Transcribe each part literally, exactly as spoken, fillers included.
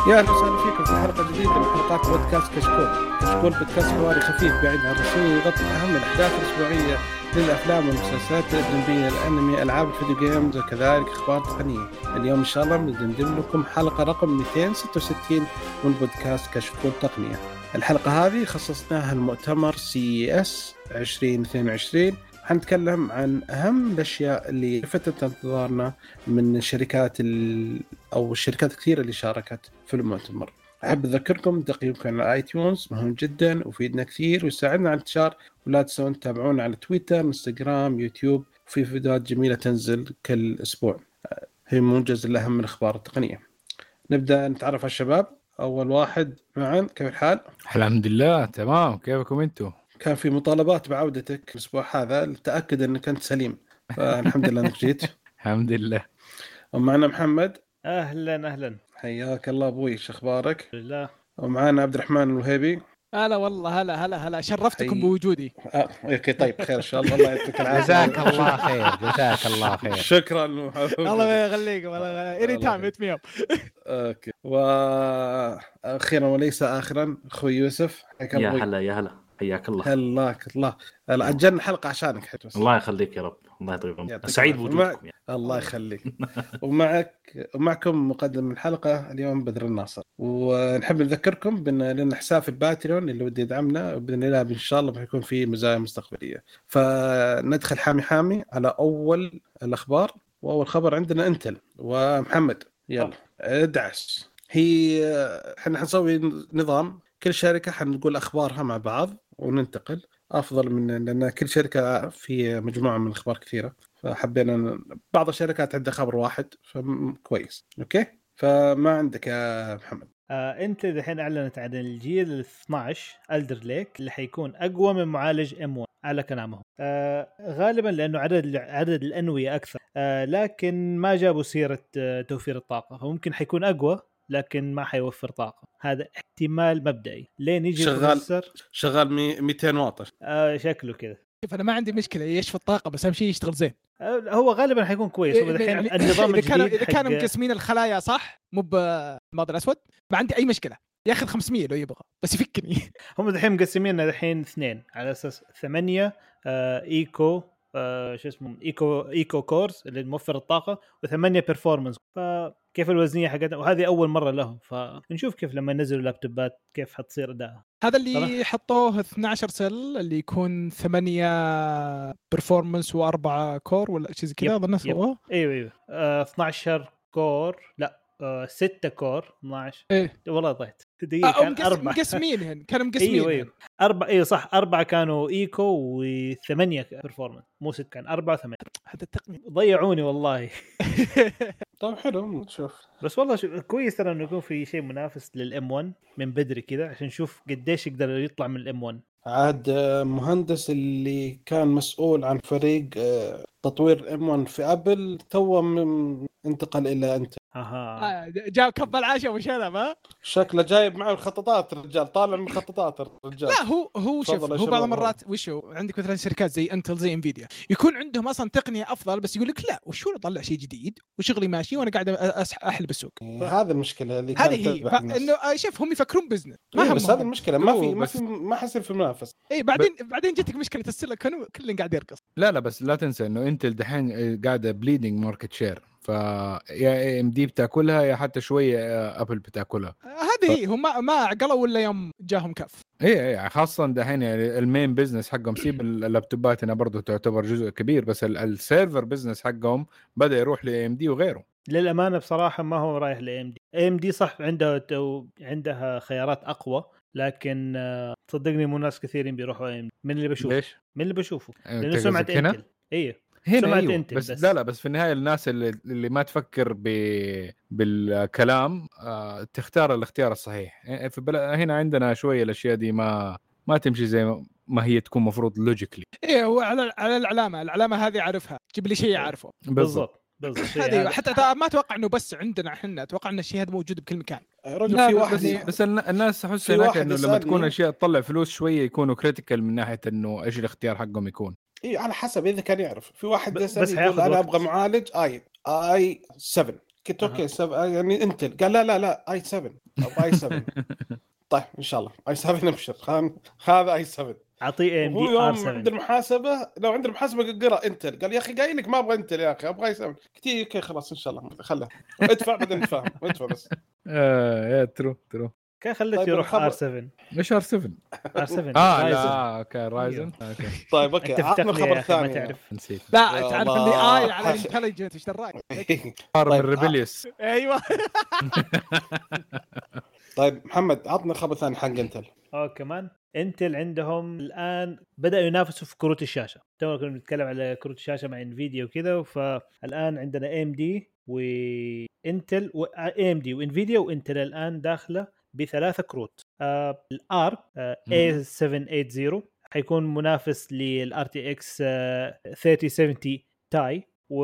يا اهلا وسهلا فيكم في حلقه جديده من حلقات بودكاست كشكول. كشكول بودكاست حواري خفيف بعيد عن الرسميه يغطي اهم الاحداث الاسبوعيه للافلام والمسلسلات الاجنبيه، الانمي، العاب الفيديو جيمز، وكذلك اخبار تقنيه. اليوم ان شاء الله بنقدم لكم حلقه رقم مئتين وستة وستين من بودكاست كشكول تقنيه. الحلقه هذه خصصناها المؤتمر سي اس عشرين اثنين وعشرين. حنتكلم عن أهم الأشياء اللي لفتت انتظارنا من الشركات ال... أو الشركات كثيرة اللي شاركت في المؤتمر. أحب أذكركم تقييمكم على آي تيونز مهم جدا ويفيدنا كثير ويساعدنا على انتشار، ولا تنسون تتابعونا على تويتر، انستغرام، يوتيوب، وفي فيديوهات جميلة تنزل كل أسبوع هي موجز الأهم من الأخبار التقنية. نبدأ نتعرف على الشباب. أول واحد معا، كيف الحال؟ الحمد لله تمام، كيفكم انتو؟ كان في مطالبات بعودتك الأسبوع هذا لتأكد أنك أنت سليم، فالحمد لله أنك جيت. الحمد لله. ومعنا محمد. أهلا أهلا، حياك الله أبوي، شو أخبارك؟ لله. ومعنا عبد الرحمن الوهيبي. هلا والله، هلا هلا هلا، شرفتكم حي... بوجودي. آه، اوكي طيب خير ان شاء الله. الله يعطيك العافيه. جزاك الله خير، جزاك الله خير. شكرا. الله يخليكم، الله اني تايم اتميم. اوكي، واخيرا وليس اخرا اخوي يوسف. يا هلا يا هلا، حياك الله. هلاك الله، اجلنا حلقه عشانك حلو. الله يخليك يا رب، الله يطيب عمرك، سعيد بوجودكم. ومع... الله يخليك. ومعك ومعكم مقدم الحلقه اليوم بدر الناصر. ونحب نذكركم بان لنا حساب في الباتريون اللي ودي يدعمنا باذن الله ان شاء الله بيكون في مزايا مستقبليه. فندخل حامي حامي على اول الاخبار. واول خبر عندنا انتل ومحمد، يلا ادعس. هي احنا حنسوي نظام كل شركه حنقول اخبارها مع بعض وننتقل، افضل من لان كل شركه في مجموعه من الاخبار كثيره، فحبينا بعض الشركات عندها خبر واحد فكويس. اوكي، فما عندك يا محمد؟ آه انت الحين اعلنت عن الجيل الاثناشر ألدر ليك اللي حيكون اقوى من معالج ام واحد على كلامهم، آه غالبا لانه عدد عدد الانويه اكثر، آه لكن ما جابوا سيره آه توفير الطاقه، فممكن حيكون اقوى لكن ما حيوفر طاقه. هذا احتمال مبدئي. لين يجي شغال البروسيسور شغال مئتين واط. آه شكله كده. شوف انا ما عندي مشكله يشفي الطاقه، بس اهم شيء يشتغل زين. آه هو غالبا حيكون كويس. هو الحين يعني النظام اذا كانوا الجديد اذا كانوا حق... مقسمين الخلايا صح، مو بالماضي الاسود، ما عندي اي مشكله. ياخذ خمسمية لو يبغى بس يفكني. هم الحين مقسميننا الحين اثنين على اساس ثمانية آه ايكو آه شو اسمه ايكو ايكو كورز اللي موفر الطاقه، وثمانية بيرفورمانس. فكيف الوزنيه حقتها، وهذه اول مره لهم، فنشوف كيف لما ينزلوا لابتوبات كيف حتصير اداءها. هذا اللي حطوه اثناشر سل اللي يكون ثمانية بيرفورمانس وأربعة كور ولا شيء زي كذا اظن سووه. ايوه ايوه آه اثناشر كور، لا آه ستة كور اثناشر. إيه؟ والله ضيت دقيقه. آه كان مقسم أربعة مقسمين كانوا مقسمين. ايوه ايوه أربعة. ايوه صح، أربعة كانوا ايكو وثمانية بيرفورمانس، مو ست، كان أربعة وثمانية. هذا التقنية ضيعوني والله. طيب حلو نشوف. بس والله شو كويس ترى انه يكون في شيء منافس للام واحد من بدري كذا، عشان نشوف قديش يقدر يطلع من الام واحد. عاد مهندس اللي كان مسؤول عن فريق تطوير ام واحد في ابل تو انتقل الى انت. اها جاء كب العشاء وشلة ما شكله جايب معه الخططات الرجال، طالع من خططات الرجال. لا هو هو شوف، هو بعض المرات وشو عندك مثلا شركات زي انتل زي انفيديا يكون عندهم اصلا تقنيه افضل، بس يقول لك لا وشو اطلع شيء جديد وشغلي ماشي وانا قاعد احل بالسوق. هذه المشكله اللي كانت هذه هي، انه شوف هم يفكرون بزنس ما إيه بس هذه المشكله، ما في ما في ما حصير في منافسه. اي بعدين ب... بعدين جتك مشكله السيليكون كل قاعد يرقص. لا لا بس لا تنسى انه انتل دحين قاعده بليدنج ماركت شير، فيا اي ام دي بتاكلها يا حتى شويه ابل بتاكلها. هذه ف... هي هم ما عقلوا ولا يوم جاهم كف. اي اي خاصه دحين يعني المين بزنس حقهم سيب اللابتوبات هنا برضو تعتبر جزء كبير، بس السيرفر بزنس حقهم بدا يروح لاي ام دي وغيره. للامانه بصراحه ما هو رايح لاي ام دي. اي ام دي صح عندها عندها خيارات اقوى، لكن صدقني مو ناس كثيرين بيروحوا اي ام دي من اللي بشوفه. ليش؟ من اللي بشوفه لانه سمعه انتل. ايه هنا أيوه. بس, بس لا لا بس في النهايه الناس اللي, اللي ما تفكر ب... بالكلام آه تختار الاختيار الصحيح. في بل... هنا عندنا شويه الاشياء دي ما ما تمشي زي ما هي تكون مفروض لوجيكلي. ايه هو على على العلامه العلامه هذه عارفها، جيب لي شيء عارفه بالضبط بالضبط. هذه حتى ما اتوقع انه بس عندنا احنا، اتوقع ان الشيء هذا موجود بكل مكان. رجل في واحد بس, بس الناس احس هناك انه لما تكون اشياء تطلع فلوس شويه يكونوا كريتيكال من ناحيه انه ايش الاختيار حقهم يكون. اي على حسب اذا كان يعرف. في واحد بس يقول انا ابغى معالج اي اي سبعة قلت اوكي سبعة يعني انتل. قال لا لا لا اي سبعة او اي سبعة. طيب ان شاء الله اي سبعة نبشر. هذا اي سبعة اعطيه ام دي ار سبعة. عند المحاسبه لو عند المحاسبه قرا انتل قال يا اخي قايل لك ما ابغى انتل يا اخي ابغى اي سبعة. قلت اوكي خلاص ان شاء الله خله ادفع بعدين نتفاهم ادفع بس. اه يا ترو ترو كان خليته طيب يروح الخبر- ار سبعة. ايش ار سبعة؟ ار سبعة اه رايزن. لا اوكي رايزن اوكي طيب اوكي انت في عطنا تقنية خبر يا أخي ما ثاني. تعرف. نسيت لا يا تعرف الله. اللي اي على انتليجنت ايش دراك. صار من طيب، ريبيليوس. ايوه طيب محمد عطنا خبر ثاني حق انتل. اه كمان انتل عندهم الان بدأوا ينافسوا في كروت الشاشة. تو كنا بنتكلم على كروت الشاشة مع انفيديا وكذا، فالان عندنا اي ام دي وانتل واي ام دي وانفيديا وانتل الان داخلة بثلاثة كروت. آه الارك آه إيه سبعمية وثمانين حيكون منافس للار تي اكس ثلاثين سبعين تاي،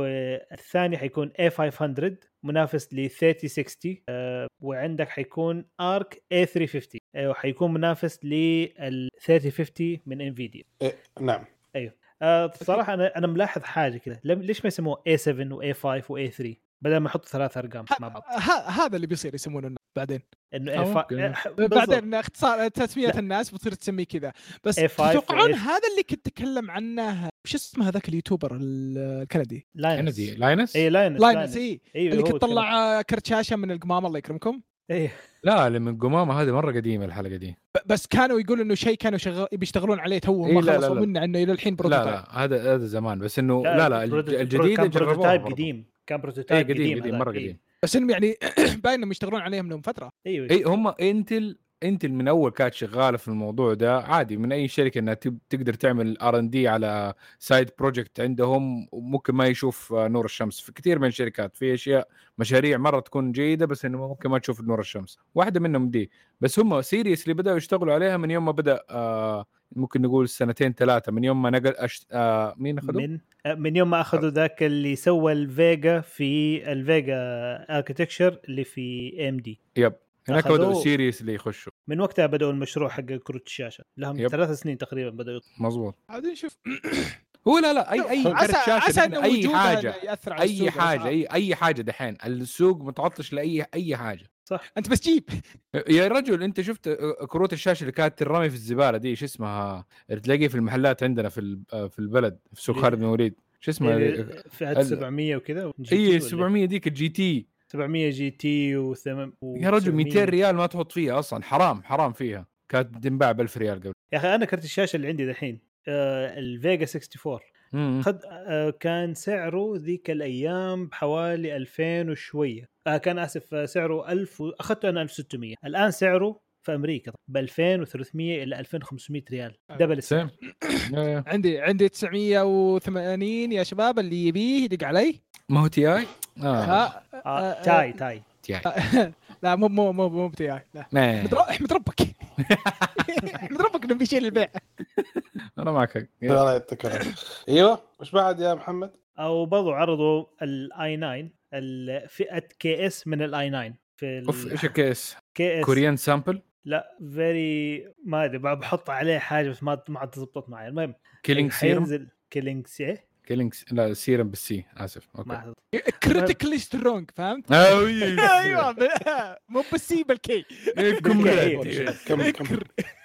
والثاني حيكون إيه خمسمية منافس ل ثلاثين ستين، أه وعندك حيكون ارك إيه ثلاثمية وخمسين أه وحيكون منافس لل ثلاثين خمسين من انفيديا. إيه نعم. ايوه أه صراحه انا انا ملاحظ حاجه كذا، ليش ما يسموه إيه سبعة و إيه خمسة و إيه ثلاثة بدل ما يحطوا ثلاث ارقام مع بعض؟ هذا اللي بيصير يسمونه بعدين انه أو إيه ممكن. خمسة بعدين اختصار تسميه لا. الناس بتصير تسميه كذا. بس إيه خمسة تتوقعون و إيه هذا اللي كنت اتكلم عنه وش اسمه هذاك اليوتيوبر الكندي لاينس. كندي لاينس اي لاينس لاينس اي أيوة اللي هو كنت طلع كرت شاشه من القمامه الله يكرمكم. ايه لا اللي من قمامه هذه مره قديمه الحلقه دي. بس كانوا يقولوا انه شيء كانوا شغال بيشتغلون عليه تو إيه ما لا لا خلصوا لا. منه انه الى الحين لا بروتوتايب. لا هذا هذا زمان بس انه لا لا بروتو- الجديد كان جربوه بروتوتايب برضو. قديم كان اي بروتوتايب قديم قديم قديم مره قديم. بس انهم يعني باين انهم يشتغلون عليهم من فتره. ايوه اي هم انتل انتل من اول كانت شغاله في الموضوع ده عادي من اي شركه انها تقدر تعمل ار ان دي على سايد بروجكت عندهم ممكن ما يشوف نور الشمس. في كثير من الشركات في اشياء مشاريع مره تكون جيده بس انه ممكن ما تشوف نور الشمس. واحده منهم دي بس هم سيريس اللي بداوا يشتغلوا عليها من يوم ما بدا آه ممكن نقول سنتين ثلاثه من يوم ما نقل أشت... آه مين اخذوا من من يوم ما اخذوا ذاك اللي سوى الفيجا في الفيجا اركتكتشر اللي في ام دي. يب هناك أخذوه. بدأوا سيريس اللي يخشوا من وقتها بدأوا المشروع حق كروت الشاشة لهم يب. ثلاث سنين تقريبا بدأوا يط... مظبوط. عاد نشوف هو لا لا اي اي عسى كرت عسى شاشه انه اي وجوده حاجه ياثر على اي السوق حاجه والأسعار. اي اي حاجه دحين السوق متعطش لاي اي حاجه. صح. انت بس جيب يا رجل انت شفت كروت الشاشه اللي كانت الرمي في الزباله دي ايش اسمها تلاقيه في المحلات عندنا في في البلد في سوق خالد بن وليد شو اسمها فئة سبعمية وكذا. اي سبعمية ديك الجي تي سبعمية جي تي وثم يا رجل مئتين ريال ما تحط فيها اصلا حرام حرام فيها كانت تنباع ب ألف ريال قبل. يا اخي انا كرت الشاشه اللي عندي دحين آه الفيجا أربعة وستين خد آه كان سعره ذيك الايام بحوالي ألفين وشويه آه كان اسف آه سعره ألف و... اخذته انا ألف وستمية. الان سعره في امريكا ب ألفين وثلاثمية الى ألفين وخمسمية ريال دبل السعر. عندي عندي تسعمية وثمانين يا شباب اللي يبيه يدق علي. ما هو تي اي اه, آه. آه. تاي تاي تي اي لا مو مو مو مو تي اي لا احمد ربك احمد ربك انه بيشيل البيع. انا معك الله يتكرم. ايوه وش بعد يا محمد؟ او برضو عرضوا الاي تسعة الفئه كي اس من الاي تسعة في اوف ايش الكيس كي اس كوريان سامبل لا فيري ما ادري بحط عليه حاجه بس ما ما تزبطت معي. المهم كيلينج سيرم حينزل كيلينج سي كيلينج لا سيرم بالسي اسف اوكي كريتيكلي سترونج فهمت. ايوه مو بالسي بالكي كم كم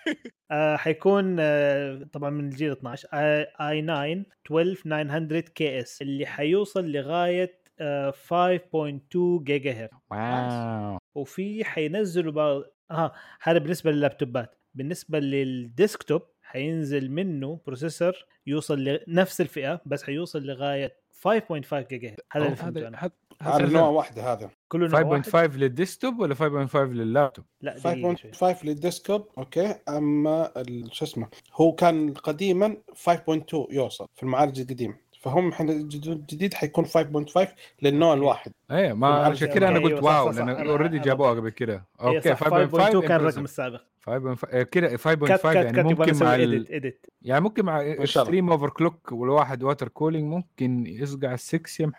حيكون طبعا من الجيل اثناشر اي تسعة اثنا عشر تسعمية كي اس اللي حيوصل لغايه خمسة فاصلة اثنين جيجا هرتز. واو. وفي حينزلوا بعض اه هذا بالنسبه لللابتوبات. بالنسبه للديسكتوب حينزل منه بروسيسور يوصل لنفس الفئه بس حيوصل لغايه خمسة فاصلة خمسة جيجا هرتز. هذا اللي فهمته انا. هذا نوع واحد هذا كله خمسة فاصلة خمسة للديسكتوب ولا خمسة فاصلة خمسة لللابتوب؟ لا خمسة فاصلة خمسة للديسكتوب اوكي. اما شو اسمه هو كان قديما خمسة فاصلة اثنين يوصل في المعالج القديم فهم الحين الجديد حيكون خمسة فاصلة خمسة للنوع الواحد. ايه ما عشان كذا انا قلت واو لان اوريدي جابوها قبل كده. اوكي خمسة فاصلة اثنين كان الرقم السابق كده خمسة فاصلة خمسة يعني ممكن مع ال... يعني ممكن مع ستريم اوفر كلوك والواحد واتر كولينج ممكن يصقع السكس يا محمد.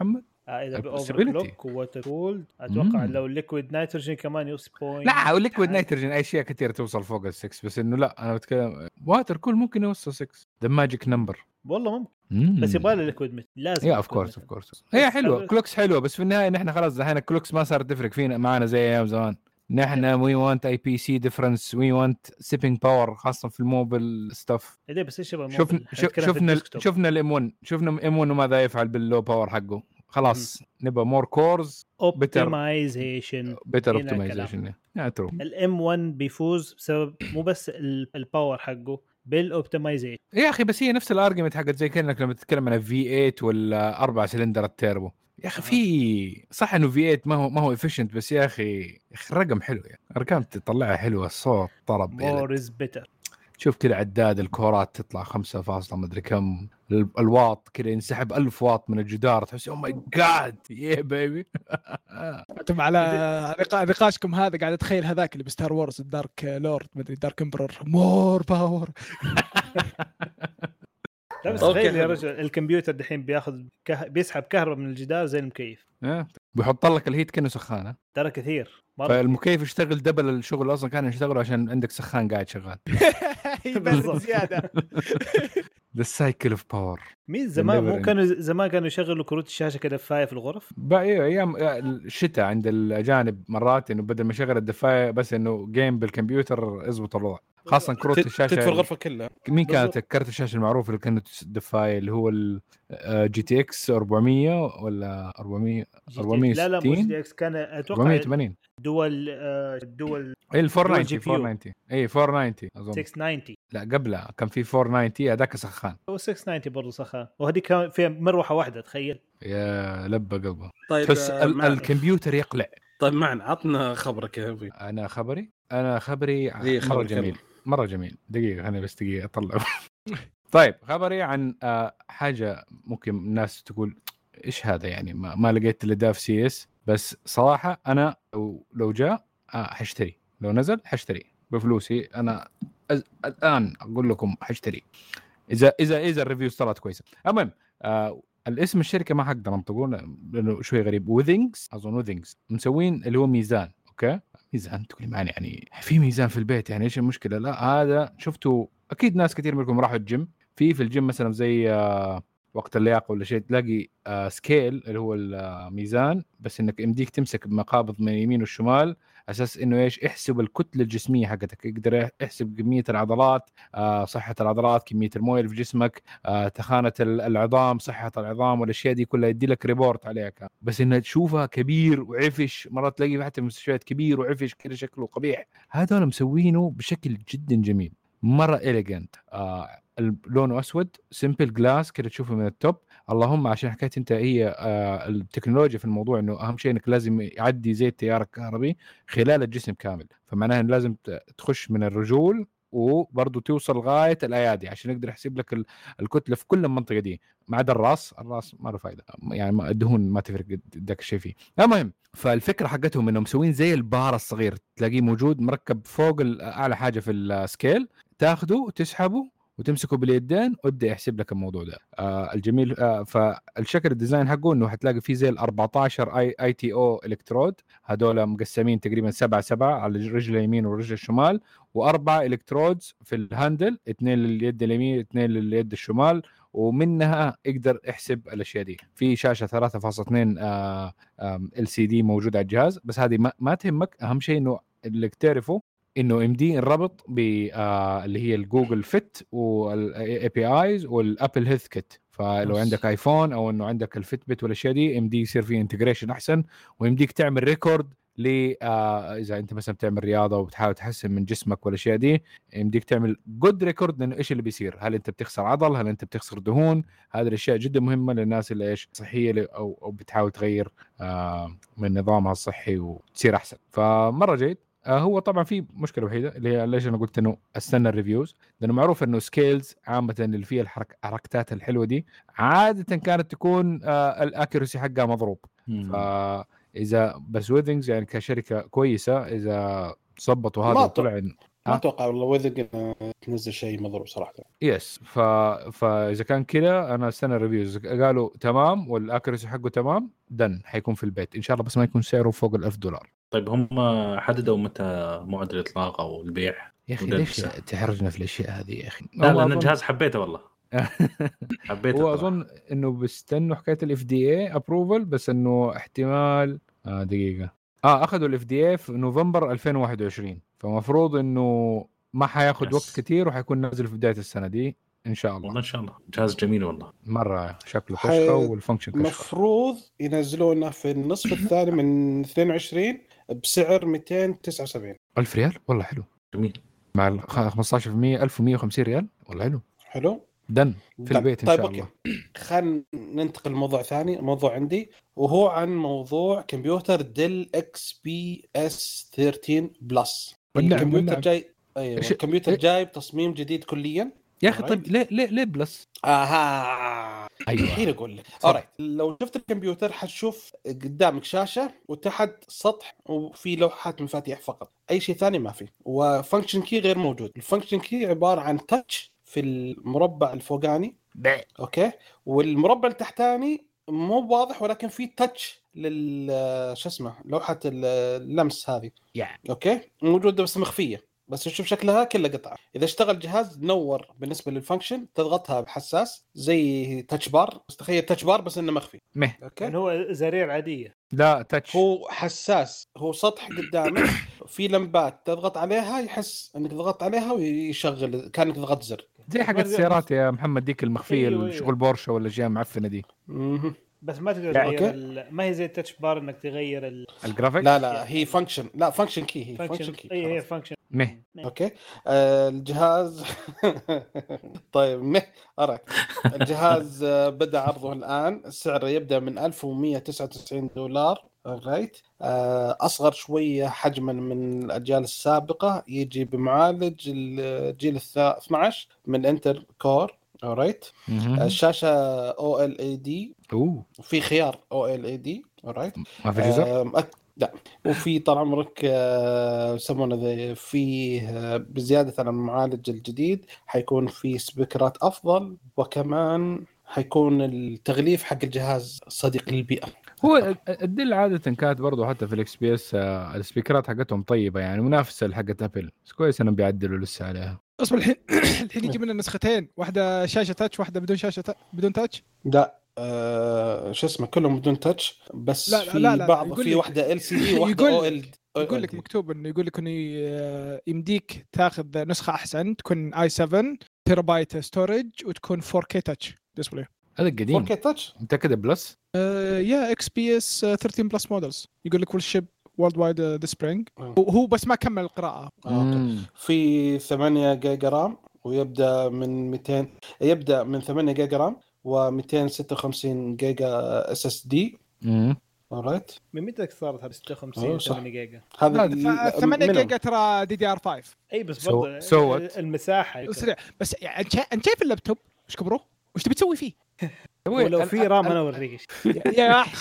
اذا باوفر كلوك ووتر كولد اتوقع لو ليكويد نيتروجين كمان يوصل بوينت. لا وليكويد نيتروجين اشياء كثير توصل فوق السكس، بس انه لا انا بتكلم ووتر كول ممكن يوصل ستة ذا ماجيك نمبر والله ممكن. مم. بس يبغى له ليكويد لازم. يا اوف كورس اوف كورس هي حلوه كلوكس حلوه، بس في النهايه نحن خلاص دحين كلوكس ما صار تفرق فينا معنا زي ايام زمان. نحن وي وانت اي بي سي ديفرنس، وي وانت سيبينج باور خاصه في الموبل ستاف. ايه بس ايش شفنا شفنا شفنا الام واحد شفنا ام واحد وماذا يفعل باللو باور حقه. خلاص نبغى مور كورز اوبتمايزيشن بيتر اوبتمايزيشن. يا ترو الام واحد بيفوز بسبب مو بس الباور حقه بالاوبتمايزيشن يا اخي، بس هي نفس الارجيومنت حقت زي كانك لما تتكلم عن في ثمانية ولا أربعة سلندر التيربو. يا اخي في صح انه في ثمانية ما هو ما هو افيشنت، بس يا اخي الرقم حلو يعني، ارقام تطلعها حلوه، الصوت طرب مور از بيتر. شوف كذا عداد الكورات تطلع خمسة فاصلة مدري كم، الواط كذا ينسحب ألف واط من الجدار، تحس اوه ماي جاد يا بيبي. انتم على نقاشكم هذا قاعد اتخيل هذاك اللي بستار وورز الدارك لورد مدري دارك امبرر مور باور. لا بس تخيل يا رجل الكمبيوتر دحين بياخذ كه... بيسحب كهرباء من الجدار زي المكيف، بيحط لك الهيت كأنه سخانه ترى كثير مرة. فالمكيف يشتغل دبل الشغل اصلا كان يشتغل عشان عندك سخان قاعد شغال بالضبط زياده. The cycle of power. مين زمان مو كانوا زمان كانوا يشغلوا كروت الشاشه كدفايه في الغرف بقى ايام الشتاء عند الاجانب مرات انه بدل ما يشغل الدفايه بس انه جيم بالكمبيوتر يضبط الوضع، خاصه كروت الشاشه تدفي الغرفه كلها. مين كانت كرت الشاشه المعروف اللي كانت دفايه اللي هو الجي تي اكس أربعمية ولا أربعمية أربعمية وستين؟ لا لا مو جي تي اكس، كان اتوقع أربعمية وثمانين دول دول اي ال أربعمية وتسعين أربعمية وتسعين اي أربعمية وتسعين اظن ستمية وتسعين. لا قبلها كان في أربعمية وتسعين هذاك سخان، هو ستمية وتسعين برضه سخان، وهذه كان فيها مروحه واحده تخيل. يا لبه قلبه. طيب بس آه ال- الكمبيوتر يقلع. طيب معنا عطنا خبرك يا ابوي. انا خبري انا خبري مره جميل كلمة. مره جميل. دقيقه انا بس دقيقه اطلع. طيب خبري عن آه حاجه ممكن الناس تقول ايش هذا يعني ما, ما لقيت اللي داف سي اس، بس صراحه انا لو, لو جاء آه حشتري، لو نزل حشتري بفلوسي انا أز... الان اقول لكم حشتري اذا اذا اذا الريفيوز طلعت كويسه. المهم آه الاسم الشركه ما حقدر انطقه لانه شوي غريب. وذينجز اظن وذينجز مسوين اللي هو ميزان. اوكي ميزان تقولي معنا يعني في ميزان في البيت يعني ايش المشكله؟ لا هذا شفتوا اكيد ناس كثير منكم راحوا الجيم، في في الجيم مثلا زي آه وقت اللياقه ولا شيء تلاقي آه سكيل اللي هو الميزان، بس انك يمديك تمسك مقابض من اليمين والشمال اساس انه ايش يحسب الكتله الجسميه حقتك، يقدر يحسب كميه العضلات آه صحه العضلات، كميه المويه اللي في جسمك آه تخانه العظام، صحه العظام والاشياء دي كلها يدي لك ريبورت عليها. بس انها تشوفها كبير وعفش، مرات تلاقي حتى المستشفيات كبير وعفش كذا شكله قبيح. هذول مسوينه بشكل جدا جميل مره إليجنت. آه لونه اسود سيمبل جلاس كده تشوفه من التوب. اللهم عشان حكايه انت هي آه التكنولوجيا في الموضوع انه اهم شيء انك لازم يعدي زي التيار الكهربي خلال الجسم كامل، فمعناها انه لازم تخش من الرجول وبرضه توصل لغايه الايادي عشان يقدر يحسب لك الكتله في كل المنطقه دي ما عدا الراس. الراس ما له فايده يعني الدهون ما تفرق ذاك الشيء فيه. المهم فالفكره حقتهم انهم مسوين زي البار الصغير تلاقيه موجود مركب فوق اعلى حاجه في السكيل، تاخده وتسحبه وتمسكه باليدين ويبدا يحسب لك الموضوع ده. آه الجميل آه فالشكل الديزاين حقه انه حتلاقي فيه زي ال أربعتاشر اي اي تي او الكترود، هذول مقسمين تقريبا سبعة سبعة على الرجل اليمين والرجل الشمال، واربع الكترودز في الهاندل، اثنين لليد اليمين اثنين لليد الشمال، ومنها يقدر يحسب الاشياء دي. في شاشه ثلاثة فاصلة اثنين آه ال سي دي موجود على الجهاز، بس هذه ما, ما تهمك، اهم شيء انه اللي تعرفه انه ام دي الربط ب آه اللي هي الجوجل فيت والاي بي ايز والابل هيلث كيت. فلو بس. عندك ايفون او انه عندك الفيت بت ولا شيء دي ام دي يصير فيه انتجريشن احسن، ويمديك تعمل ريكورد ل آه اذا انت مثلا بتعمل رياضه وبتحاول تحسن من جسمك ولا شيء دي، يمديك تعمل جود ريكورد لانه ايش اللي بيصير، هل انت بتخسر عضل، هل انت بتخسر دهون. هذه الاشياء جدا مهمه للناس اللي ايش صحيه او او بتحاول تغير آه من نظامها الصحي وتصير احسن. فمره جيد. هو طبعا في مشكله وحيده اللي هي ليش انا قلت انه استنى الريفيوز، لانه معروف انه سكيلز عامه اللي فيها الحركات الحركات الحلوه دي عاده كانت تكون آه الاكيورسي حقها مضروب. فاذا بس ويذنجز يعني كشركه كويسه اذا ظبطوا هذا وطلع ما اتوقع والله وذق تنزل شيء مضروب صراحه. يس ف... فاذا كان كذا انا استنى ريفيوز قالوا تمام والاكيرسي حقه تمام دن حيكون في البيت ان شاء الله، بس ما يكون سعره فوق الألف دولار. طيب هم حددوا متى موعد الاطلاق او البيع؟ يا اخي ليش تحرجنا في الاشياء هذه يا اخي؟ لا لان الجهاز حبيته والله حبيته. هو اظن انه بيستنوا حكايه الاف دي اي ابروفل، بس انه احتمال آه دقيقه اه اخذوا الاف دي اي في نوفمبر ألفين وواحد وعشرين، فمفروض انه ما حياخذ وقت كثير وحيكون نازل في بداية السنة دي إن شاء الله. والله إن شاء الله جهاز جميل والله مرة شكله كشخة والفانكشن كشخة. مفروض ينزلونه في النصف الثاني من اثنين وعشرين بسعر مئتين وتسعة وسبعين ألف ريال. والله حلو جميل مع ال خمسة عشر بالمئة ألف ومئة وخمسين ريال. والله حلو حلو دن في دن. البيت إن طيب شاء أوكي. الله. خلينا ننتقل لموضوع ثاني، موضوع عندي وهو عن موضوع كمبيوتر ديل اكس بي اس ثلاثة عشر بلس. الكمبيوتر جاي ايوه ش... الكمبيوتر جاي بتصميم جديد كليا يا اخي. طيب ليه ليه ليه بلس؟ اها ايوه الحين اقول لك. اورايت لو شفت الكمبيوتر حتشوف قدامك شاشه وتحت سطح وفي لوحات مفاتيح فقط، اي شيء ثاني ما في، وفانكشن كي غير موجود. الفانكشن كي عباره عن تاتش في المربع الفوقاني بي. اوكي، والمربع التحتاني مو واضح ولكن في تاتش لل شو اسمه لوحه اللمس هذه yeah. اوكي موجوده بس مخفيه، بس تشوف شكلها كله قطعه. اذا اشتغل جهاز نور بالنسبه للفانكشن تضغطها بحساس زي تاتش بار، بس تخيل تاتش بار بس انه مخفي. مه. اوكي يعني هو زرير عاديه. لا تاتش، هو حساس، هو سطح قدامك في لمبات تضغط عليها يحس انك ضغطت عليها ويشغل كانك ضغطت زر، زي حق السيارات يا محمد ديك المخفيه أيوة الشغل بورشه ولا اشياء معفنه دي. م- بس ما تقدر تغير ال... ما هي زي التاتش بار انك تغير ال... الجرافيك. لا لا هي فانكشن، لا فانكشن كي، هي فانكشن كي. اي هي فانكشن مه. اوكي آه الجهاز طيب مه أراك. الجهاز آه بدأ عرضه الآن، السعر يبدأ من ألف ومئة وتسعة وتسعين دولار رايت. آه أصغر شوية حجما من الأجيال السابقة، يجي بمعالج الجيل اثني عشر من انتل كور رايت. الشاشة أو إل إي دي، اوه وفي خيار أو إل إي دي رايت. ما في جزر آه لا، وفي طال عمرك يسمونه ذا فيه بزيادة على المعالج الجديد حيكون في سبيكرات أفضل، وكمان حيكون التغليف حق الجهاز صديق للبيئة. هو الدل عادة كانت برضو حتى في الإكس بي إس السبيكرات حقتهم طيبة يعني منافسة لحقت أبل، بس كويس أنهم بيعدلوا لسه عليها. أصبر الحين الحين يجي مننا نسختين، واحدة شاشة تاتش واحدة بدون شاشة تا... بدون تاتش. لا أه شو اسمه كلهم بدون تاتش، بس لا لا في لا لا بعض في واحدة إل سي دي وواحدة أو إل. يقول لك مكتوب انه يقول لك انه يمديك تاخذ نسخه احسن تكون اي سبعة تيرا بايت ستورج وتكون فور كي تاتش ديسبلاي. هذا القديم فور كي تاتش متاكد بلس؟ آه يا اكس بي اس ثلاثة عشر بلس مودلز يقول لك والشيب وورلد وايد ذا سبرينج. هو بس ما كمل القراءه. آه. في ثمانية جيجا رام ويبدا من مئتين، يبدا من ثمانية جيجا رام و256 جيجا اس اس دي. امم alright. من متى صارت هذه ستة وخمسين ثمانية جيجا؟ هذا ثمانية جيجا ترى دي دي ار خمسة. اي بس برضه سو... المساحه سريع. بس يعني انت شايف اللابتوب وش كبره وش تبي تسوي فيه؟ ولو في رام انا اوريك يا وحش.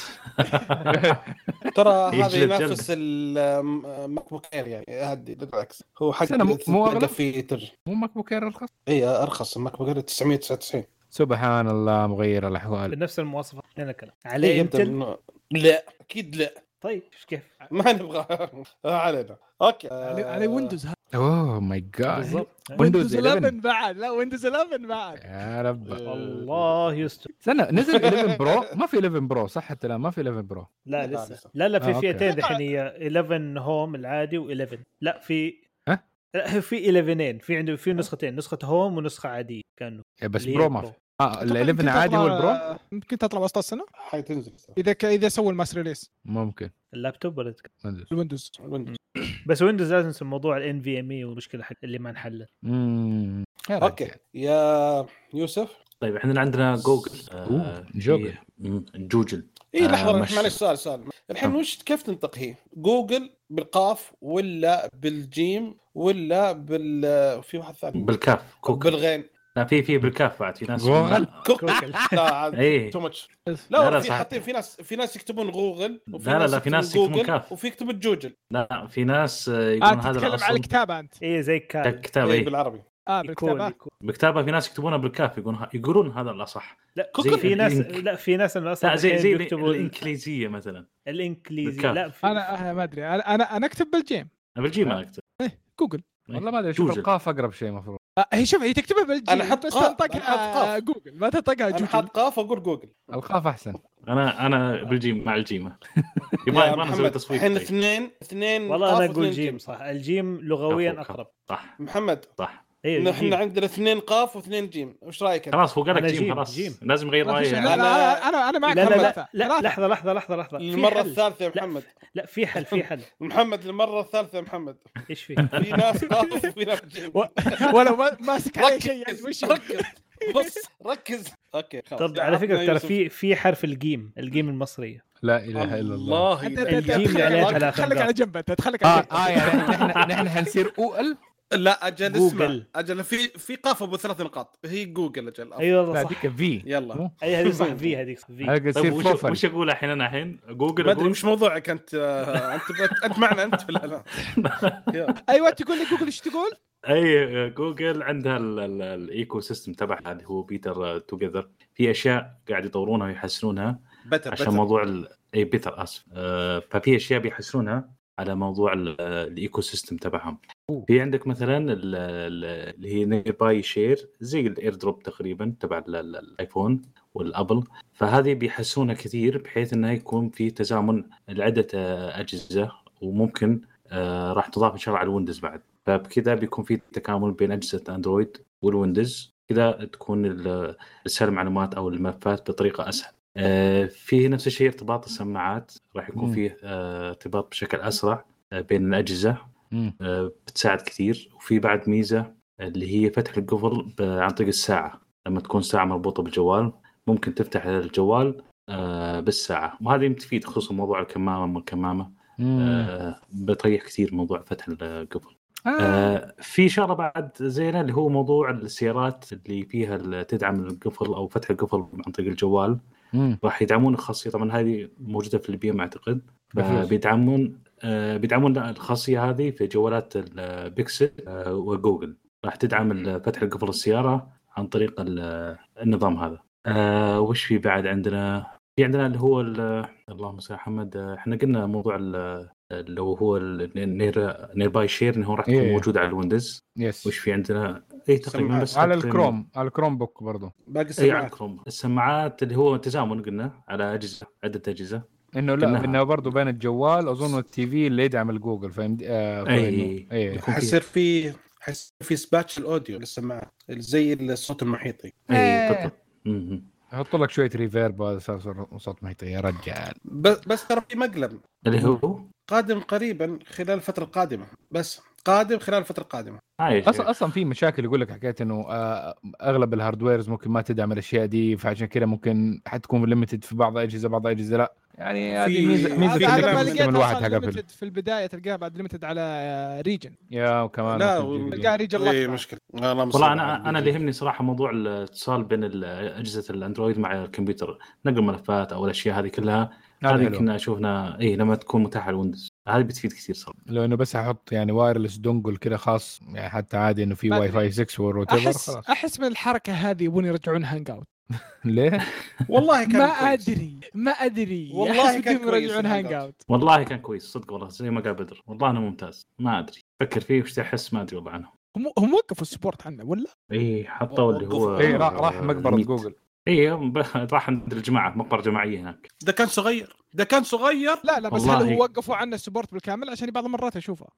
ترى هذا ينافس الماك بوك اير يعني هدي بالعكس، هو حق مو اغلى في تر مو ماك بوك اير ارخص. اي ارخص الماك بوك اير تسعمية وتسعة وتسعين. سبحان الله مغير الاحوال بنفس المواصفات. انا كلام عليه انتل من... لا اكيد لا. طيب ايش كيف ما نبغى علينا اوكي على على ويندوز. اوه ماي جاد بالضبط. ويندوز إحدى عشر بعد. لا ويندوز إحدى عشر بعد يا رب الله يستر. استنى نزل إحدى عشر برو؟ ما في إحدى عشر برو صح؟ حتى لا ما في إحدى عشر برو. لا لسه لا لا في آه فئتين الحين هي إحدى عشر هوم العادي و11. لا في ها في إحداشر في عنده في نسختين، نسخة هوم ونسخة عادية كانوا بس برو ما في. اه ال11 عادي هو البرو ممكن تطلع وسط السنه حتنزل اذا ك... اذا سووا الماس ريليس ممكن اللابتوب ولا الويندوز. بس ويندوز لازم نسمي موضوع الان في ام اي والمشكله حق اللي ما نحلها. امم اوكي يا يوسف. طيب احنا عندنا جوجل. آه جوجل جوجل اي لحظه آه معلش سؤال سؤال الحين وش كيف تنطق هي جوجل بالقاف ولا بالجيم ولا بال في واحد ثاني بالكاف بالغين؟ لا في في بالكاف بعد في ناس جوجل جوجل. لا ايه تو ماتش لا، لا لا، في صح. حاطين في ناس في ناس يكتبون جوجل وفي لا، لا، ناس لا، في ناس يكتبون جوجل كاف. وفي يكتبون جوجل لا في ناس آه، اه يقولون هذا تتكلم على الاصل الكتابه انت ايه زي كان كتابه ايه ايه بالعربي اه يكون بالكتابه يكون. بكتابه في ناس يكتبونها بالكاف يقولون يقولون هذا الاصح لا زي في ناس الإنك. لا في ناس انا اصلا لا زي الحين زي بيكتبوا ال- الانجليزيه مثلا الانجليزي بالكاف. لا في انا آه ما ادري انا انا انا اكتب بالجيم انا بالجيم انا اكتب جوجل. والله ما ادري شوف جوجل. القاف اقرب شيء مفروض. آه هي شوف هي تكتبها بالجيم أنا حط بس قاف. أنا حط تنطقها قاف. جوجل ما تنطقها انا جوجل. حاط قاف اقول جوجل القاف احسن. انا انا بالجيم مع الجيمه يبغى يا يبغى نسوي محمد تصويت الحين طيب. اثنين اثنين والله قاف انا اقول واثنين جيم صح الجيم لغويا كفو، كفو. اقرب صح محمد صح ايه نحن جيم. عندنا اثنين قاف واثنين جيم وش رايك انت؟ خلاص هو قال لك أنا جيم جيم، خلاص جيم. لازم نغير لا رايه في شيء. يعني. لا لا انا انا انا معك لا لا لا, ثلاثة. لا ثلاثة. لحظه لحظه لحظه لحظه في المره حل. الثالثه يا لا. محمد لا في حل في حل محمد المره الثالثه يا محمد ايش في في ناس قاف وفي ناس جيم و- ولا ما- ماسك عليه شيء يعني ركز وش ركز بص ركز اوكي خلاص طب على فكره عطنا ترى يوسف. في في حرف الجيم الجيم المصريه لا اله الا الله. الله أنت- يديك. أنت- أنت الجيم تخليك عليها على- ثلاث تخليك نقاط. على جنب انت تخليك على اه جنب. اه يعني نحن نحن حنصير او ال. لا اجل جوجل. اسمع اجل في في قاف ابو ثلاث نقاط هي جوجل اجل ايوه لا صح ديك في. يلا اي هذه صح في هذيك في هذا طيب يصير وش, فوفل. وش اقول الحين انا الحين جوجل ما ادري اقول مش موضوعك انت آه، انت بت- انت معنا انت ولا لا يلا. ايوه تقول لي جوجل ايش تقول؟ اي جوجل عندها ال- ال- الايكو سيستم تبعها اللي هو بيتر توجذر في اشياء قاعد يطورونها ويحسنونها بتر عشان بتر موضوع ال- اي بيتر اسف آه، ففي اشياء بيحسنونها على موضوع ال- الايكو سيستم تبعهم. في عندك مثلا ال- ال- اللي هي نير باي شير زي الاير دروب تقريبا تبع ال- ال- الايفون والابل، فهذه بيحسونها كثير بحيث انه يكون في تزامن لعده آه، اجهزه وممكن آه، راح تضاف ان شاء الله على الويندوز بعد، فبكذا بيكون في تكامل بين اجهزه اندرويد والويندوز، كذا تكون ال- رسالة المعلومات او الملفات بطريقه اسهل. آه، في نفس الشيء ارتباط السماعات راح يكون مم. فيه آه، ارتباط بشكل اسرع آه، بين الاجهزه، مم. آه، بتساعد كثير. وفي بعد ميزه اللي هي فتح القفل ب- عن طريق الساعه، لما تكون ساعه مربوطه بالجوال ممكن تفتح الجوال آه، بالساعه، وهذه تفيد خصوصا موضوع الكمامه والكمامه مم. آه، بتريح كثير موضوع فتح القفل. آه. آه، في شغله بعد زينه اللي هو موضوع السيارات اللي فيها ال- تدعم القفل او فتح القفل عن طريق الجوال، مم. راح يدعمون الخاصيه. طبعا هذه موجوده في البي ام اعتقد، بفلوس. بيدعمون آه، بيدعمون الخاصيه هذه في جوالات البيكسل آه، وجوجل، راح تدعم ال- فتح القفل السياره عن طريق ال- النظام هذا. آه، وش في بعد عندنا؟ في عندنا اللي هو ال- اللهم صل على محمد، آه، احنا قلنا موضوع ال- اللي هو النير نير باي شير انه راح تكون إيه. موجود على الويندوز. يس. وش في عندنا؟ اي تقريبا سماعات. بس على تقريباً- الكروم على الكروم بوك برضو باقي اي على السماعات الكروم. السماعات اللي هو تزامن قلنا على اجهزه عده اجهزه. انه لا كأنها- انه برضو بين الجوال اظن التي في اللي يدعم الجوجل فاهم. آه أي. اي يكون في- حيصير في حيصير في سباتش الاوديو للسماعات زي الصوت المحيطي اي بالضبط. مهم. احط لك شويه ريفيرب هذا صوت محيطي يا رجال. بس بس ترى في مقلب اللي هو قادم قريبا خلال الفتره القادمه، بس قادم خلال الفتره القادمه. عايش اصلا اصلا في مشاكل يقول لك حكايه انه آه اغلب الهاردويرز ممكن ما تدعم الاشياء دي، فعشان كذا ممكن حتكون ليميتد في بعض الاجهزه بعض الاجهزه لا. يعني هذه في- ميزه في ميزه هذا كلام هذا ما من لقيت الواحد اصلا حق ابل. ليمتد في البدايه تلقاه بعد ليمتد على ريجن، يا وكمان لا، ممكن و- تجي- تلقاه ريجن اي لقطة. مشكله. اللهم صل والله على انا النبي. انا اللي يهمني صراحه موضوع الاتصال بين ال- اجهزه الاندرويد مع الكمبيوتر، نقل ملفات او الاشياء هذه كلها، هذا هذه حلو. كنا اشوفنا اي لما تكون متاحه على الويندوز هذه بتفيد كثير صراحه. لو انه بس احط يعني وايرلس دونجل كذا خاص يعني حتى عادي انه في ما واي أدري. فاي ستة وروت ايفر احس خلاص. احس من الحركه هذه يبون يرجعون هانج اوت. ليه؟ والله كان ما كويس. ادري ما ادري والله أحس كان بدهم كويس يرجعون الهانج هانج أوت. اوت. والله كان كويس صدق والله، زي ما قال بدر والله انه ممتاز. ما ادري فكر فيه وش تحس، ما ادري والله عنه. هم هم وقفوا السبورت عنه ولا؟ اي حطوا اللي هو اي راح راح مقبره ميت. جوجل. اي ب- راح عند الجماعه مقبره جماعيه هناك. ده كان صغير ده كان صغير لا لا بس والله هل هو وقفوا عنه السبورت بالكامل؟ عشان بعض المرات اشوفه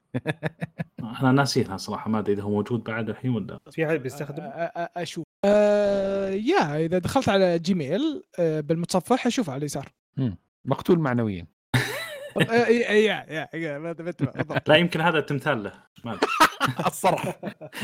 انا ناسيها صراحه، ما ادري اذا هو موجود بعد الحين ولا. في حد بيستخدم أ- أ- اشوف أه يا اذا دخلت على جيميل أه بالمتصفح اشوفه على اليسار. مقتول معنويا. أه، يا يا يا ما تبتبع بالضبط. لا يمكن هذا التمثال له ما ادري. الصراحه.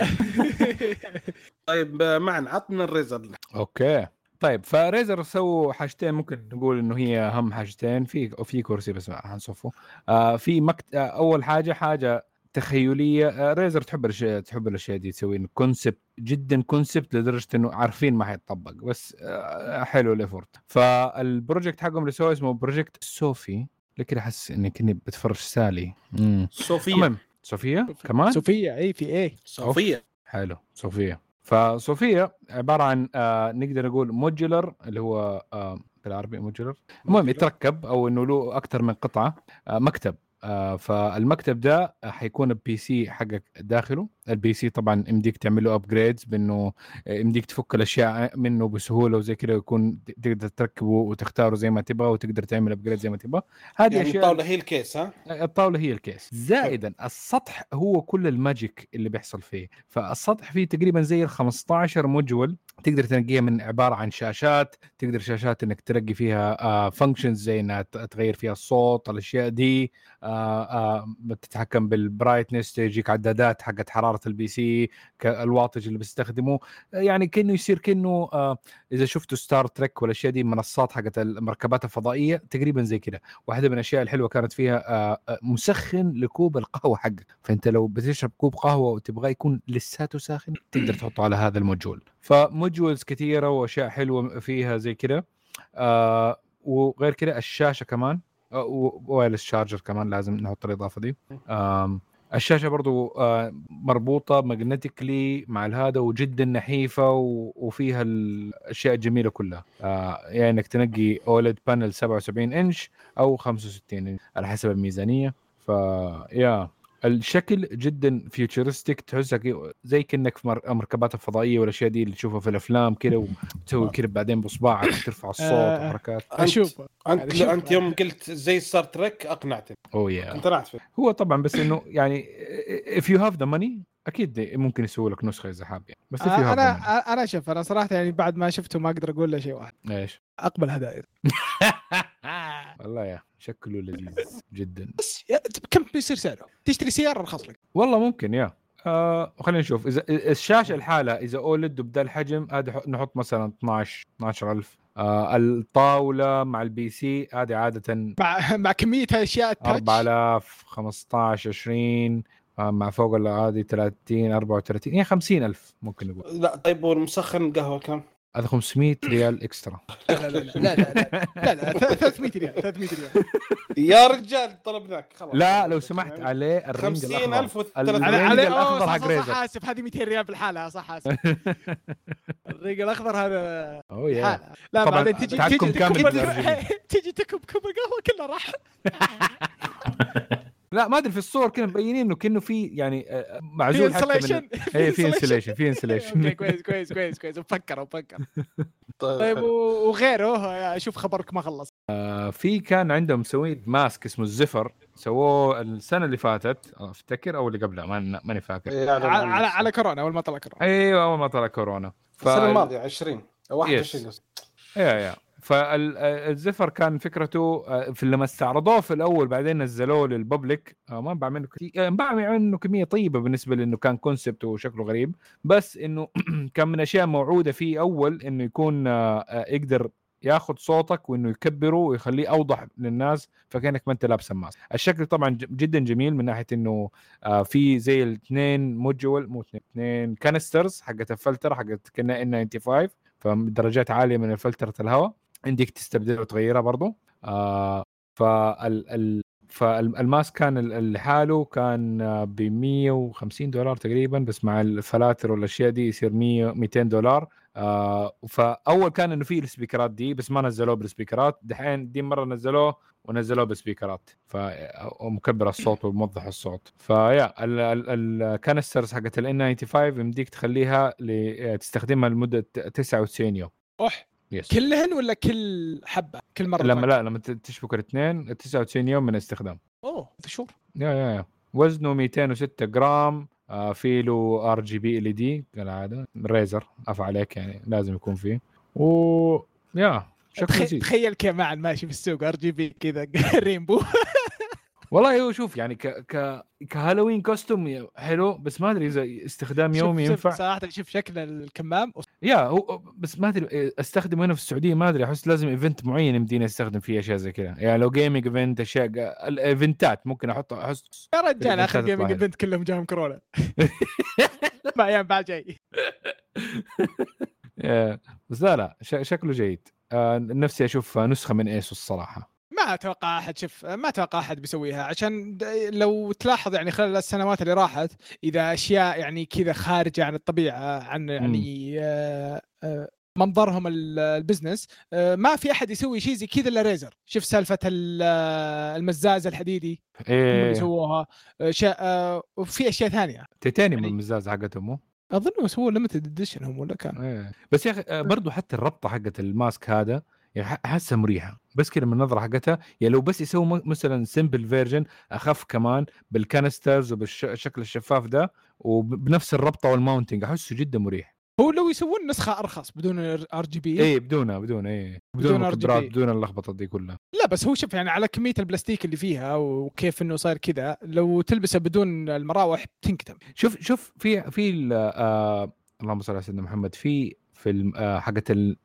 طيب آه، معنا عطنا الريزر. اوكي طيب فريزر سووا حاجتين ممكن نقول انه هي اهم حاجتين في في كرسي بس حنصفه. آه في مكت... آه اول حاجه حاجه تخيليه. ريزر تحب الاشياء تحب الاشياء دي تسوي كونسبت جدا كونسبت لدرجه انه عارفين ما حيتطبق بس حلو الافورت. فالبروجكت حقهم اللي سووا اسمه بروجكت صوفي لكن احس اني كني بتفرج سالي. صوفيا صوفيا كمان صوفيا اي في ايه صوفيا حلو صوفيا. فصوفيا عباره عن آه نقدر نقول موديولر اللي هو آه بالعربي موديولر المهم يتركب او انه له اكثر من قطعه آه مكتب. آه فالمكتب ده حيكون البي سي حقك داخله. البي سي طبعا يمديك تعمل له ابجريدز بانه يمديك تفك الاشياء منه بسهوله وزي كده يكون تقدر تركبه وتختاره زي ما تبغى وتقدر تعمل ابجريد زي ما تبغى. هذه يعني اشياء الطاوله هي الكيس. ها الطاوله هي الكيس زائدا السطح هو كل الماجيك اللي بيحصل فيه. فالسطح فيه تقريبا زي ال خمستاشر موديول تقدر تنقيها من عباره عن شاشات. تقدر شاشات انك ترقي فيها آه فانكشنز زي انها تغير فيها الصوت الاشياء دي. آه آه تتحكم بالبرايتنس تجيك عدادات حقت حراره البي سي الواتج اللي بيستخدموه. يعني كأنه يصير كأنه آه اذا شفتوا ستار تريك والاشياء دي منصات حقت المركبات الفضائيه تقريبا زي كده. واحده من الاشياء الحلوه كانت فيها آه مسخن لكوب القهوه حقك. فانت لو بتشرب كوب قهوه وتبغى يكون لساته ساخن تقدر تحطه على هذا الموجول. فموجولز كثيره واشياء حلوه فيها زي كده. آه وغير كده الشاشه كمان ووايرلس شارجر كمان لازم نحط الاضافه دي. الشاشه برضو مربوطه ماغنتيكلي مع هذا وجدا نحيفه وفيها الاشياء الجميله كلها. يعني انك تنقي اوليد بانل سبعة وسبعين انش او خمسة وستين انش على حسب الميزانيه. فيا الشكل جدا فيوتشرستيك تحسك زي كأنك في مركبات الفضائيه والاشياء دي اللي تشوفها في الافلام كده وتسوي كده بعدين بصباعك وترفع الصوت وحركات. اشوف انت انت يوم قلت زي ستار تريك اقنعتني. اوه يا اقتنعت فيه. هو طبعا بس انه يعني if you have the money اكيد ممكن يسوي لك نسخه اذا حاب يعني. بس آه انا انا شوف انا صراحه يعني بعد ما شفته ما اقدر اقول له شيء واحد. ايش اقبل هدايا. والله يا شكله لذيذ جدا. بس كم بيصير سعره؟ تشتري سياره رخص لك والله ممكن يا آه خلينا نشوف اذا الشاشه الحاله اذا اولد بدا الحجم هذا نحط مثلا اثناشر اثناشر ألف. آه الطاوله مع البي سي هذه عاده مع مع كميه اشياء التاتش أربعة آلاف خمستاشر عشرين آه مع فوق هذه ثلاثين أربعة وثلاثين يعني خمسين ألف ممكن نقول. لا طيب والمسخن قهوه كم؟ هذا خمسمية ريال اكسترا. لا لا لا لا لا لا ثلاثمية ريال ثلاثمية ريال يا رجال طلبناك خلاص. لا لو سمحت عليه الرينج الأخضر الرينج الأخضر حق ريزر. صح حاسب هذه مئتين ريال بالحالة صح حاسب. الرينج الأخضر هذا أوه يا لا بعدين تجي تجي تجي تكب كوب القهوة كله راح. لا ما ادري في الصور كنا مبينين انه كأنه في يعني معزول حتى من اي في انسليشن في انسليشن. كويس كويس كويس كويس وفكر وفكر. طيب وغيره اشوف خبرك ما خلص. آه في كان عندهم مسوي ماسك اسمه الزفر سووه السنه اللي فاتت افتكر او اللي قبلها ما ماني فاكر. على على كورونا اول ما طلع كورونا. ايوه اول ما طلع كورونا السنه الماضيه عشرين او واحد وعشرين. يا يا فالزفر كان فكرته في لما استعرضوه في الاول بعدين نزلوه للببليك ما انباع منه كثير انباع منه كميه طيبه بالنسبه لانه كان كونسبت وشكله غريب. بس انه كان من اشياء موعوده فيه اول انه يكون يقدر ياخذ صوتك وانه يكبره ويخليه اوضح للناس فكانك ما انت لابس ماسك. الشكل طبعا جدا جميل من ناحيه انه في زي الاثنين موديول مو اثنين كانسترز حقت الفلتر حقت كنا إن خمسة وتسعين فدرجات عاليه من الفلتره الهواء عندك تستبدلها وتغيرها برضو. آه فال ال فالماسك كان لحاله كان ب مية وخمسين دولار تقريبا بس مع الفلاتر والاشياء دي يصير مية مئتين دولار. آه فاول كان انه فيه السبيكرات دي بس ما نزلوه بالسبيكرات. دحين دي مره نزلوه ونزلوه بالسبيكرات فمكبر الصوت وموضح الصوت. فيا الكانسترز حقت ال إن خمسة وتسعين يمديك تخليها تستخدمها لمده تسعة وتسعين يوم. اوح كلهن ولا كل حبه كل مره؟ لما لا لما تشبك الاثنين تسعة وتسعين يوم من الاستخدام. اوه شهور. يا يا يا وزنه مئتين وستة جرام. آه في له ار جي بي ال دي كالعاده ريزر اف عليك يعني لازم يكون فيه. و يا شكله تخيل كيف معا ماشي في السوق ار جي بي كذا رينبو. والله هو شوف يعني ك ك كهالوين كوستوم حلو، بس ما ادري اذا استخدام يومي شوف ينفع. صراحه شوف شكل الكمام يا هو بس ما ادري استخدمه هنا في السعوديه، ما ادري احس لازم ايفنت معين يمديني استخدم فيه اشياء زي كذا. يعني لو جيمنج ايفنت اشياء الايفنتات ممكن احط احس يا رجال اخر جيمنج ايفنت كلهم جاهم كورونا ما ينفع شيء. بس لا لا شكله جيد. نفسي اشوف نسخه من ايسوس الصراحه. ما اتوقع احد شوف ما اتوقع احد بيسويها، عشان لو تلاحظ يعني خلال السنوات اللي راحت اذا اشياء يعني كذا خارجه عن الطبيعه عن يعني آه آه منظرهم البزنس، آه ما في احد يسوي شيء زي كذا الا ريزر. شوف سالفه المزاز الحديدي إيه. هم اللي سووها. آه وفي اشياء ثانيه تيتانيوم يعني المزاز حقتهم اظن سووا ليمتد اديشن هم ولا كان إيه. بس يا اخي برضو حتى الربطه حقت الماسك هذا يعني احسها مريحه بس كده من النظره حقتها. يعني لو بس يسووا مثلا سمبل فيرجن اخف كمان بالكانسترز وبالشكل الشفاف ده وبنفس الربطه والماونتنج احسه جدا مريح. هو لو يسوون نسخه ارخص بدون ار جي بي اي بدونها بدون اي بدون مكبرات بدون اللخبطه دي كلها. لا بس هو شوف يعني على كميه البلاستيك اللي فيها وكيف انه صار كذا لو تلبسه بدون المراوح تنكتم. شوف شوف في في آه اللهم صل على سيدنا محمد في في آه حقه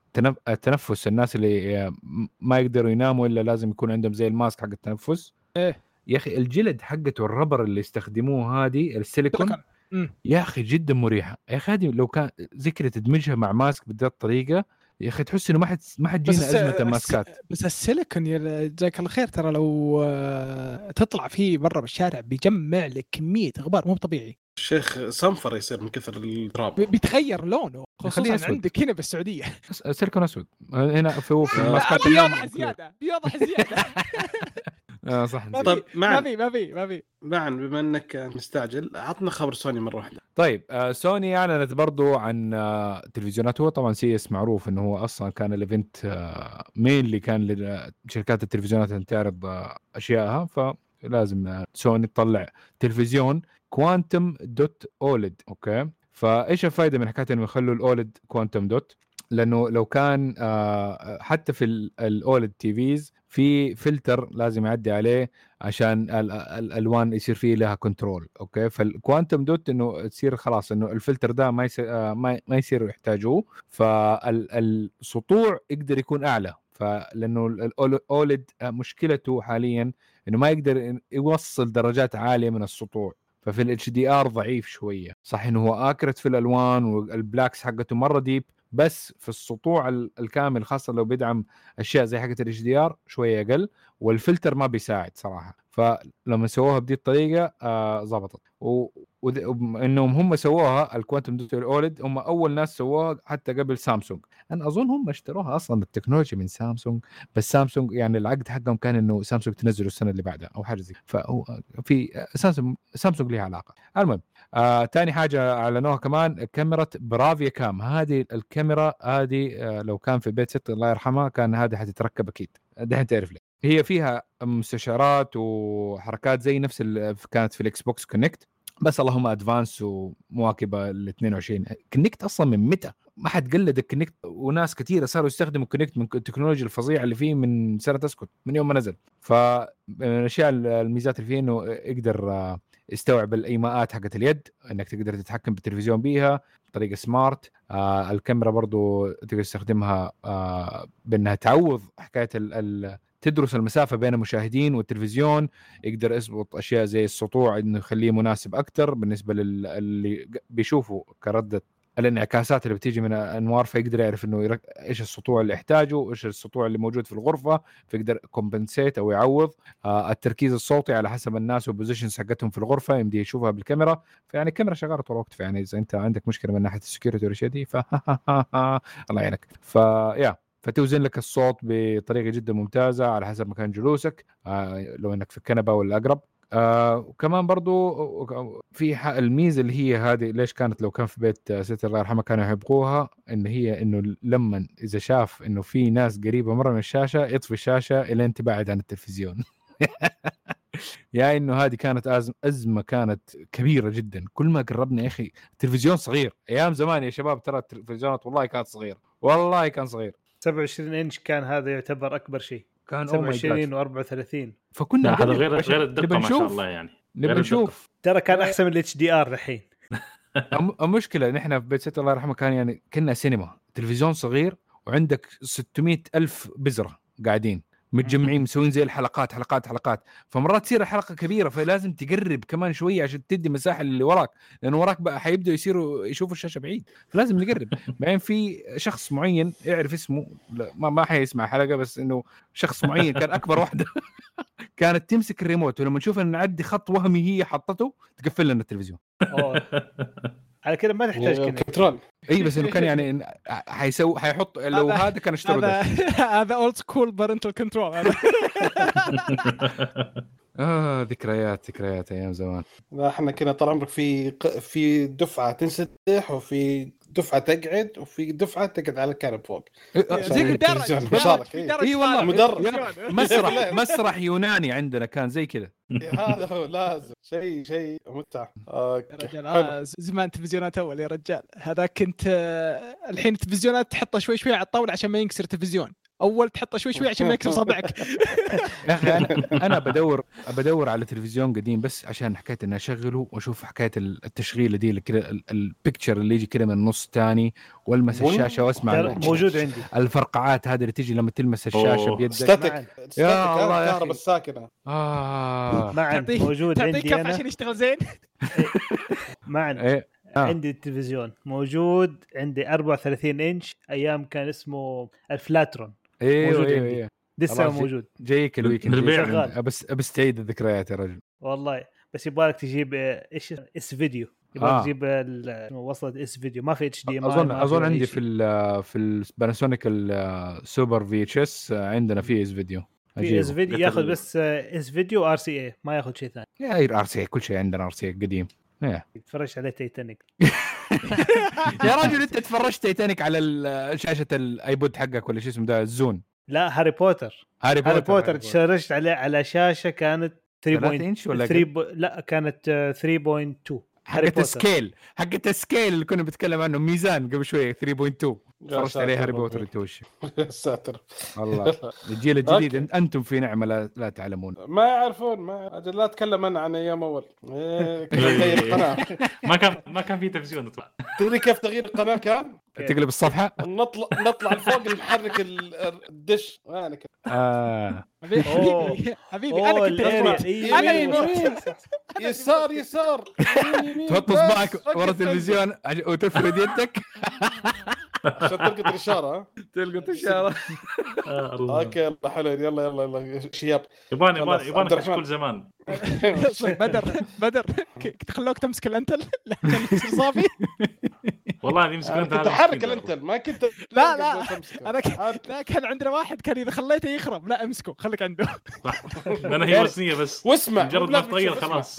التنفس الناس اللي ما يقدروا يناموا الا لازم يكون عندهم زي الماسك حق التنفس. ايه يا اخي الجلد حقته الربر اللي يستخدموه هذه السيليكون يا اخي جدا مريحه. يا اخي هذه لو كان ذكر تدمجها مع ماسك بهذه الطريقه يا اخي تحس انه ما حد ما حد جينا ازمه الماسكات. بس السيليكون جزاك الله خير ترى لو تطلع فيه برا بالشارع بيجمع لك كميه غبار مو طبيعي. الشيخ صنفر يصير من كثر التراب بيتغير لونه خصوصا عندك هنا بالسعوديه سيليكون اسود هنا في في الماسكات بيوضح زياده بيوضح زياده اه صح. طيب ما في ما في ما في معا بما انك مستعجل عطنا خبر سوني مره واحده. طيب آه سوني اعلنت برضو عن آه تلفزيونات. هو طبعا سي اس معروف انه هو اصلا كان الايفنت آه مين اللي كان لشركات التلفزيونات ان تعرض آه اشيائها، فلازم آه سوني تطلع تلفزيون كوانتم دوت اوليد. اوكي فايش الفائده من حكايه انه يخلوا الاوليد كوانتم دوت؟ لانه لو كان آه حتى في الاوليد تي فيز في فلتر لازم يعدي عليه عشان الالوان يصير فيه لها كنترول. اوكي فالكوانتم دوت انه تصير خلاص انه الفلتر ده ما يصير ما يصير يحتاجوه، فالسطوع يقدر يكون اعلى. فلانه الاوليد مشكلته حاليا انه ما يقدر يوصل درجات عاليه من السطوع، ففي الاتش دي ار ضعيف شويه. صح انه هو اكرت في الالوان والبلاكس حقته مره ديب، بس في السطوع الكامل خاصه لو بيدعم اشياء زي حقه الاتش دي ار شويه اقل، والفلتر ما بيساعد صراحه. فلما سووها بدي الطريقه آه ضبطت. وانهم هم سووها الكوانتم دوت اوليد هم اول ناس سووها حتى قبل سامسونج. انا اظن هم اشتروها اصلا التكنولوجيا من سامسونج، بس سامسونج يعني العقد حقهم كان انه سامسونج تنزله السنه اللي بعدها او حاجه زي، فهو في سامسونج سامسونج ليها علاقه. المهم آه، تاني حاجه اعلنوها كمان كاميرا برافيا كام. هذه الكاميرا هذه آه، لو كان في بيت ست الله يرحمها كان هذه حتتركب اكيد. دحين تعرف ليه هي فيها مستشعرات وحركات زي نفس اللي كانت في الاكس بوكس كونكت، بس اللهم ادفانس ومواكبه ال اثنين وعشرين. كونكت اصلا من متى ما حد قلد الكونكت، وناس كثيره صاروا يستخدموا كونكت من التكنولوجيا الفظيعه اللي فيه من سنه تسكت من يوم ما نزل. فمن الاشياء الميزات اللي فيه انه يقدر يستوعب الايماءات حقت اليد، انك تقدر تتحكم بالتلفزيون بيها بطريقه سمارت. آه الكاميرا برضو تقدر تستخدمها آه بانها تعوض حكايه ال تدرس المسافه بين المشاهدين والتلفزيون. يقدر يضبط اشياء زي السطوع انه يخليه مناسب اكثر بالنسبه للي بيشوفوا كرده الانعكاسات اللي بتيجي من انوار، فيقدر يعرف انه يرك... ايش السطوع اللي يحتاجه، ايش السطوع اللي موجود في الغرفه، فيقدر كومبنسيت او يعوض. آه التركيز الصوتي على حسب الناس والبوزيشنز حقتهم في الغرفه يمدي يشوفها بالكاميرا. فيعني الكاميرا شغاله طول الوقت، فيعني اذا انت عندك مشكله من ناحيه السكيورتي والاشياء دي ف الله يعينك. فيا فتوزن لك الصوت بطريقه جدا ممتازه على حسب مكان جلوسك، آه لو انك في الكنبه ولا اقرب. آه وكمان برضو في الميزه اللي هي هذه ليش كانت لو كان في بيت ست الله يرحمها كانوا يحبوها، ان هي انه لما اذا شاف انه في ناس قريبه مره من الشاشه يطفي الشاشه الى انت بعد عن التلفزيون. يعني انه هذه كانت أزمة, ازمه كانت كبيره جدا. كل ما قربنا يا اخي التلفزيون صغير ايام زمان يا شباب، ترى التلفزيونات والله كانت صغيره، والله كان صغير. سبعة وعشرين انش كان هذا يعتبر اكبر شيء. كان سبعة وعشرين وأربعة وثلاثين. فكنا هذا غير غير الدقه ما شاء الله يعني نبي نشوف. ترى كان احسن من الاتش دي ار الحين. المشكله نحن في بيت ست الله يرحمه كان يعني كنا سينما، تلفزيون صغير وعندك ستمائة ألف بزره قاعدين متجمعين مسوين زي الحلقات حلقات حلقات، فمرات تصير الحلقه كبيره فلازم تقرب كمان شويه عشان تدي مساحه اللي وراك، لانه وراك بقى حيبداوا يصيروا يشوفوا الشاشه بعيد، فلازم نقرب. بعدين في شخص معين يعرف اسمه ما ما حيسمع حلقه، بس انه شخص معين كان اكبر واحده كانت تمسك الريموت، ولما نشوف ان نعدي خط وهمي هي حطته تقفل لنا التلفزيون. على كده ما تحتاج كنترول. اي بس انه كان يعني حيسوي حيحط لو هذا كان اشتغل هذا اولد سكول بارنتال كنترول هذا. اه ذكريات ذكريات ايام زمان. لا احنا كنا طال عمرك في في دفعه تنسدح وفي دفعه تقعد وفي دفعه تقعد على الكنب فوق زي الدرج مشارك. اي والله مدرج مسرح مسرح يوناني عندنا كان زي كذا. هذا هو لازم شيء شيء متعه. رجال زمان تلفزيونات اول يا رجال، هذا كنت الحين التلفزيونات تحطه شوي شوي على الطاوله عشان ما ينكسر التلفزيون، اول تحطه شوي شوي عشان ما يكسر صابعك. يا اخي انا انا بدور بدور على تلفزيون قديم بس عشان حكايه اني اشغله واشوف حكايه التشغيل دي كذا، البيكتشر اللي يجي كذا من النص ثاني والمس الشاشه واسمع موجود عندي الفرقعات هذه اللي تيجي لما تلمس الشاشه بيدك. ستاتيك يا الله يا كهرباء الساكنه اه معا موجود عندي انا عشان يشتغل زين. معا إيه. آه. عندي التلفزيون موجود عندي أربعة وثلاثين إنش ايام كان اسمه الفلاترون. ايوه موجود ايوه, عندي. أيوه. لسه موجود. جايك الويكند شغال. بس بس تعيد الذكريات يا رجل والله. بس يبغالك تجيب ايش اس فيديو، يبغالك آه. تجيب وصلت اس فيديو، ما في اتش دي. اظن اظن عندي في ال في الباناسونيك السوبر في اتش اس عندنا في اس فيديو. في اس فيديو ياخذ بس اس فيديو ار سي اي، ما ياخذ شيء ثاني. يا ار سي اي كل شيء عندنا ار سي اي قديم. تفرجت عليه تايتانيك. يا راجل انت تفرجت تايتانيك على شاشه الايبود حقك ولا شو اسمه ده الزون؟ لا هاري بوتر. هاري بوتر, هاري بوتر تفرجت عليه على شاشة كانت ثلاثة إنش ولا ثلاثة ب... لا كانت ثلاثة فاصلة اثنين حقت السكيل حقت السكيل اللي كنا بنتكلم عنه ميزان قبل شويه ثلاثة فاصلة اثنين تفرجت عليه هاري بوتر انت وش يا ساتر والله الجيل الجديد انتم في نعمه لا, لا تعلمون ما يعرفون ما اجل لا اتكلم انا عن ايام اول إيه ما كان ما كان في تلفزيون يطلع. تدري كيف تغيير القناه كان تقلب الصفحه نطلع نطلع لفوق نحرك الدش وانا كده اه حبيبي حبيبي انا كنت انا يمين يسار يسار تحط اصبعك ورا التلفزيون وتفرد يدك عشان تلقط الاشاره. تلقط الاشاره. اوكي يلا حلو يلا يلا يلا شياب يبغى يبغى يبغى كشكول زمان. بدر بدر تخلوك تمسك الانتل لكن تصير صافي. والله دي مسكين انت تحرك الانتل ما كنت. لا لا انا لا كان عندنا واحد كان اذا خليته يخرب لا امسكه خليك عنده. انا هي وسنيه بس واسمع مجرد ما تغير خلاص.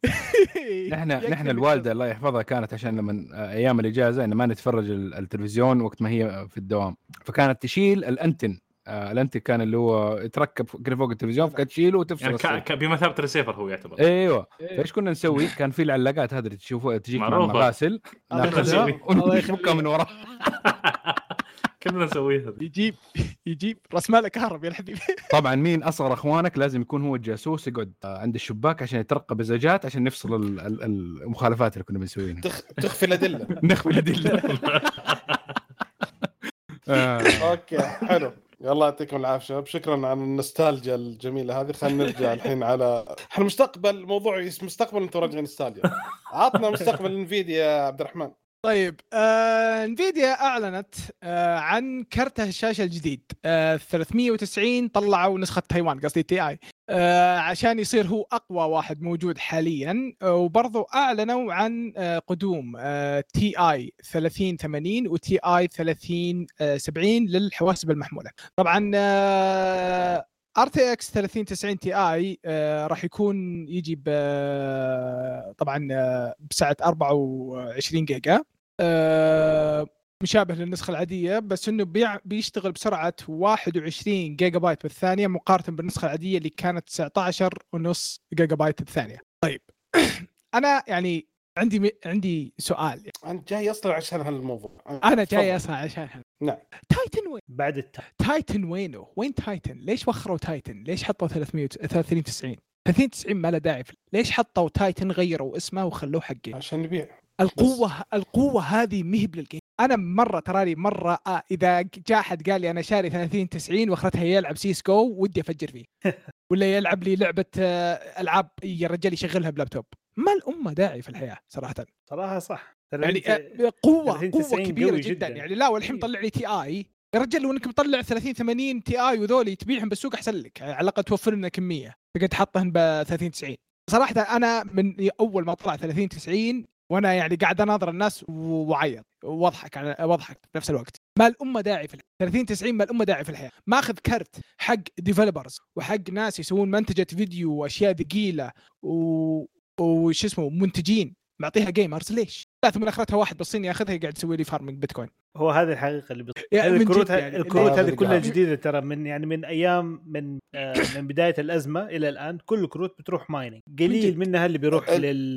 نحن نحن الوالده الله يحفظها كانت عشان لما ايام الاجازه ان ما نتفرج التلفزيون وقت ما هي في الدوام، فكانت تشيل الانتن. الانتن كان اللي هو يتركب كده فوق التلفزيون فكانت تشيله وتفصل يعني ك... بمثابه الريسيفر هو يعتبر. ايوه فايش كنا نسوي؟ كان في العلاقات هذه تشوفوها تجيك مع المغاسل ناخذها ونفكها من ورا. كنا نسويها. يجيب يجيب راس مالك كهرب يا الحبيبي. طبعا مين اصغر اخوانك لازم يكون هو الجاسوس يقعد عند الشباك عشان يترقب الزجاجات عشان نفصل المخالفات اللي كنا بنسويها. تخفي الادله. نخفي الادله. اوكي حلو يلا يعطيكم العافيه شباب. شكرا على النوستالجيا الجميله هذه. خلينا نرجع الحين على احنا مستقبل موضوع مستقبل انت راجعين نوستالجيا. عطنا مستقبل انفيديا يا عبد الرحمن. طيب آه، انفيديا اعلنت آه، عن كرت الشاشه الجديد آه، ثلاثمية وتسعين. طلعوا نسخه تايوان قصدي تي اي آه، عشان يصير هو اقوى واحد موجود حاليا. آه، وبرضو اعلنوا عن آه، قدوم آه، تي اي ثلاثين ثمانين وتي اي ثلاثين سبعين للحواسب المحموله. طبعا آه، ار تي اكس ثلاثين تسعين تي اي آه راح يكون يجي ب طبعا آه بسعه أربعة وعشرين جيجا آه مشابه للنسخه العاديه، بس انه بيع بيشتغل بسرعه واحد وعشرين جيجا بايت بالثانيه مقارنه بالنسخه العاديه اللي كانت تسعة عشر ونص جيجا بايت بالثانيه. طيب انا يعني عندي م... عندي سؤال يعني. انا جاي اصلا عشان هالموضوع. انا جاي اسمع عشان نعم. تايتن وين بعد التا... تايتن وينه؟ وين تايتن؟ ليش وخروا تايتن؟ ليش حطوا ثلاثمية وثلاثين تسعين ثلاثين تسعين ما له داعي؟ ليش حطوا تايتن غيروا اسمه وخلوه حقي؟ عشان نبيع. القوه بس. القوه هذه مهب للجيم. انا مره تراني مره آه اذا جاء احد قال لي انا شاري ثلاثين تسعين واخرتها يلعب سيسكو ودي افجر فيه ولا يلعب لي لعبه آه العاب يا رجال يشغلها بلابتوب. ما الامه داعي في الحياه صراحه. صراحه صح يعني آه قوه قوه كبيره جدا. جدا يعني لا والحين مطلع لي تي اي يا رجال. لو انك مطلع ثلاثين ثمانين تي اي وذولي تبيعهم بالسوق احسن لك، على الاقل توفر لنا كميه تقدر تحطهم ب ثلاثين تسعين. صراحه انا من اول ما طلع ثلاثين تسعين وانا يعني قاعد اناظر الناس وعيط واضحك على واضحك في نفس الوقت. ما الامه داعي في ثلاثين تسعين، ما الامه داعي في الحياه. ماخذ كرت حق ديفلوبرز وحق ناس يسوون منتجه فيديو واشياء ثقيله و... وش اسمه منتجين، معطيها جيمرز ليش؟ لا ثم اخرتها واحد بالصين ياخذها قاعد يسوي لي فارمينج بيتكوين. هو هذه الحقيقه اللي بتصير. هذه الكروت يعني الكروت هذه كلها جديده ترى، من يعني من ايام من آه من بدايه الازمه الى الان كل الكروت بتروح مايننج. قليل من منها اللي بيروح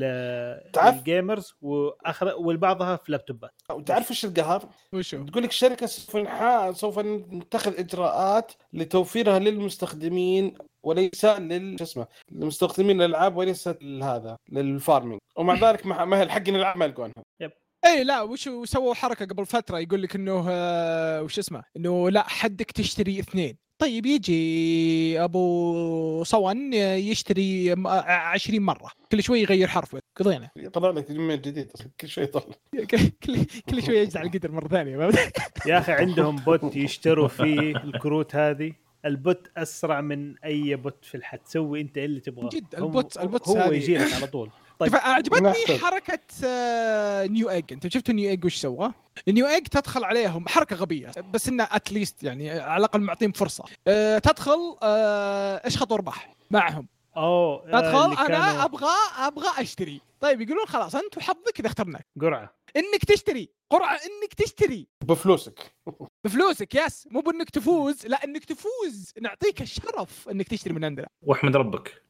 للجيمرز واخر والبعضها في لابتوبات. وتعرف ايش القهر؟ وشو تقول لك الشركه سوف سوف نتخذ اجراءات لتوفيرها للمستخدمين وليس لل اسمه للمستخدمين الالعاب وليس هذا للفارمينج، ومع ذلك ما هي الحق الالعاب ما يلقونها. يب اي لا وش سووا حركه قبل فتره يقول لك انه آه وش اسمه انه لا حدك تشتري اثنين. طيب يجي ابو صون يشتري عشرين مره كل شوي يغير حرف قضينا يطلع لك جميل جديد كل شوي يطلع كل كل شوي يجزع القدر مره ثانيه. يا اخي عندهم بوت يشتروا فيه الكروت هذه. البوت اسرع من اي بوت في الحد. تسوي انت اللي تبغاه جد. البوت البوت هو يجي لك على طول. طيب عجبتني حركه آه نيو ايج. انت شفتوا نيو ايج وش سوى؟ نيو ايج تدخل عليهم حركه غبيه بس انه اتليست يعني على الاقل معطيهم فرصه. آه تدخل آه اشخط واربح معهم. اوه تدخل انا كانوا... ابغى ابغى اشتري. طيب يقولون خلاص انت وحظك اذا اخترناك قرعه انك تشتري قرعه انك تشتري بفلوسك بفلوسك يس مو بانك تفوز، لا انك تفوز نعطيك الشرف انك تشتري من عندنا واحمد ربك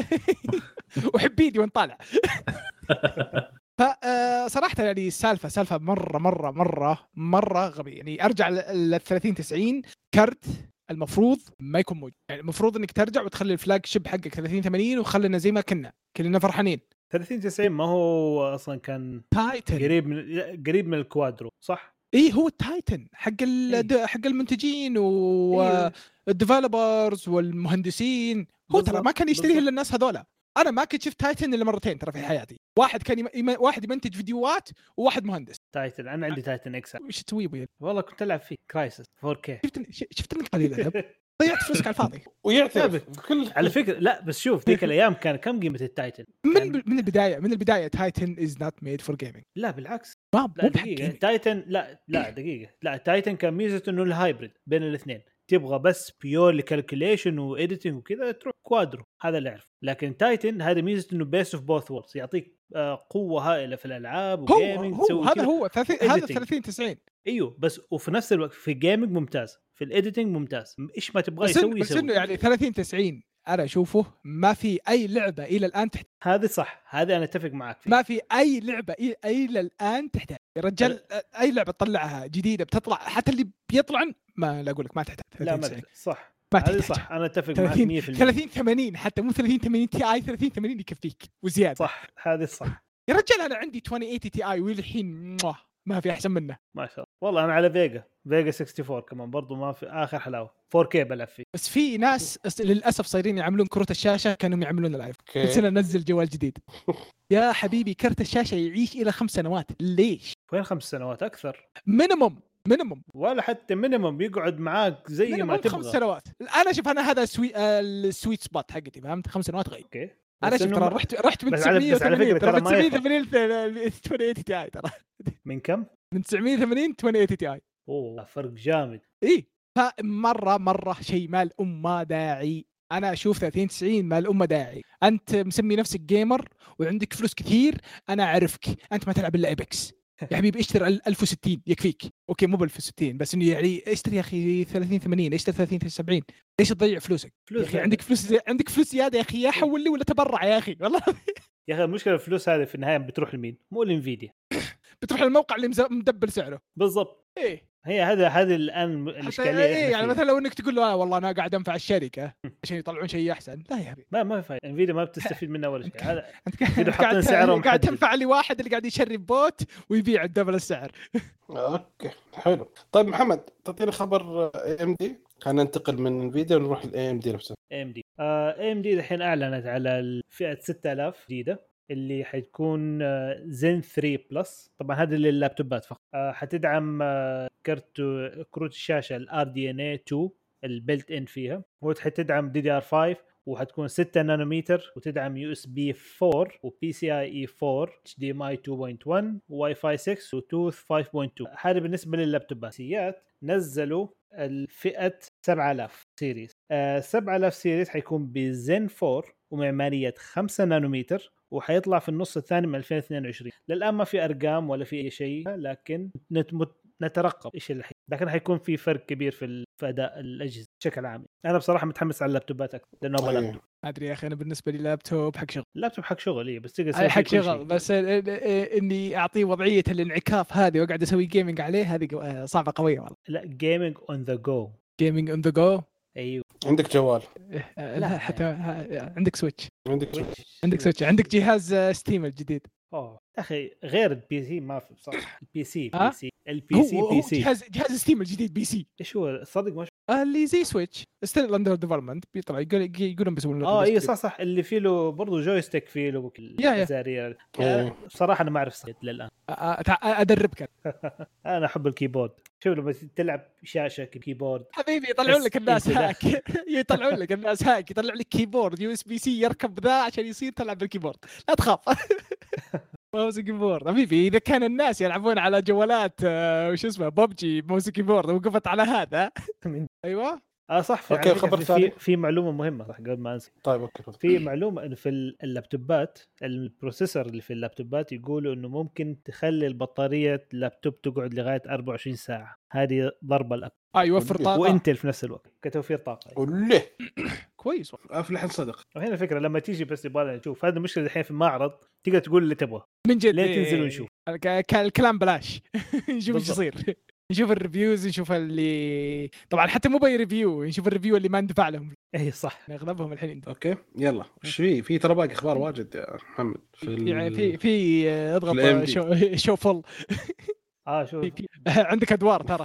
وحب ايدي وان طالع. فصراحه يعني السالفه سالفه مره مره مره مره غبيه. يعني ارجع لل ثلاثين تسعين كرت المفروض ما يكون موجود. يعني المفروض انك ترجع وتخلي الفلاج شيب حقك ثلاثين ثمانين وخلينا زي ما كنا كلنا فرحانين. ثلاثين تسعين ما هو اصلا كان تايتن قريب من قريب من الكوادرو صح؟ ايه هو التايتن حق إيه؟ حق المنتجين والديفلوبرز إيه؟ والمهندسين. هو ترى ما كان يشتريه الا الناس هذولا. انا ما كنت شفت تايتن الا مرتين ترى في حياتي. واحد كان يم... واحد يمنتج فيديوهات وواحد مهندس. تايتن انا عندي تايتن اكس. وش تسوي بي؟ والله كنت العب فيه كرايسس فور كي. شفت شفت انك قليل ادب ضيعت فلوسك على الفاضي. ويعترف كل على فكره لا بس شوف ذيك الايام كان كم قيمه التايتن؟ من كان... من البدايه من البدايه تايتن از نوت ميد فور جيمنج. لا بالعكس ما لا دقيقه تايتن لا لا دقيقه لا تايتن كان ميزته انه الهايبريد بين الاثنين. تبغى بس بيور لكالكوليشن وإيديتنج وكذا تروح كوادرو هذا اللي أعرف. لكن تايتن هذا ميزته إنه بيس أوف بوث وورلدز يعطيك قوة هائلة في الألعاب وجيمينج. هو, هو هذا هو هذا ثلاثين تسعين أيوه بس وفي نفس الوقت في جيمينج ممتاز في الإيديتنج ممتاز. إيش ما تبغى يسوي بس إنه يعني ثلاثين تسعين أنا أشوفه ما في أي لعبة إلى الآن تحتاج. هذا صح هذا أنا أتفق معك فيه. ما في أي لعبة إلى الآن تحتاج يا رجال. أي لعبة تطلعها جديدة بتطلع حتى اللي بيطلع ما لا أقول لك ما تحتاج. لا ما صح هذا صح أنا أتفق معك مية بالمية. ثلاثين ثمانين حتى مو ثلاثين ثمانين تي آي ثلاثين ثمانين يكفيك وزيادة. صح هذا صح يا رجال. أنا عندي عشرين ثمانين تي آي والحين ما في أحسن منه ما شاء الله. والله أنا على فيجا فيجا أربعة وستين كمان برضو ما في آخر حلاوة فور كي بلعب فيه. بس في ناس للأسف صايرين يعملون كروت الشاشة كانوا يعملون لايف. كل سنة ننزل جوال جديد. يا حبيبي كرت الشاشة يعيش إلى خمس سنوات ليش؟ وين خمس سنوات أكثر؟ مينيموم مينيموم ولا حتى مينيموم بيقعد معاك زي ما تبغى. خمس سنوات. أنا شوف أنا هذا سوي السويت سبوت حقتي فهمت خمس سنوات غير. أوكي. أنا شفت ترى رحت رحت من تسعمية وثمانين ترى تسعمية وثمانين ثمانين تي آي ترى. من كم؟ من تسعمية وثمانين ثمانين تي آي. أوه فرق جامد. إيه فمرة مرة شيء ما الأمة داعي. أنا أشوف ثلاثين تسعين ما الأمة داعي. أنت مسمي نفسك جيمر وعندك فلوس كثير أنا أعرفك. أنت ما تلعب إلا إيبكس يا حبيبي. اشتري ألف وستين يكفيك. أوكي مو بألف وستين بس إنه يعني اشتري يا أخي ثلاثين ثمانين اشتري ثلاثين سبعين. ليش تضيع فلوسك؟ فلوس يا أخي عندك فلوس عندك فلوس زيادة يا أخي يا حول لي ولا تبرع يا أخي والله. يا اخي المشكله الفلوس هذه في النهايه بتروح لمين؟ مو لانفيديا، بتروح للموقع اللي مز- مدبر سعره. بالضبط. ايه هي هذا هذه الان حتى الاشكاليه ايه إحنا يعني فيها. مثلا لو انك تقول له آه والله انا قاعد انفع الشركه عشان يطلعون شيء احسن، لا يا حبيبي ما ما في فايده، انفيديا ما بتستفيد منها ولا شيء. هذا انت كده قاعد حاطين سعرهم قاعد محدد. تنفع لي واحد اللي قاعد يشري بوت ويبيع الدبل السعر. اوكي حلو. طيب محمد تعطينا خبر اي ام دي، خلينا ننتقل من انفيديا ونروح الاي ام دي نفسه. اي ام دي اي ام دي الحين اعلنت على الفئه ستة آلاف جديده اللي حتكون زين ثري بلس. طبعا هذا لللابتوبات فقط. آه، حتدعم آه، كرت كروت الشاشه الار دي ان اي تو البلت ان فيها، وحتدعم دي دي ار خمسة، وحتكون ستة نانومتر، وتدعم يو اس بي فور وبي سي اي اي فور اتش دي ام اي تو بوينت ون واي فاي ستة وتوث خمسة بوينت تو. هذا بالنسبه لللابتوبات. سيات نزلوا الفئه سبعة آلاف سيريز. آه سبعة آلاف سيريز حيكون بزين فور ومعماريه خمسة نانومتر، وحيطلع في النص الثاني من ألفين واثنين وعشرين. للان ما في ارقام ولا في اي شيء، لكن نتمت نترقب ايش اللي حي... لكن حيكون في فرق كبير في, في اداء الاجهزه بشكل عام. انا بصراحه متحمس على اللابتوبات اكثر لانه ابغى أيه. لابتوب. ما ادري يا اخي انا بالنسبه لي لابتوب حق شغل. اللابتوب حق شغل ايه، بس تقدر هاي تسوي حق فيه كل شغل شيء. بس ال- ال- اني اعطيه وضعيه الانعكاف هذه واقعد اسوي جيمنج عليه، هذه قو- صعبه قويه والله. لا جيمنج اون ذا جو. جيمنج اون ذا جو. ايوه عندك جوال، لا حتى ها- عندك سويتش، عندك عندك سويتش، عندك جهاز آه، ستيم الجديد. اوه اخي غير البي سي ما في بصراحه. البي سي ها؟ بي سي البي سي هو بي هو سي جهاز جهاز ستيم الجديد بي سي ايش هو صدق ما آه، اللي زي سويتش ستيل اندر ديفلوبمنت بيطلع يقول يقولون بيسوون له اه اي release صح صح اللي فيه له برضه جويستيك فيه له يا يا. الازارير. إيه. بصراحه انا ما اعرف صيد للان. آه، آه، تع- ادربك انا احب الكيبورد. شوف لما تلعب شاشه كيبورد حبيبي يطلعون بس لك الناس انت هاك يطلعون لك الناس هاك يطلع لك كيبورد يو اس بي سي يركب ذا عشان يصير تلعب بالكيبورد. لا تخاف ماوس كيبورد حبيبي. اذا كان الناس يلعبون على جوالات آه، وش اسمه ببجي ماوس كيبورد وقفت على هذا ايوه اه صح. في أوكي، على فكرة خبر في, ثاني. في في معلومه مهمه صح قبل ما انسى. طيب اوكي تفضل. في معلومه انه في اللابتوبات البروسيسور اللي في اللابتوبات يقولوا انه ممكن تخلي البطاريه اللابتوب تقعد لغايه أربعة وعشرين ساعه. هذه ضربه الأب. اه يوفر طاقه وانتل في نفس الوقت كتوفير طاقه. قول له كويس. افلح صدق. وهنا الفكره لما تيجي بس يبغى نشوف هذا المشكله الحين في المعرض تقدر تقول اللي تبغى من جد ليه إيه. تنزل ونشوف. الك- ك- الكلام بلاش نشوف ايش بالضبط. يصير. نشوف الريفيوز نشوف اللي طبعا حتى مو باي ريفيو نشوف الريفيو اللي ما ندفع لهم اي صح. اغلبهم الحين اوكي يلا وش في في ترى باقي اخبار واجد يا محمد في يعني في في آه، ال إيه إم اضغط دي. شو شو فل اه شوف في- في- عندك ادوار ترى.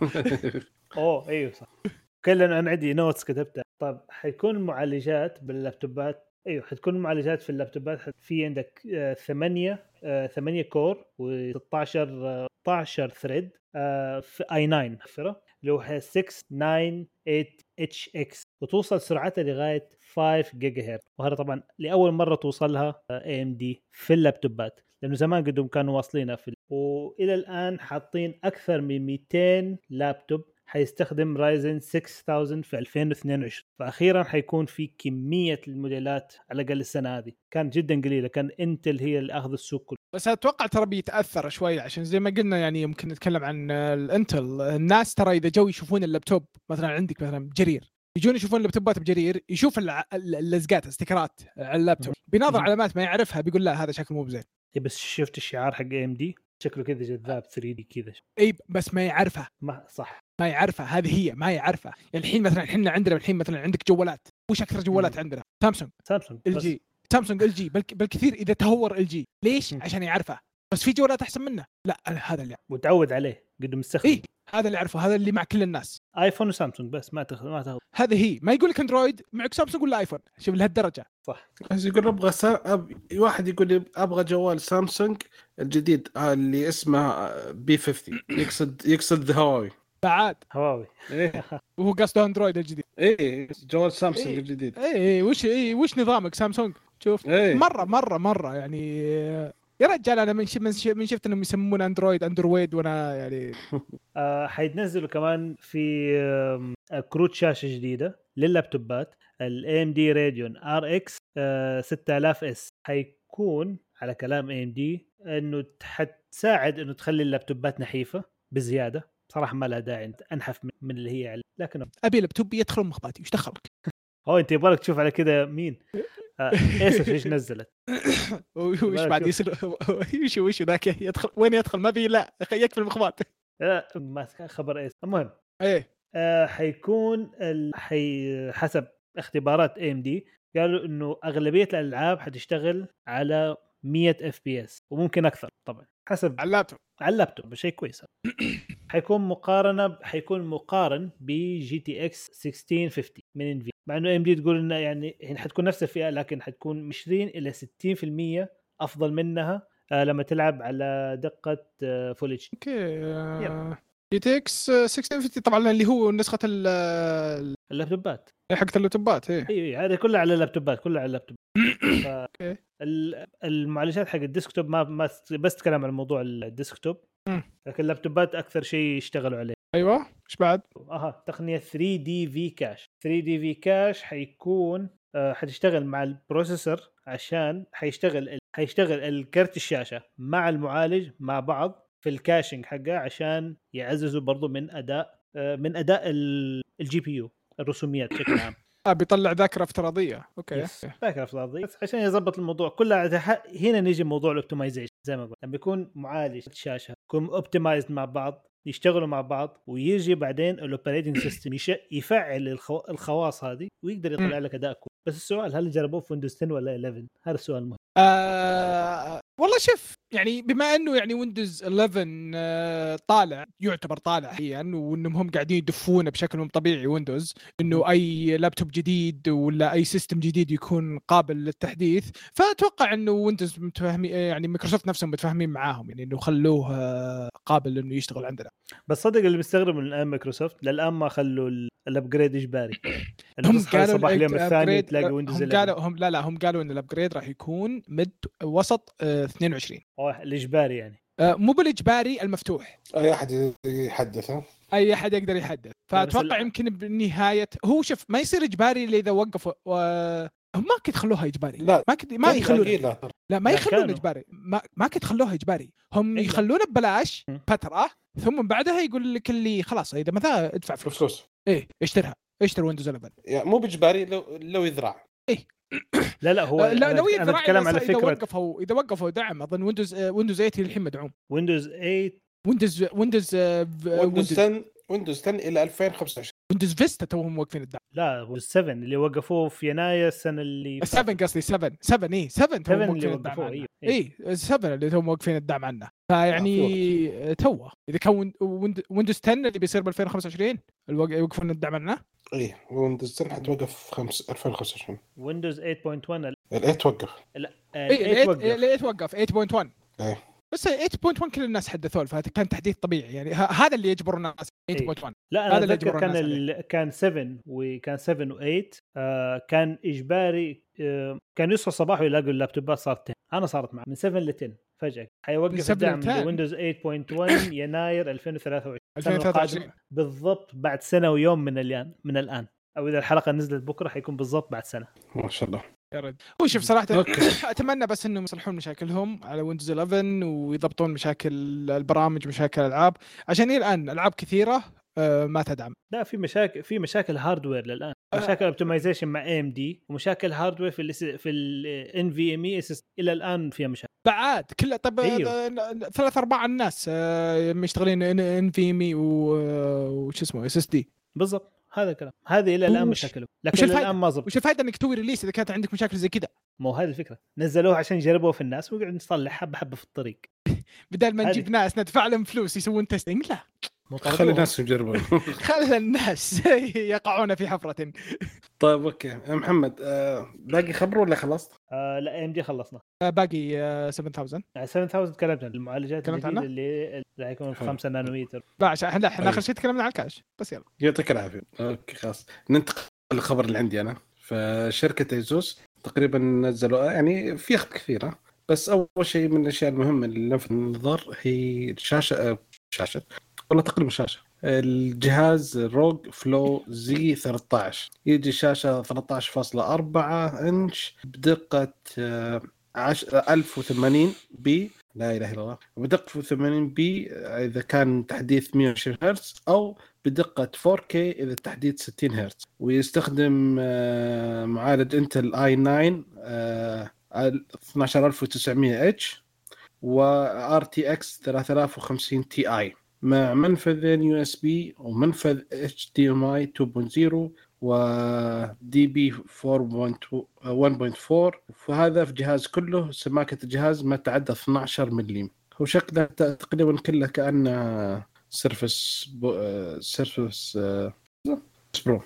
اوه ايوه صح. كلنا انا عندي نوتس كتبتها. طيب حيكون المعالجات باللابتوبات. ايوه حتكون المعالجات في اللابتوبات حت- في عندك آه، ثمانية آه، ثمانية كور و16 آه، ستة عشر ثريد آه، في اي تسعة فرة اللي هو ستة تسعة ثمانية اتش اكس، وتوصل سرعتها لغايه خمسة جيجا هرتز. وهذا طبعا لاول مره توصلها اي ام دي في اللابتوبات، لانه زمان قدهم كانوا واصلينها في ال... والى الان حاطين اكثر من مئتين لابتوب حيستخدم رايزن ستة آلاف في ألفين واثنين وعشرين. فاخيرا حيكون في كميه الموديلات على الاقل السنه هذه كانت جدا قليله. كان انتل هي اللي اخذ السوق كله. بس اتوقع ترى بيتاثر شوي عشان زي ما قلنا يعني يمكن نتكلم عن الانتل. الناس ترى اذا جو يشوفون اللابتوب مثلا عندك مثلا بجرير يجون يشوفون اللابتوبات بجرير يشوف الع- اللزقات استيكرات على اللابتوب بيناظر علامات ما يعرفها بيقول لا هذا شكله مو بزين. إيه بس شفت الشعار حق اي ام دي شكله كذا جذاب ثري دي كذا. اي بس ما يعرفها ما صح ما يعرفها هذه هي ما يعرفها. يعني الحين مثلا احنا عندنا الحين مثلا عندك جوالات وش اكثر جوالات عندنا سامسونج سامسونج ال بس. جي سامسونج ال جي بالكثير اذا تهور ال جي ليش م. عشان يعرفها. بس في جوالات احسن منه لا هذا اللي وتعود عليه قد مستخدم. اي هذا اللي اعرفه هذا اللي مع كل الناس. ايفون وسامسونج بس ما تاخذ ما تاخذ هذه هي ما يقول لك اندرويد معك سامسونج ولا ايفون. شوف لهالدرجه صح. بس يقول ابغى سا... أب... واحد يقول لي ابغى جوال سامسونج الجديد اللي اسمه بي خمسين يقصد يقصد هواوي بعد هواوي. ايه وهو قصده اندرويد الجديد. ايه جوال سامسونج إيه. الجديد. اي وش اي وش نظامك سامسونج شوف إيه. مره مره مره يعني يا رجال انا من شفت من شفت انهم يسمون اندرويد اندرويد وانا يعني آه حيتنزلوا كمان في آه كروت شاشه جديده لللابتوبات الاي ام دي راديون ار اكس ستة آلاف اس. حيكون على كلام اي ام دي انه حتساعد انه تخلي اللابتوبات نحيفه بزياده. صراحه ما لها داعي انحف من اللي هي عليه. لكن ابي لابتوب يدخل مخباتي وش دخلك. هو انت يبغالك تشوف على كذا مين ايسوس ايش نزلت وش بعد يصير وش وش ذاك يدخل وين يدخل ما بي لا يكفي المخبات لا ما خبر ايش. المهم ايه آه حيكون ال... حي... حسب اختبارات اي ام دي قالوا انه اغلبيه الالعاب حتشتغل على مية اف بي اس وممكن اكثر طبعا حسب على اللابتوب على اللابتوب شيء كويس. حيكون مقارنه حيكون مقارن بجي تي اكس ستة عشر خمسين من انفي مع انه ام دي تقول انه يعني هي حتكون نفس الفئه لكن حتكون عشرين الى ستين بالمية افضل منها آه لما تلعب على دقه آه فول اتش. اوكي جي تي اكس ستة خمسين طبعا اللي هو نسخه اللابتوبات حقت اللابتوبات. ايه اي هذه كلها على اللابتوبات كلها على اللابتوب. اوكي المعالجات حق الديسكتوب ما بس تكلم عن موضوع الديسكتوب لكن اللابتوبات اكثر شيء يشتغلوا عليه. ايوه ايش بعد؟ اها تقنيه ثري دي في كاش. ثري دي في كاش حيكون آه حتشتغل مع البروسيسور عشان حيشتغل ال... حيشتغل الكرت الشاشه مع المعالج مع بعض في الكاشنج حقه عشان يعززوا برضو من اداء آه من اداء الجي بي يو الرسوميات بشكل عام. اه بيطلع ذاكره افتراضيه. اوكي ذاكره افتراضيه عشان يضبط الموضوع كله. هنا نيجي موضوع الاوبتمايزيشن زي ما قلت لما يكون معالج الشاشه يكون اوبتمايزد مع بعض يشتغلوا مع بعض ويجي بعدين الاوبريتنج سيستم يفعل الخو... الخواص هذه ويقدر يطلع لك اداء كويس. بس السؤال هل جربوه في ويندوز عشرة ولا إحدى عشر؟ هذا السؤال مهم. آه... والله شوف يعني بما انه يعني ويندوز إحدى عشر آه... طالع يعتبر طالع حاليا وانهم هم قاعدين يدفونه بشكل مو طبيعي ويندوز انه اي لابتوب جديد ولا اي سيستم جديد يكون قابل للتحديث فاتوقع انه ويندوز متفاهمين يعني مايكروسوفت نفسهم متفاهمين معاهم يعني انه خلوه آه... قابل انه يشتغل عندنا. بس صدق اللي مستغرب من الان مايكروسوفت للان ما خلوا الابجريد اجباري. هم قالوا صباح اليوم الثاني تلاقي ويندوز هم قالوا هم لا لا هم قالوا ان الابجريد راح يكون مد وسط اه اثنين وعشرين. اه الاجباري يعني اه مو بالاجباري المفتوح اي احد يحدث اي احد يقدر يحدث. فاتوقع يمكن بنهايه هو شوف ما يصير اجباري الا اذا وقفوا و... هم ما كنت خلوها اجباري. لا ما كنت ما يخلون لا, لا ما يخلون اجباري ما ما كنت خلوها اجباري. هم إيه يخلونه ببلاش فتره ثم بعدها يقول لك اللي خلاص اذا مثلا ادفع فلوس, فلوس. ايه اشترها اشتري ويندوز إحدى عشر يعني مو باجباري لو لو يذرع. ايه لا لا هو لا لو انا بتكلم على فكره اذا وقفوا اذا وقفوا دعم اظن ويندوز ويندوز ثمانية الحين مدعوم. ويندوز ثمانية ويندوز ويندوز ويندوز عشرة ويندوز عشرة الى ألفين وخمسة وعشرين. ويندوز فيستا توهم موقفين الدعم. لا ويندوز سبعة اللي وقفوه في يناير السنه اللي سبعة قصدي سبعة سبعة ايه سبعة توهم موقفين الدعم عنه. ايه سبعة اللي توهم موقفين الدعم عنه فيعني توه اذا كان ويندوز عشرة اللي بيصير ب ألفين وخمسة وعشرين يوقفون الدعم عنه. ايه ويندوز عشرة حتوقف خمسة ألفين وخمسة وعشرين. ويندوز ثمانية نقطة واحد ال8 توقف. لا ايه ال8 توقف ثمانية نقطة واحد. ايه بس ثمانية نقطة واحد كل الناس حدثوا فهذا كان تحديث طبيعي يعني هذا اللي يجبر الناس ثمانية نقطة واحد. لا انا اتذكر كان ال... كان سبعة وكان سبعة و8 آه كان اجباري آه كان يصحوا الصباح ويلاقوا اللابتوبات صارت عشرة. انا صارت معي من سبعة ل عشرة فجاه حيوقف الدعم لويندوز ثمانية نقطة واحد يناير ألفين وثلاثة وعشرين ألفين وثلاثة وعشرين بالضبط بعد سنه ويوم من الان من الان او اذا الحلقه نزلت بكره حيكون بالضبط بعد سنه ما شاء الله. يا رد هو شوف صراحه اتمنى بس انهم يصلحون مشاكلهم على ويندوز إحدى عشر ويضبطون مشاكل البرامج مشاكل الالعاب عشان هي الان العاب كثيره ما تدعم. لا في مشاكل في مشاكل هاردوير للان مشاكل اوبتمايزيشن مع اي ام دي ومشاكل هاردوير في ال في الان في ام اي الى الان فيها مشاكل بعد كل طب أيوه. ثلاث ارباع الناس مشتغلين ان في ام اي وش اسمه اس اس دي بالضبط هذا الكلام هذه الى الان مشاكله لكن الان ما ضبط. وش الفائده انك تسوي ريليس اذا كانت عندك مشاكل زي كذا؟ مو هذه الفكره نزلوها عشان يجربوها في الناس ويقعد نصلح حبه حبه في الطريق بدل ما نجيب ناس ندفع لهم فلوس يسوون تيستينج. لا خلي الناس يجربون خلي الناس يقعون في حفرة. طيب اوكي محمد آه باقي خبر ولا خلصت؟ آه لا ام دي خلصنا آه باقي آه سبعة آلاف سبعة آلاف تكلمنا المعالجات الجديدة اللي راح يكون في خمسة نانومتر. لا احنا احنا اخر شيء تكلمنا عن الكاش بس. يلا يعطيك العافيه. اوكي خلاص ننتقل للخبر اللي عندي انا. فشركة ايزوس تقريبا نزلوا يعني في خبر كثيرة بس اول شيء من الاشياء المهمة اللي لفت النظر هي الشاشة شاشة والله تقريبا شاشة الجهاز روج فلو زي ثلاثة عشر يجي شاشة ثلاثة عشر فاصلة أربعة إنش بدقة ألف وثمانين ب لا اله الا الله. بدقه ثمانين بي اذا كان تحديث مية وعشرين هرتز، او بدقه فور كي اذا التحديث ستين هرتز. ويستخدم معالج انتل اي تسعة اثنا عشر ألف وتسعمية اتش و ار تي اكس ثلاثة آلاف وخمسين تي اي مع منفذين يو اس بي ومنفذ اتش دي ام اي اثنين نقطة صفر و دي بي واحد نقطة أربعة. فهذا في جهاز كله سماكة الجهاز ما تعدى اثنا عشر ملم. هو شكله تقريبا كله كأنه سيرفس بو... سيرفس برو.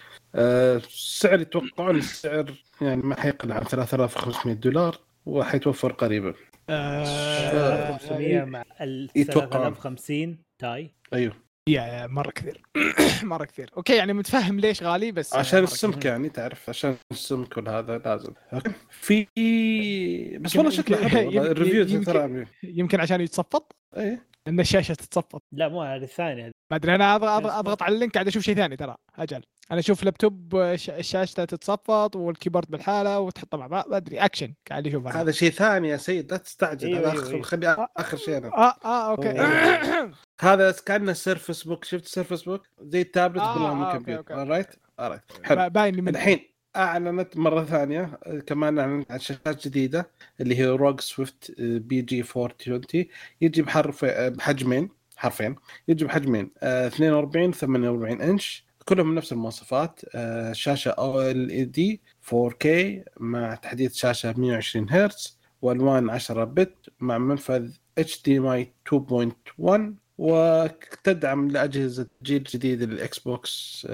السعر يتوقعون السعر يعني ما حيقل عن ثلاثة آلاف وخمسمية دولار وحيتوفر قريبا. آه خمسمية مع ال ثلاثة آلاف وخمسين تاي. ايوه يا مرة كثير مرة كثير. اوكي يعني متفهم ليش غالي، بس عشان السمك يعني تعرف، عشان السمك وهذا لازم في بس والله شكله حلو. الريفيو ترى يمكن عشان يتصفط ايه لان الشاشة تتصفط. لا مو هذا الثاني، ما ادري انا اضغط اضغط على اللينك قاعد اشوف شيء ثاني ترى. اجل انا اشوف لابتوب الشاشة تتصفط والكيبورد بالحالة وتحطه مع بعض، ما ادري اكشن قاعد اشوف هذا شيء ثاني يا سيد لا تستعجل. أيوة هذا أيوة اخر أيوة. خلي اخر شيء انا اه اه اوكي هذا كأنه سيرفس بوك. شفت سيرفس بوك زي التابلت آه بالله من آه الكمبيوتر. alright alright حلو. باين من الحين اعلنت مره ثانيه كمان عن شاشات جديده اللي هي روج سويفت بي جي أربعمية وعشرين. يجي بحرف بحجمين حرفين يجي بحجمين اثنين وأربعين ثمانية وأربعين انش، كلهم من نفس المواصفات. شاشه او ال اي دي فور كي مع تحديث شاشه مية وعشرين هرتز والوان عشرة بت مع منفذ اتش دي ام اي اثنين نقطة واحد وتدعم لأجهزة جيل جديد الإكس بوكس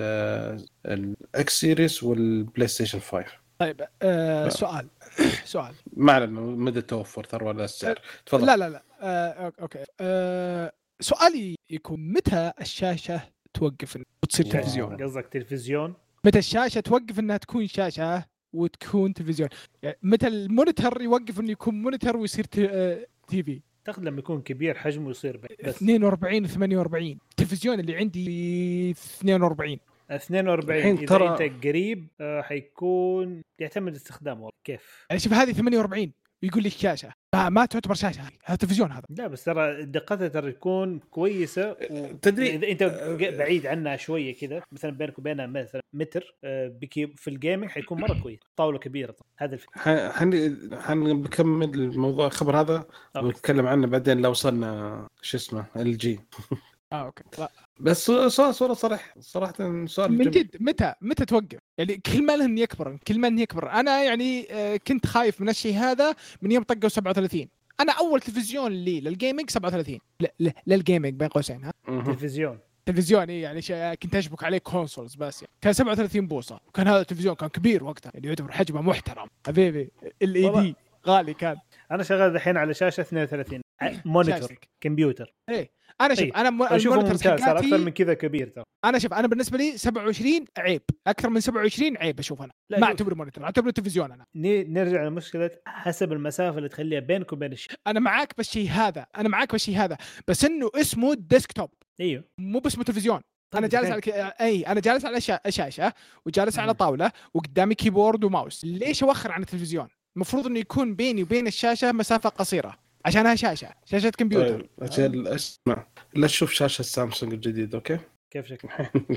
الإكس سيريس والبلاي ستيشن خمسة. طيب آه سؤال سؤال ما أعلم مدى التوفر ترى ولا السعر. تفضل. لا لا لا آه أوكي آه سؤالي يكون متى الشاشة توقف وتصير تلفزيون؟ قصدك تلفزيون؟ متى الشاشة توقف إنها تكون شاشة وتكون تلفزيون؟ يعني متى المونيتور يوقف إنه يكون مونيتور ويصير تي في؟ تاخذ لما يكون كبير حجمه يصير بس اثنين وأربعين وثمانية وأربعين. التلفزيون اللي عندي اثنين وأربعين اثنين وأربعين. إذا ترى... أنت قريب آه حيكون يعتمد استخدامه كيف. يعني شوف هذه ثمانية وأربعين ويقول لي الشاشة ما, ما تعتبر شاشة، هذا تلفزيون هذا. لا بس ترى دقتها ترى تكون كويسة و... تدري إذا أنت بعيد عنها شوية كذا مثلا بينك وبينها مثلا متر بكي في الجيمنج حيكون مرة كويس. طاولة كبيرة طبعا. هذا الفكرة. حن حنكمل الموضوع الخبر هذا ونتكلم عنه بعدين لو وصلنا شو اسمه ال جي. اه اوكي لا. بس صورة صورة صريح صراحة سؤال من جد متى متى توقف؟ يعني كل ما لهن يكبر كل ما يكبر. انا يعني كنت خايف من الشيء هذا من يوم طقوا سبعة وثلاثين. انا اول تلفزيون لي للجيمنج سبعة وثلاثين لا للجيمنج بين قوسين ها تلفزيون تلفزيون يعني كنت اشبك عليه كونسولز بس يعني. كان سبعة وثلاثين بوصة وكان هذا التلفزيون كان كبير وقتها يعني يعتبر حجمه محترم حبيبي. الاي دي غالي كان. انا شغال الحين على شاشة اثنين وثلاثين مونيتور كمبيوتر. ايه انا شوف أيه. انا المونيتور صار اكثر من كذا كبير ترى. انا شوف انا بالنسبه لي سبعة وعشرين عيب، اكثر من سبعة وعشرين عيب اشوف انا. ما اعتبره مونيتور اعتبره تلفزيون. انا نرجع لمشكله حسب المسافه اللي تخليها بينك وبين الشيء. انا معاك بالشيء هذا انا معاك بالشيء هذا بس انه اسمه ديسكتوب ايوه مو باسمه تلفزيون. طيب انا جالس على ك... اي انا جالس على شا... شاشه وجالس على طاوله وقدامي كيبورد وماوس. ليش اوخر عن التلفزيون؟ المفروض انه يكون بيني وبين الشاشه مسافه قصيره عشانها شاشه شاشه كمبيوتر. اجل اسمع لا تشوف شاشه سامسونج الجديد اوكي كيف شكله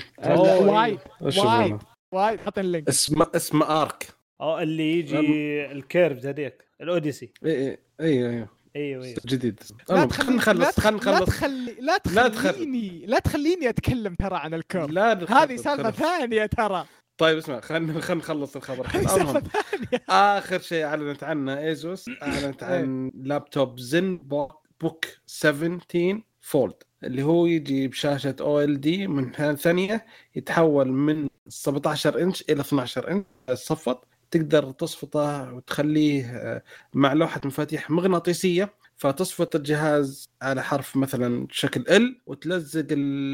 وايد وايد وايد حط اللينك. اسمه اسمه ارك اه اللي يجي الكيرف هذيك الاوديسي. اي اي اي ايوه ايوه جديد. خلينا نخلص خلينا نخلص لا تخلي لا تخليني لا تخليني اتكلم ترى عن الكيرف. هذه سالفه ثانيه ترى. طيب اسمع خلينا خلينا نخلص الخبر. اخر شيء اعلنت عنه ايزوس اعلنت عن لابتوب زن بوك سبعتاشر فولد اللي هو يجي بشاشه او ال دي من ثانيه يتحول من سبعة عشر انش الى اثنا عشر انش الصفط. تقدر تصفطه وتخليه مع لوحه مفاتيح مغناطيسيه فتصفط الجهاز على حرف مثلا شكل ال وتلزق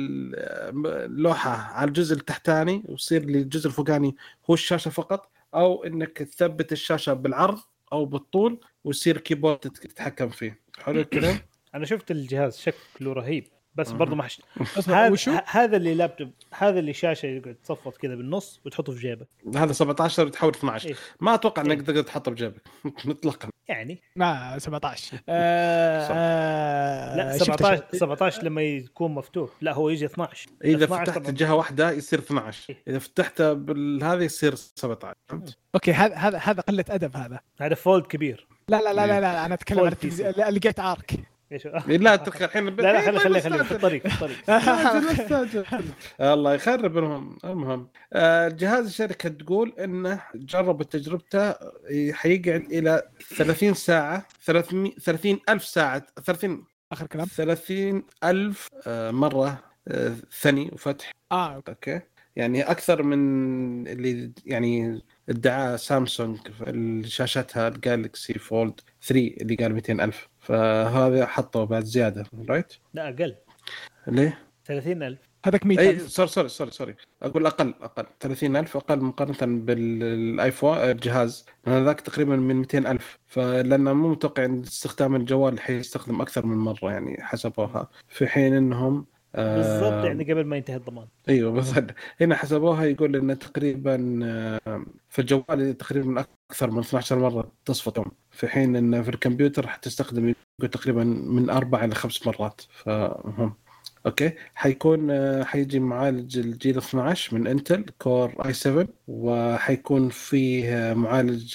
اللوحه على الجزء التحتاني ويصير للجزء الفوقاني هو الشاشه فقط، او انك تثبت الشاشه بالعرض او بالطول ويصير كيبورد تتحكم فيه. حلو الكلام. انا شفت الجهاز شكله رهيب بس برضه ما حش هذا هذا اللي لابتوب هذا اللي شاشه يقعد تصفط كذا بالنص وتحطه في جيبك. هذا سبعة عشر بتحول اثنا عشر. إيه؟ ما اتوقع انك إيه؟ تقدر تحطه بجيبك مطلقا. يعني ما سبعة عشر آه آه لا سبعة عشر سبعة عشر لما يكون مفتوح، لا هو يجي اثنا عشر. اذا فتحت جهه واحده يصير اثنا عشر، اذا فتحتها بالهذا يصير سبعة عشر. فهمت؟ اوكي هذا هذا هذا قله ادب. هذا هذا فولد كبير. لا لا لا لا, لا انا اتكلم عن التلفزيون. لقيت ارك. لا تركي الحين. لا لا خلي خلي خلي في الطريق في الطريق. الله يخرب لهم. المهم جهاز الشركه تقول انه جربوا تجربته حيقعد الى ثلاثين ساعه، ثلاثين ألف ساعه، ثلاثين اخر كلام ثلاثين ألف مره ثاني وفتح. اه اوكي يعني اكثر من اللي يعني ادعى سامسونج في شاشتها الجالكسي فولد ثلاثة اللي قال مئتين ألف، فهذا حطوا بعد زياده. رايت لا اقل. ليه ثلاثين ألف؟ هذاك مئة اي ألف. سوري سوري سوري سوري اقول اقل اقل ثلاثين ألف اقل مقارنه بالايفون الجهاز هذاك تقريبا من مئتين ألف، فلانه مو متوقع ان استخدام الجوال حيستخدم اكثر من مره يعني حسبوها، في حين انهم بالضبط يعني قبل ما ينتهي الضمان. ايوه بس هنا حسبوها يقول ان تقريبا في الجوال تقريبا اكثر من اثنا عشر مره تصفطهم، في حين ان في الكمبيوتر حتستخدم يقول تقريبا من أربعة الى خمس مرات. فهم اوكي حيكون حيجي معالج الجيل اثنا عشر من انتل كور اي سبعة، وحيكون فيه معالج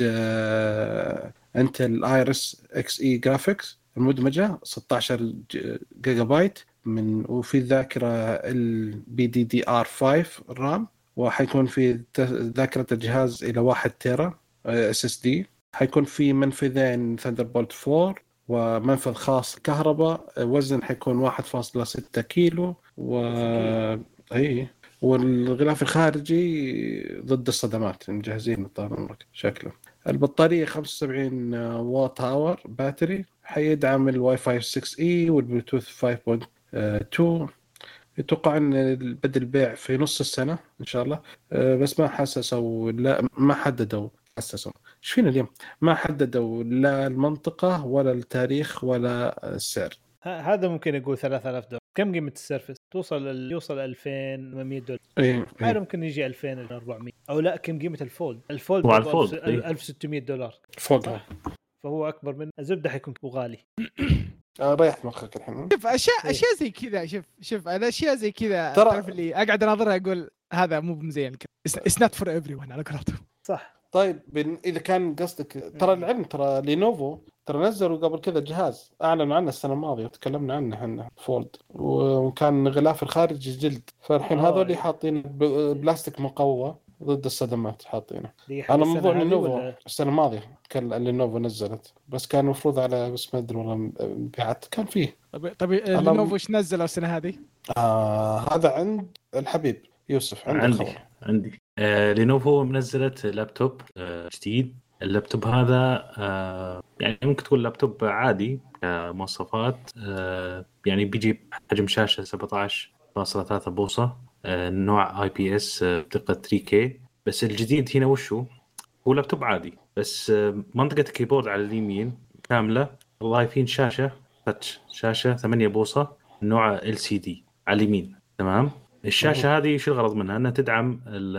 انتل ايرس اكس اي جرافيكس المدمجه ستة عشر جيجا بايت من، وفي ذاكره البي دي دي ار خمسة الرام، وحيكون في ذاكره الجهاز الى واحد تيرا اس اس دي. حيكون في منفذين ثاندربولت أربعة ومنفذ خاص كهرباء، وزن حيكون واحد فاصلة ستة كيلو، و اي والغلاف الخارجي ضد الصدمات مجهزين طال شكله. البطاريه خمسة وسبعين واط اور باتري، حيدعم الواي فاي ستة اي والبلوتوث خمسة نقطة اثنين. يتوقع ان بدء البيع في نص السنه ان شاء الله، بس ما حسسوا لا ما حددوا حسسوا ايش فينا اليوم ما حددوا لا المنطقه ولا التاريخ ولا السعر. هذا ممكن يقول ثلاثة آلاف دولار. كم قيمه السيرفس؟ توصل يوصل ألفين ومئة دولار. ايه هذا ممكن يجي ألفين وأربعمئة او لا. كم قيمه الفولد؟ الفولد ألف وستمئة دولار فولد، فهو اكبر من الزبده، حيكون غالي. ريحت مخك الحين. شوف اشياء اشياء زي كذا. شوف شوف انا اشياء زي كذا تعرف اللي اقعد اناظرها اقول هذا مو بمزين كذا. اتس نوت فور ايفري ون على قولتهم. صح. طيب اذا كان قصدك ترى العلم ترى لينوفو ترى نزلوا قبل كذا جهاز اعلنوا عنه السنه الماضيه وتكلمنا عنه عنه فولد، وكان غلاف الخارجي جلد، فالحين هذول اللي حاطين بلاستيك مقوى ضد الصدمات حاطينه. على موضوع لينوفو السنه الماضيه كان لينوفو نزلت، بس كان مفروض على بس ما ادري والله مبيعات كان فيه. طيب طيب لينوفو ايش نزلوا السنه هذه؟ آه هذا عند الحبيب يوسف. عندي عندي آه لينوفو منزلت لابتوب آه جديد. اللابتوب هذا آه يعني ممكن تقول لابتوب عادي كمواصفات، آه يعني بيجي حجم شاشة سبعة عشر فاصلة ثلاثة بوصة، آه نوع اي بي اس بدقة ثري كي. بس الجديد هنا وشو هو لابتوب عادي، بس آه منطقة الكيبورد على اليمين كاملة ضايفين شاشة تاتش، شاشة ثمانية بوصة نوع إل سي دي على اليمين. تمام. الشاشة هذه شو الغرض منها؟ أنها تدعم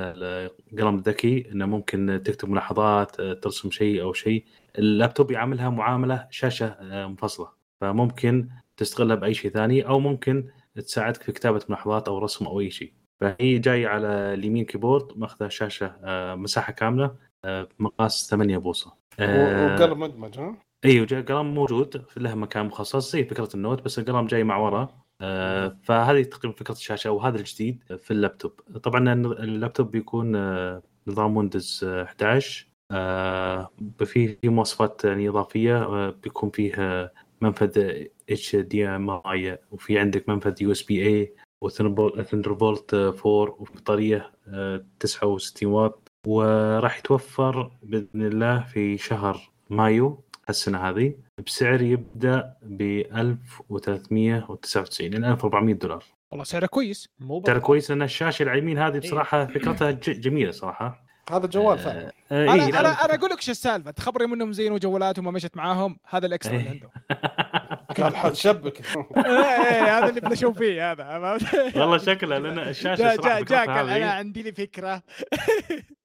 القلم الذكي، أنه ممكن تكتب ملاحظات، ترسم شيء أو شيء. اللابتوب يعاملها معاملة شاشة منفصلة، فممكن تستغلها بأي شيء ثاني، أو ممكن تساعدك في كتابة ملاحظات أو رسم أو أي شيء. فهي جاي على اليمين كيبورد ماخذة شاشة مساحة كاملة مقاس ثمانية بوصة وقلم مدمج. ها أيوة جاي قلم موجود في له مكان مخصص زي فكرة النوت، بس القلم جاي مع ورا. آه فهذه تقريبا فكرة الشاشة، وهذا الجديد في اللابتوب. طبعا اللابتوب بيكون آه نظام ويندوز أحد عشر، آه فيه مواصفات يعني إضافية، آه بيكون فيه منفذ إتش دي إم آي، وفي عندك منفذ يو إس بي إيه وثندربولت فور، وبطارية آه تسعة وستين واط، وراح يتوفر بإذن الله في شهر مايو السنة هذه بسعر يبدأ ب ألف وثلاثمئة وتسعة وتسعين إلى ألف وأربعمئة دولار. والله سعره كويس. سعره كويس لأن الشاشة اليمين هذه بصراحة فكرتها جميلة صراحة. هذا جوال فعلا. آه أنا, إيه أنا, أنا أقول لك شو السالفة، تخبري منهم زينوا جوالاتهم وما مشت معاهم. هذا الإكسترا اللي عندهم كان حد شبك. إيه هذا اللي بنشوف فيه هذا. والله شكله لأن الشاشة صراحة جا جا أنا عندي لي فكرة.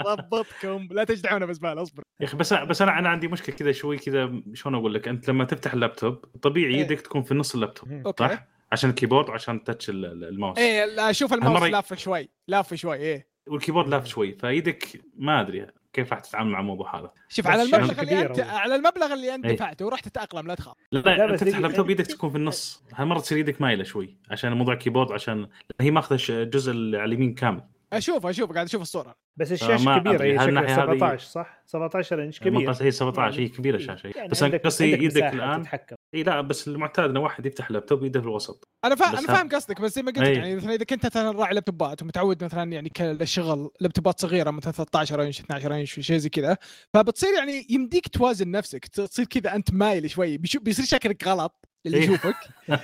ضبطكم لا تجدعونا بزباله اصبر يا اخي بس بس انا انا عندي مشكله كذا شوي كذا شلون اقول لك انت لما تفتح اللابتوب طبيعي يدك تكون في نص اللابتوب صح عشان الكيبورد وعشان تاتش الماوس ايه لا شوف الماوس لاف شوي لاف شوي ايه والكيبورد لاف شوي فيدك ما ادري كيف راح تتعامل مع الموضوع هذا. شوف على المبلغ اللي انت على المبلغ اللي انت دفعته وراح تتاقلم لا تخاف. لا انت تفتح اللابتوب يدك تكون في النص هالمره تصير يدك مايله شوي عشان موضوع الكيبورد عشان هي ماخذه الجزء اللي على اليمين كامل. اشوف اشوف قاعد اشوف الصوره بس الشاشه كبيره هي شكلها سبعة عشر صح سبعة عشر انش كبير هي سبعة عشر هي كبيره الشاشه يعني بس قصدي يدك الان اي لا بس المعتاد انه واحد يفتح اللابتوب يده في الوسط. انا فاهم انا فاهم قصدك بس زي ما قلت يعني مثلا اذا كنت مثلا راعي لابتوبات ومتعود مثلا يعني كالشغل لابتوبات صغيره مثلا ثلاثة عشر انش اثنا عشر انش شيء زي كذا فبتصير يعني يمديك توازن نفسك تصير كذا انت مايل شوي بيصير شكلك غلط اللي يشوفك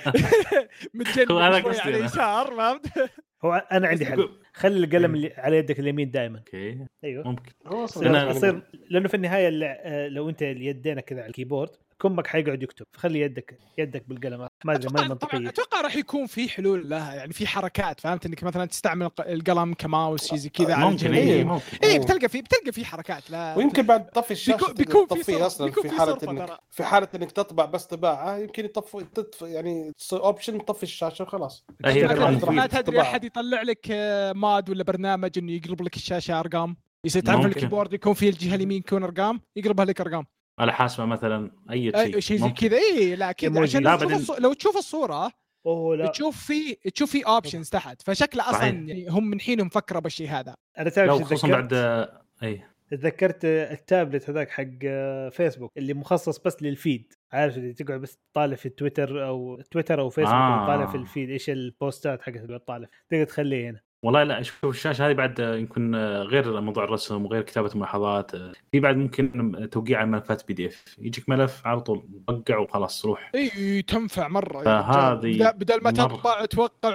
متجنب شوي على اليسار فهمت. هو انا عندي حل خلي القلم اللي على يدك اليمين دائما. اوكي ايوه ممكن هو يصير لانه في النهايه لو انت يدينك كذا على الكيبورد كمك حيقعد يكتب فخلي يدك يدك بالقلم ما ادري ما منطقيه. اتوقع راح يكون في حلول لها يعني في حركات فهمت انك مثلا تستعمل القلم كماوس شيء زي كذا على الجهه ايه ايه بتلقى في بتلقى في حركات لا ويمكن بعد طفي الشاشه بيكون تطفي اصلا في حاله انك في حاله انك تطبع بس طباعه يمكن يطفي تطفي يعني اوبشن تطفي الشاشه وخلاص. ما تدري احد يطلع لك ماد ولا برنامج انه يقلب لك الشاشه ارقام يصير تعرف الكيبورد يكون فيه الجهه اليمين يكون ارقام يقلبها لك ارقام على حاسبه مثلا اي شيء شيء زي كذا اي لا كذا عشان لو تشوف, الصو... لو تشوف الصوره اوه لا تشوف في تشوف في اوبشنز تحت فشكله اصلا يعني هم من حينهم فكروا بالشيء هذا. انا تعرف خصوصا بعد اي تذكرت التابلت هذاك حق فيسبوك اللي مخصص بس للفيد عارف اللي تقعد بس تطالع في تويتر او تويتر او فيسبوك آه. تطالع في الفيد ايش البوستات حقت اللي تطالع تقدر تخليه هنا. والله لا شوف الشاشه هذه بعد يمكن غير موضوع الرسم وغير كتابه ملاحظات في بعد ممكن توقيع ملفات بي دي اف يجيك ملف على طول وقع وخلاص روح. اي تنفع مره فهذه بدل ما تطبع وتوقع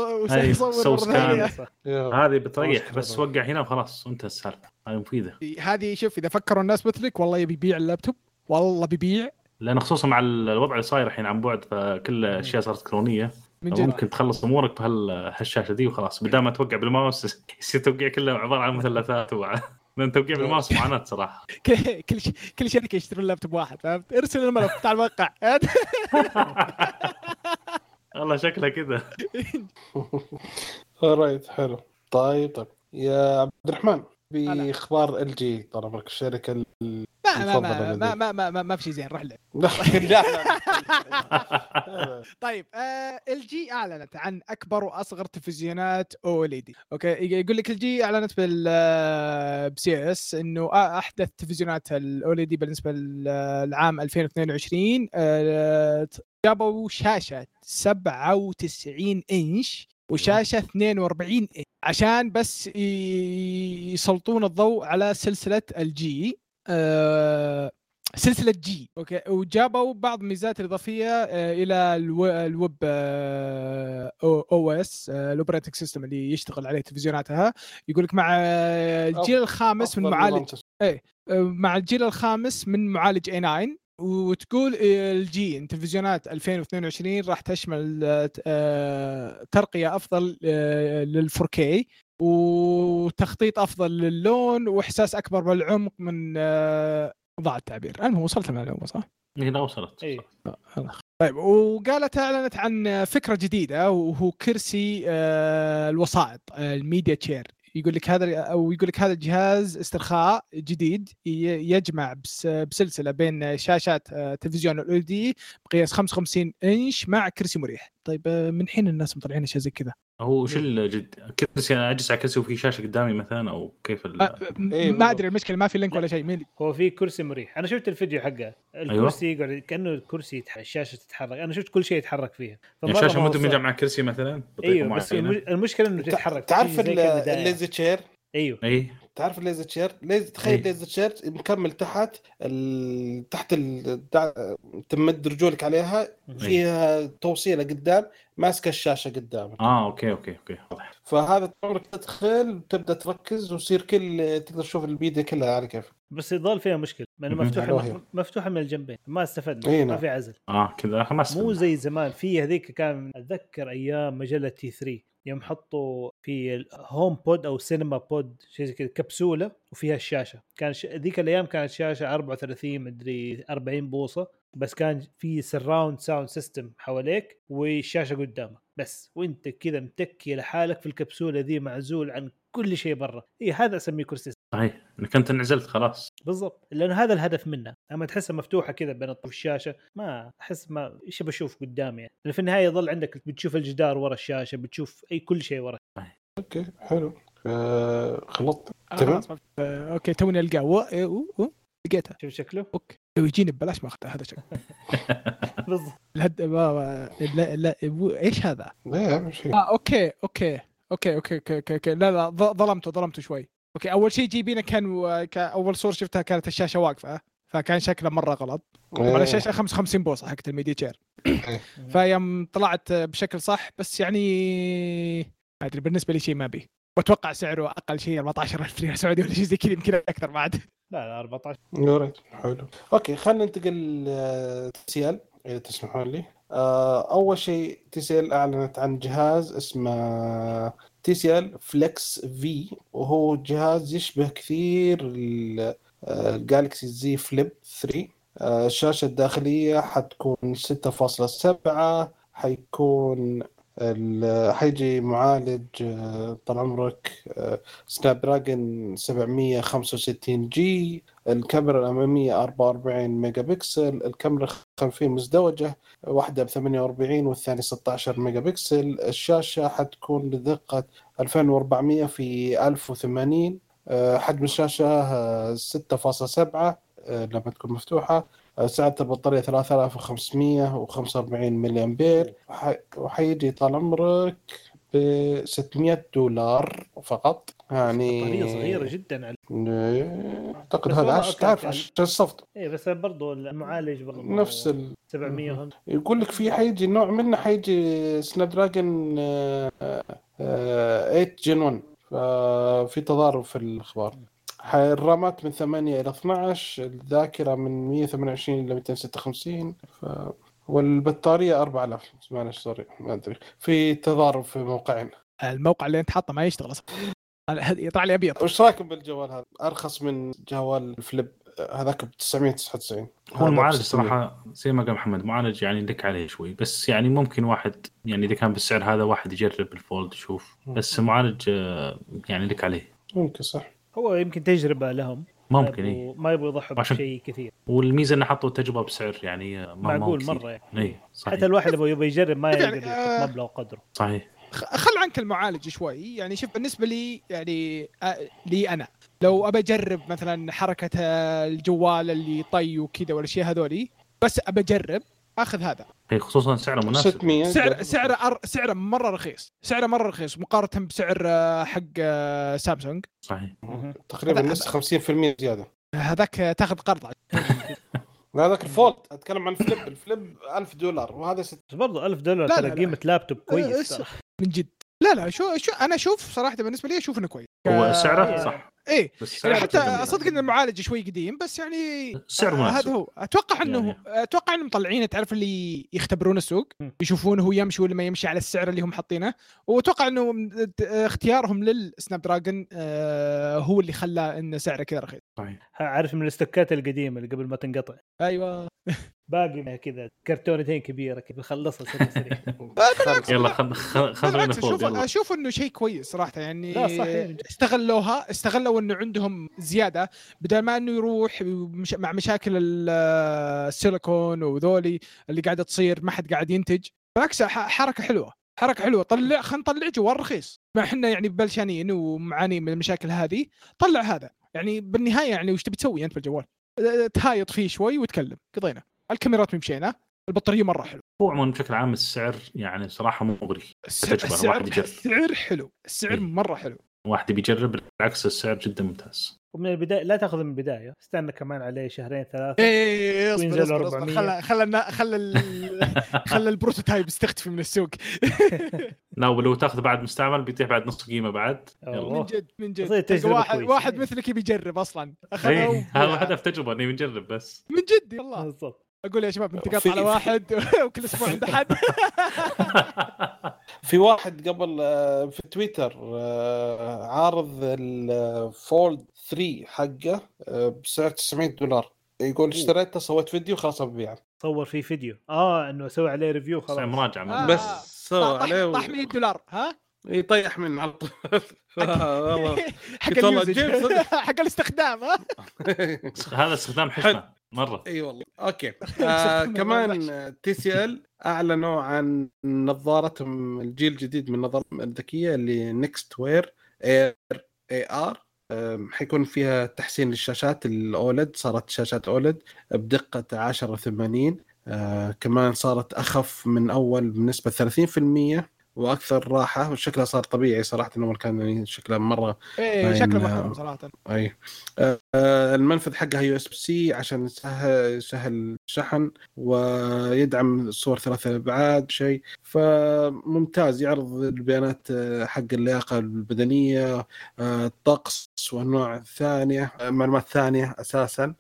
وتصور هذه بتريح بس وقع هنا وخلاص وانت السالفه هذه مفيده. هذه شوف اذا فكروا الناس مثلك والله يبي يبيع اللابتوب والله بيبيع لان خصوصا مع الوضع اللي صاير الحين عن بعد فكل الاشياء صارت الكترونيه ممكن تخلص امورك بهالشاشه دي وخلاص بدل ما توقع بالماوس يصير توقيع كله عباره عن مثلثات وعن توقيع بالماوس معاناه صراحه. كل ش... كل شركه يشترون لابتوب واحد فهمت ارسل الملف تعال وقع والله شكله كذا. رايت حلو. طيب طيب يا عبد الرحمن باخبار ال جي طال عمرك الشركه ما ما ما ما ما ما ما في شيء زين روح له. طيب ال جي اعلنت عن اكبر واصغر تلفزيونات او ال اي دي. اوكي يقول لك ال جي اعلنت بالبسي اس انه احدث تلفزيونات الاو ال دي بالنسبه للعام ألفين واثنين وعشرين جابوا شاشه سبعة وتسعين انش وشاشه اثنين وأربعين انش عشان بس يسلطون الضوء على سلسله الجي أه سلسله جي. اوكي وجابوا بعض الميزات الاضافيه أه الى الو... الويب أه او اس الاوبريتنج سيستم اللي يشتغل عليه تلفزيوناتها. يقول لك مع الجيل الخامس من معالج ايه مع الجيل الخامس من معالج إيه ناين وتقول الجي تلفزيونات ألفين واثنين وعشرين راح تشمل ترقيه افضل لل فور كي وتخطيط افضل للون واحساس اكبر بالعمق من ضاع التعبير. انا وصلت المعلومه صح؟ هنا وصلت. اي طيب وقالت اعلنت عن فكره جديده وهو كرسي الوسائط الميديا تشير. يقول لك هذا او يقول لك هذا الجهاز استرخاء جديد يجمع بسلسله بين شاشات تلفزيون ال إل دي بقياس خمسة وخمسين انش مع كرسي مريح. طيب من حين الناس مطلعين شيء زي كذا هو شو الجد كرسي انا اجلس على كرسي وفي شاشه قدامي مثلا او كيف أه ما ادري المشكله ما في لينك ولا شيء. مين هو في كرسي مريح انا شفت الفيديو حقه الكرسي يقعد أيوة. كانه الكرسي يتح... الشاشه تتحرك انا شفت كل شيء يتحرك فيها الشاشه مدمجه مع كرسي مثلا ايوه بس المشكله انه تتحرك. تعرف الليزر تشير ايوه اي تعرف الليزر تشير ليز تخيل الليزر تشير مكمل تحت ال... تحت ال... تمد رجولك عليها فيها توصيله قدام ماسكه الشاشه قدامك. اه اوكي اوكي اوكي واضح. فهذا عمرك تدخل وتبدا تركز ويصير كل تقدر تشوف الفيديو كلها على كيف بس يضل فيها مشكله لانه مفتوحه مفتوحه من الجنبين ما استفدنا ما في عزل اه كذا مو زي زمان في هذيك كان اتذكر ايام مجله تي ثري يوم حطوا في الهوم بود او سينما بود شيء زي كذا كبسوله وفيها الشاشه. كان ش... ذيك الايام كانت شاشه أربعة وثلاثين مدري أربعين بوصه، بس كان في سراوند ساوند سيستم حواليك والشاشه قدامك بس، وانت كذا متكي لحالك في الكبسوله ذي معزول عن كل شيء برا. اي هذا اسميه كرسي صحيح انك انت انعزلت خلاص. بالضبط، لانه هذا الهدف منه. اما تحسها مفتوحه كذا بين الطرف الشاشه ما احس ما ايش بشوف قدامي يعني. لأن في النهايه يظل عندك بتشوف الجدار ورا الشاشه، بتشوف اي كل شيء ورا. اوكي حلو. آه خلطت آه تمام. خلاص. آه اوكي توني القاه لقيتها. شوف شكله اوكي لو يجيني ببلاش ما اخذها هذا شكله. بالضبط. الهد ما لا لا ايش هذا؟ لا مش شيء. اه اوكي اوكي اوكي اوكي اوكي, أوكي. لا لا ظلمته ظلمته شوي. اوكي اول شيء جيبينه كان اول صورة شفتها كانت الشاشه واقفه، فكان شكله مره غلط. على الشاشه خمسة وخمسين بوصه حقت الميديا تشير. فيوم طلعت بشكل صح، بس يعني ما ادري بالنسبه لي شيء ما بي. واتوقع سعره اقل شيء أربعة عشر ألف ريال سعودي ولا شيء زي كذا، يمكن اكثر بعد. لا لا أربعة عشر. نوريت حلو. اوكي خلينا ننتقل تي ال اذا تسمحون لي. اول شيء تي سي ال اعلنت عن جهاز اسمه تي سي ال فليكس في، وهو جهاز يشبه كثير الجالكسي زي فليب ثري. الشاشة الداخلية حتكون ستة فاصلة سبعة، حيكون حيجي معالج طال عمرك سناب دراجون سبعمية وخمسة وستين جي، الكاميرا الأمامية أربعة وأربعين ميجا بكسل، الكاميرا الخلفية مزدوجة، واحدة بثمانية وأربعين والثانية ستة عشر ميجا بكسل. الشاشة حتكون بدقة ألفين وأربعمية في ألف وثمانين. حجم الشاشة ستة فاصلة سبعة لما تكون مفتوحة. سعة البطارية ثلاثة آلاف وخمسمية وخمسة وأربعين ملي أمبير، وحيجي طال عمرك ب ستمية دولار فقط. يعني بطارية صغيرة جدا على أعتقد هذا عشان تعرف عشان الصفط. إيه بس برضو المعالج برضو نفس ال سبعمية. يقول لك في حيجي نوع منه حيجي سناب دراجون ثمانية جين واحد، ففي تضارب في الأخبار. الرامات من ثمانية إلى اثنا عشر، الذاكرة من مية وثمانية وعشرين إلى مئتين وستة وخمسين، ف... والبطارية أربعة آلاف. معلش سوري ما أدري، في تضارب في موقعين. الموقع اللي أنت حاطه ما يشتغل أصلا، يطلع لي أبيض. وش رايكم بالجوال هذا؟ أرخص من جوال الفليب هذاك ب تسعمية وتسعة وتسعين. هو المعالج صراحة زي ما قال محمد معالج يعني لك عليه شوي، بس يعني ممكن واحد يعني إذا كان بالسعر هذا واحد يجرب الفولد يشوف، بس معالج يعني لك عليه ممكن صح. هو يمكن تجربة لهم، ممكن ما إيه يبغوا ما يبغوا يضحوا بشيء كثير. والميزة إنه حطوا تجربة بسعر يعني ما معقول مرة يعني. إيه صحيح. حتى الواحد يبغى يبغى يجرب ما يقدر يعني يحط مبلغ قدره. صحيح. خل عنك المعالج شوي يعني. شوف بالنسبة لي يعني آه لي أنا لو أبى أجرب مثلا حركة الجوال اللي طي وكذا والأشياء هذولي، بس أبى أجرب أخذ هذا. هي خصوصا سعره مناسب. ستمية سعر سعره أر... سعره مرة رخيص، سعره مرة رخيص مقارنة بسعر حق سامسونج. صحيح. تقريبا نص خمسين بالمية زيادة. هذاك تاخذ قرض. هذاك الفولد أتكلم عن الفليب. الفليب ألف دولار وهذا ست. برضو ألف دولار ترى قيمة لابتوب كويس أه من جد. لا لا شو شو أنا أشوف صراحة بالنسبة لي أشوف إنه كويس. هو سعره صح. إيه يعني حتى أصدق إن المعالج شوي قديم، بس يعني سعر مناسب. هذا هو. أتوقع إنه يعني. أتوقع إنهم مطلعين تعرف اللي يختبرون السوق يشوفون هو يمشي ولا ما يمشي على السعر اللي هم حاطينه. وأتوقع إنه اختيارهم للسناب دراجون هو اللي خلى إن سعره كذا رخيص. صحيح. عارف من الاستكات القديمة اللي قبل ما تنقطع. أيوة. باقي كذا كرتونتين كبيرة كيف خلصها سريع سريع. يلا خل خل خلينا نفوز. أشوف إنه شيء كويس صراحة يعني. لا صحيح. استغلوها استغلوا إنه عندهم زيادة بدل ما إنه يروح مع مشاكل السيليكون وذولي اللي قاعدة تصير ما حد قاعد ينتج. بالعكس حركة حلوة حركة حلوة. طلع خلينا نطلع جوال رخيص ما إحنا يعني ببلشانين ومعاني من المشاكل هذه. طلع هذا يعني بالنهاية يعني وش تبي تسوي أنت بالجوال؟ تهايط فيه شوي وتكلم قضينا. الكاميرات مشينا، البطارية مرة حلو. هو عموما بشكل عام السعر يعني صراحة مغري. السعر, واحد يجرب. السعر حلو. السعر إيه؟ مرة حلو. واحد بيجرب بالعكس السعر جدا ممتاز. ومن البداية لا تأخذ من البداية، استنى كمان عليه شهرين ثلاثة. إيه اصبر اصبر اصبر خل خل خل ال... خل البروتوتايب يستختفي من السوق. لا ولو تأخذ بعد مستعمل بيطيح بعد نص قيمة بعد. من جد من جد واحد واحد مثلك بيجرب أصلا. هذا هدف تجربة إني بنجرب بس. من جد والله. بالضبط. اقول يا شباب انت في- قاطع على واحد وكل اسبوع عند حد. في واحد قبل آه، في تويتر آه، عارض الفولد ثري حقه آه، بسعر تسعمية دولار، يقول اشتريته سويت فيديو خلاص ببيعه. صور فيه فيديو اه انه اسوي عليه ريفيو سوي خلاص. مراجعه آه. من بس آه. سوى طح عليه طح مية دولار ها يطيح من على طول. والله حق قلت والله اليوزج جيب صدق. حق الاستخدام ها. هذا استخدام حشمه مره. اي والله. اوكي آه كمان تي سي ال اعلنوا عن نظارتهم الجيل الجديد من النظارات الذكيه اللي نيكست وير اير اي ار. حيكون فيها تحسين للشاشات الاولد، صارت شاشات اولد بدقه عشرة ثمانين. آه كمان صارت اخف من اول بنسبه ثلاثين بالمية واكثر راحه، وشكلها صار طبيعي صراحه. انه كان يعني شكلها مره ايه شكله باين، محترم آه، صراحه. اي آه، آه، المنفذ حقها يو اس بي سي عشان يسهل يسهل الشحن، ويدعم صور ثلاثة ابعاد شيء فممتاز. يعرض البيانات آه، حق اللياقه البدنيه، آه، الطقس والنوع الثانيه، آه، معلومات ثانيه اساسا.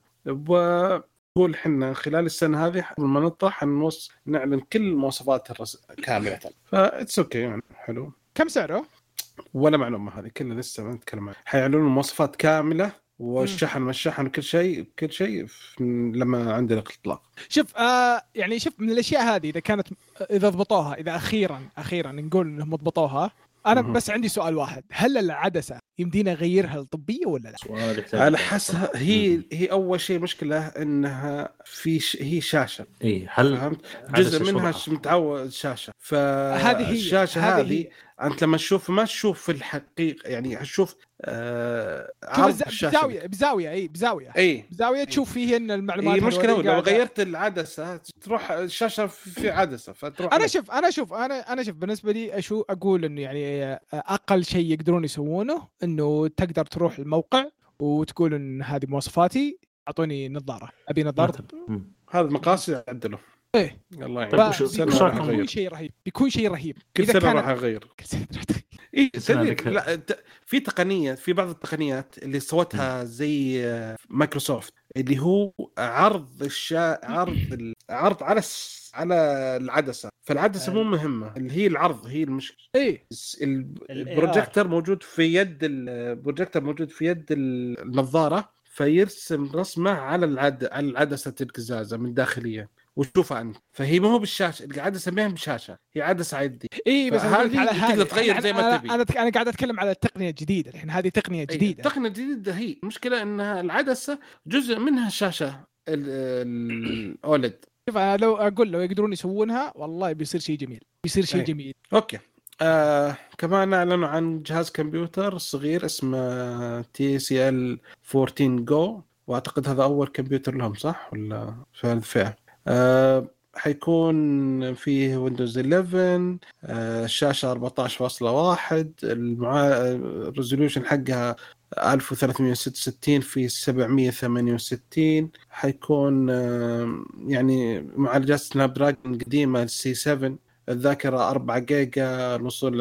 وقول حنا خلال السنه هذه قبل ما نطلع حنوص نعلن كل المواصفات الرس... كامله. فاتس اوكي يعني حلو. كم سعره؟ ولا معلومه هذه كلها لسه ما نتكلم عنها. حيعلنون مواصفات كامله والشحن والشحن وكل شيء كل شيء لما عندنا الاطلاق. شوف آه يعني شوف من الاشياء هذه اذا كانت اذا ضبطوها، اذا اخيرا اخيرا نقول انهم ضبطوها، انا مه. بس عندي سؤال واحد، هل العدسه يمدينا نغيرها الطبيه ولا لا؟ سؤال يحتاج على حسب. هي هي اول شيء مشكله انها في ش... هي شاشه. اي هل فهمت؟ عدسة جزء منها شبهة. ش- متعود شاشه. هذه هي فالشاشه هذه هذه هي. انت لما تشوف ما تشوف في الحقيقه، يعني هتشوف آه شوف عرض الز- الشاشه بزاويه بزاويه اي بزاويه اي بزاويه تشوف فيه ان المعلومات هي مشكله. هذولي لو قاعدة- غيرت العدسه تروح الشاشه في عدسه فتروح انا لك. شوف انا شوف انا انا شوف بالنسبه لي اشو اقول انه يعني اقل شيء يقدرون يسوونه انه تقدر تروح الموقع وتقول ان هذه مواصفاتي، اعطوني نظاره، ابي نظاره. مم. هذا مقاس يعدله. ايه الله طيب يعين. وش- سنة وش راح رأيكم؟ أغير. بيكون شيء رهيب، بيكون شيء رهيب كل إذا سنه كانت- راح اغير. كل سنة راح تغير. اي سنة سنة ذكر. لا ت- في تقنيه، في بعض التقنيات اللي سوتها زي آه، مايكروسوفت اللي هو عرض الشا عرض ال... عرض على الس... على العدسه. فالعدسه مو مهمه، اللي هي العرض هي المشكله. ايه الس- ال- ال البروجيكتور موجود في يد ال- البروجيكتور موجود في يد ال- النظاره، فيرسم رسمه على العد على العدسه القزازه من داخليا وتشوفها انت. فهي ما هو بالشاشه، العدسه ما هي بالشاشه، هي عدسه عاديه. ايه بس أنا فهذه قلت على تقدر هذه. تغير أنا- زي ما أنا- تبي. انا انا قاعد اتكلم على التقنيه الجديده الحين، هذه تقنيه جديده. التقنيه الجديده هي المشكله انها العدسه جزء منها الشاشه الاولد. شوف انا لو اقول لو يقدرون يسوونها والله بيصير شيء جميل، بيصير شيء أي. جميل. اوكي آه كمان اعلنوا عن جهاز كمبيوتر صغير اسمه تي سي ال أربعة عشر جو، واعتقد هذا اول كمبيوتر لهم صح ولا في هالفئه. آه حيكون فيه ويندوز إحدى عشر، آه الشاشه أربعة عشر فاصلة واحد، المعا... الريزوليوشن حقها ألف وثلاثمية وستة وستين في سبعمية وثمانية وستين. حيكون آه يعني معالجات سناب دراجون قديمه سي سبعة، الذاكرة أربعة جيجا، الوصول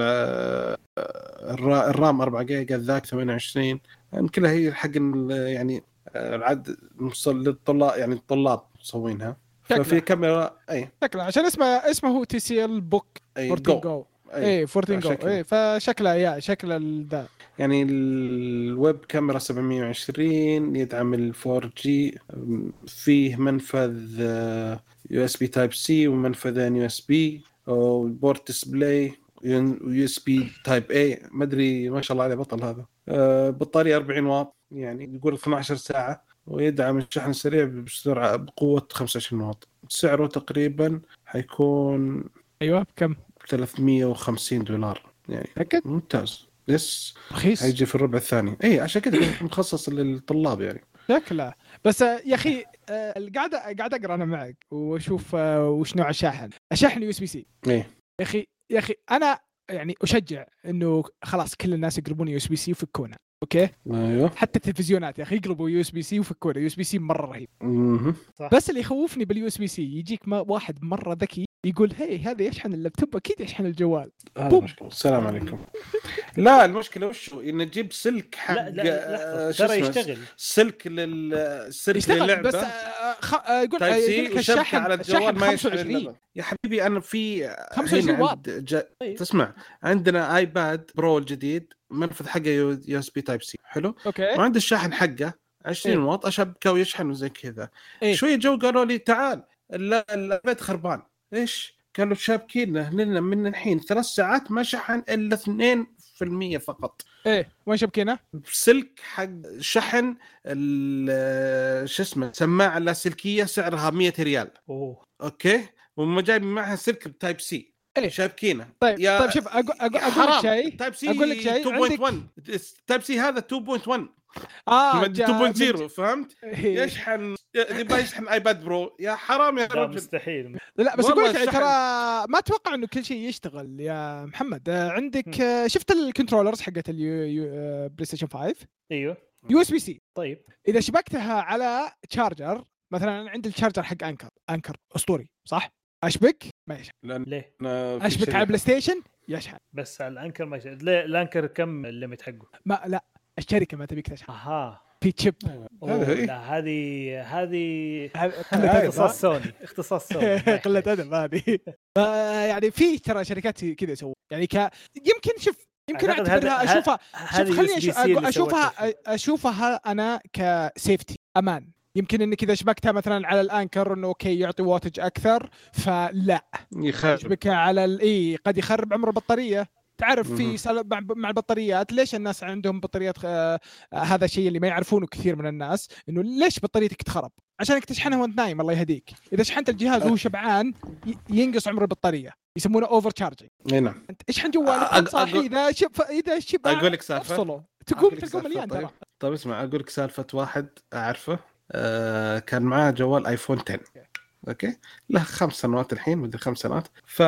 الرام أربعة جيجا، الذاكرة ثمانية وعشرين. يعني كلها هي حق يعني العد موصل للطلاب، يعني الطلاب مسوينها. ففي كاميرا اي شكله عشان اسمه اسمه هو تي سي ال بوك اي أربعة عشر جو. اي أربعة عشر جو. اي فشكله يا شكله ذا يعني الويب كاميرا سبعمية وعشرين، يدعم ال فور جي، فيه منفذ يو اس بي تايب سي ومنفذين يو اس بي، وبورت ديسبلاي ويو اس بي تايب اي. ما ادري ما شاء الله عليه بطل هذا. أه بطارية أربعين واط، يعني يقول اثنتي عشرة ساعة، ويدعم الشحن السريع بسرعة بقوة خمسة وعشرين واط. سعره تقريبا حيكون ايوه كم ثلاثمية وخمسين دولار، يعني أكد؟ ممتاز. يس رخيص هيجي في الربع الثاني. اي عشان كذا مخصص للطلاب يعني. شكله. بس يا اخي قاعد قاعد اقرا انا معك واشوف وش نوع الشاحن. الشاحن يو اس بي سي ايه يا اخي يا اخي انا يعني اشجع انه خلاص كل الناس يقربون يو اس بي سي ويفكونه. اوكي ايوه حتى التلفزيونات يا اخي يقربوا يو اس بي سي ويفكونه. يو اس بي سي مره رهيب. اها بس اللي يخوفني باليو اس بي سي يجيك واحد مره ذكي يقول هي هذا يشحن اللابتوب اكيد يشحن الجوال. هذا مشكلة. السلام عليكم. لا المشكله وشو ان تجيب سلك حق لا لا آه، لحظة، شو ترى اسمه؟ يشتغل سلك للسلك يشتغل للعبه بس آه، خ... آه، يقول تايب يقول سي لك وشبكه الشحن على الجوال الشحن ما يشحن خمسة وعشرين اللعبة. يا حبيبي انا في خمسة وعشرين هنا واط. عند جا... طيب. تسمع عندنا ايباد برو الجديد منفذ حقه يو اس بي تايب سي حلو، اوكي وعند الشاحن حقه عشرين إيه؟ واط اشبكه ويشحن وزي كذا. إيه؟ شويه جو قالوا لي تعال البيت خربان. ايش كانوا شابكين لنا من الحين ثلاث ساعات ما شحن الا اثنين بالمية فقط. ايه وين شبكينا؟ سلك حق شحن شو اسمه سماعه لاسلكيه سعرها مية ريال. اوه اوكي وما جايب معها سلك تايب سي. إيه؟ شابكينه. طيب يا طيب شوف اقول اقول يا أقول لك حرام. شيء تايب سي اقول لك شيء اثنين عندك فاصلة واحد تايب سي هذا اثنين فاصلة واحد اه اثنين فاصلة صفر فهمت؟ إيه. يشحن يبغى يشحن ايباد برو يا حرام يا لا رجل. مستحيل. لا بس والله اقول لك يعني الشحن- ترى ما اتوقع انه كل شيء يشتغل يا محمد. آه، عندك آه، شفت الكنترولرز حقت البلاي ستيشن خمسة ايوه يو اس بي سي، طيب اذا شبكتها على تشارجر مثلا عند الشارجر حق انكر انكر اسطوري صح، اشبك ما يشحن، لأن ليه أنا في اشبك شيء- على بلاي ستيشن يشحن. بس على الانكر ما يشتغل. ليه الانكر كم الليمت حقه؟ ما لا الشركه ما تبيك تشحن اها في تشيب. أوه، هذا إيه؟ لا هذه هذه قلة أدب، اختصاص سوني اختصاص سوني قلة أدب هذه. آه، يعني في ترى شركات كذا يسوون يعني ك يمكن شوف يمكن أعتقد اعتبرها هذا- اشوفها هذه شوف خليني يو إس بي أشوف- سي اللي اشوفها سوتها. اشوفها انا كسيفتي امان. يمكن انك اذا شبكتها مثلا على الانكر انه اوكي يعطي واتج اكثر فلا يخرب. شبكها على الاي قد يخرب عمر البطاريه. تعرف مهم. في سل... مع مع البطاريات ليش الناس عندهم بطاريات آه هذا الشيء اللي ما يعرفونه كثير من الناس انه ليش بطاريتك تخرب عشانك تشحنها وانت نايم. الله يهديك اذا شحنت الجهاز وهو شبعان ي... ينقص عمر البطاريه يسمونه اوفر تشارجنج. اي نعم. انت اشحن جوالك أق- صاحي أقول- اذا شب اذا شبع اقول لك سالفه افصله تقوم أقول لك تلقاه سالفة، مليان طيب. ترى. طيب اسمع اقول لك سالفه واحد اعرفه آه كان معاه جوال ايفون عشرة اوكي له خمس سنوات الحين مدري خمس سنوات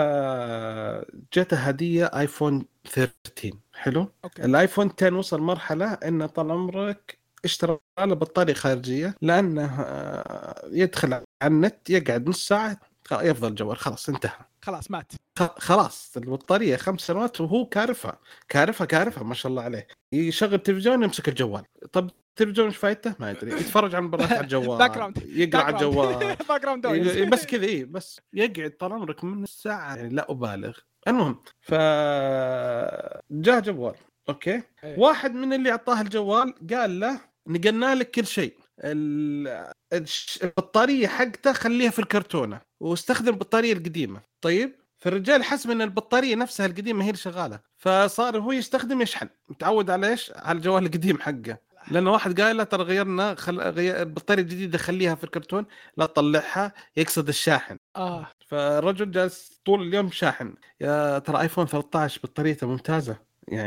فجته هديه ايفون ثلاثة عشر حلو. أوكي. الايفون عشرة وصل مرحله انه طال عمرك اشترى له بطاريه خارجيه لانه آه، يدخل على النت يقعد نص ساعه يفضل الجوال خلاص انتهى خلاص مات. خ- خلاص البطاريه خمس سنوات وهو كارفه كارفه كارفه ما شاء الله عليه. يشغل تلفزيون يمسك الجوال. طب التلفزيون ايش فايدته ما يدري. يتفرج على المباريات على الجوال باك جراوند. يقرا على الجوال باك جراوند ي- بس كذا ايه بس يقعد طال عمرك من الساعه يعني لا ابالغ. المهم ف جاء جوال اوكي إيه. واحد من اللي اعطاه الجوال قال له نقلنا لك كل شيء ال- الش- البطاريه حقته خليها في الكرتونه واستخدم البطاريه القديمه. طيب فالرجال حسب ان البطاريه نفسها القديمه هي اللي شغاله فصار هو يستخدم يشحن متعود على ايش على الجوال القديم حقه. لانه واحد قال له ترى غيرنا خل... غير البطاريه الجديده خليها في الكرتون لا تطلعها يقصد الشاحن. اه فالرجل جالس طول اليوم شاحن. يا ترى ايفون ثلاثة عشر بطاريته ممتازه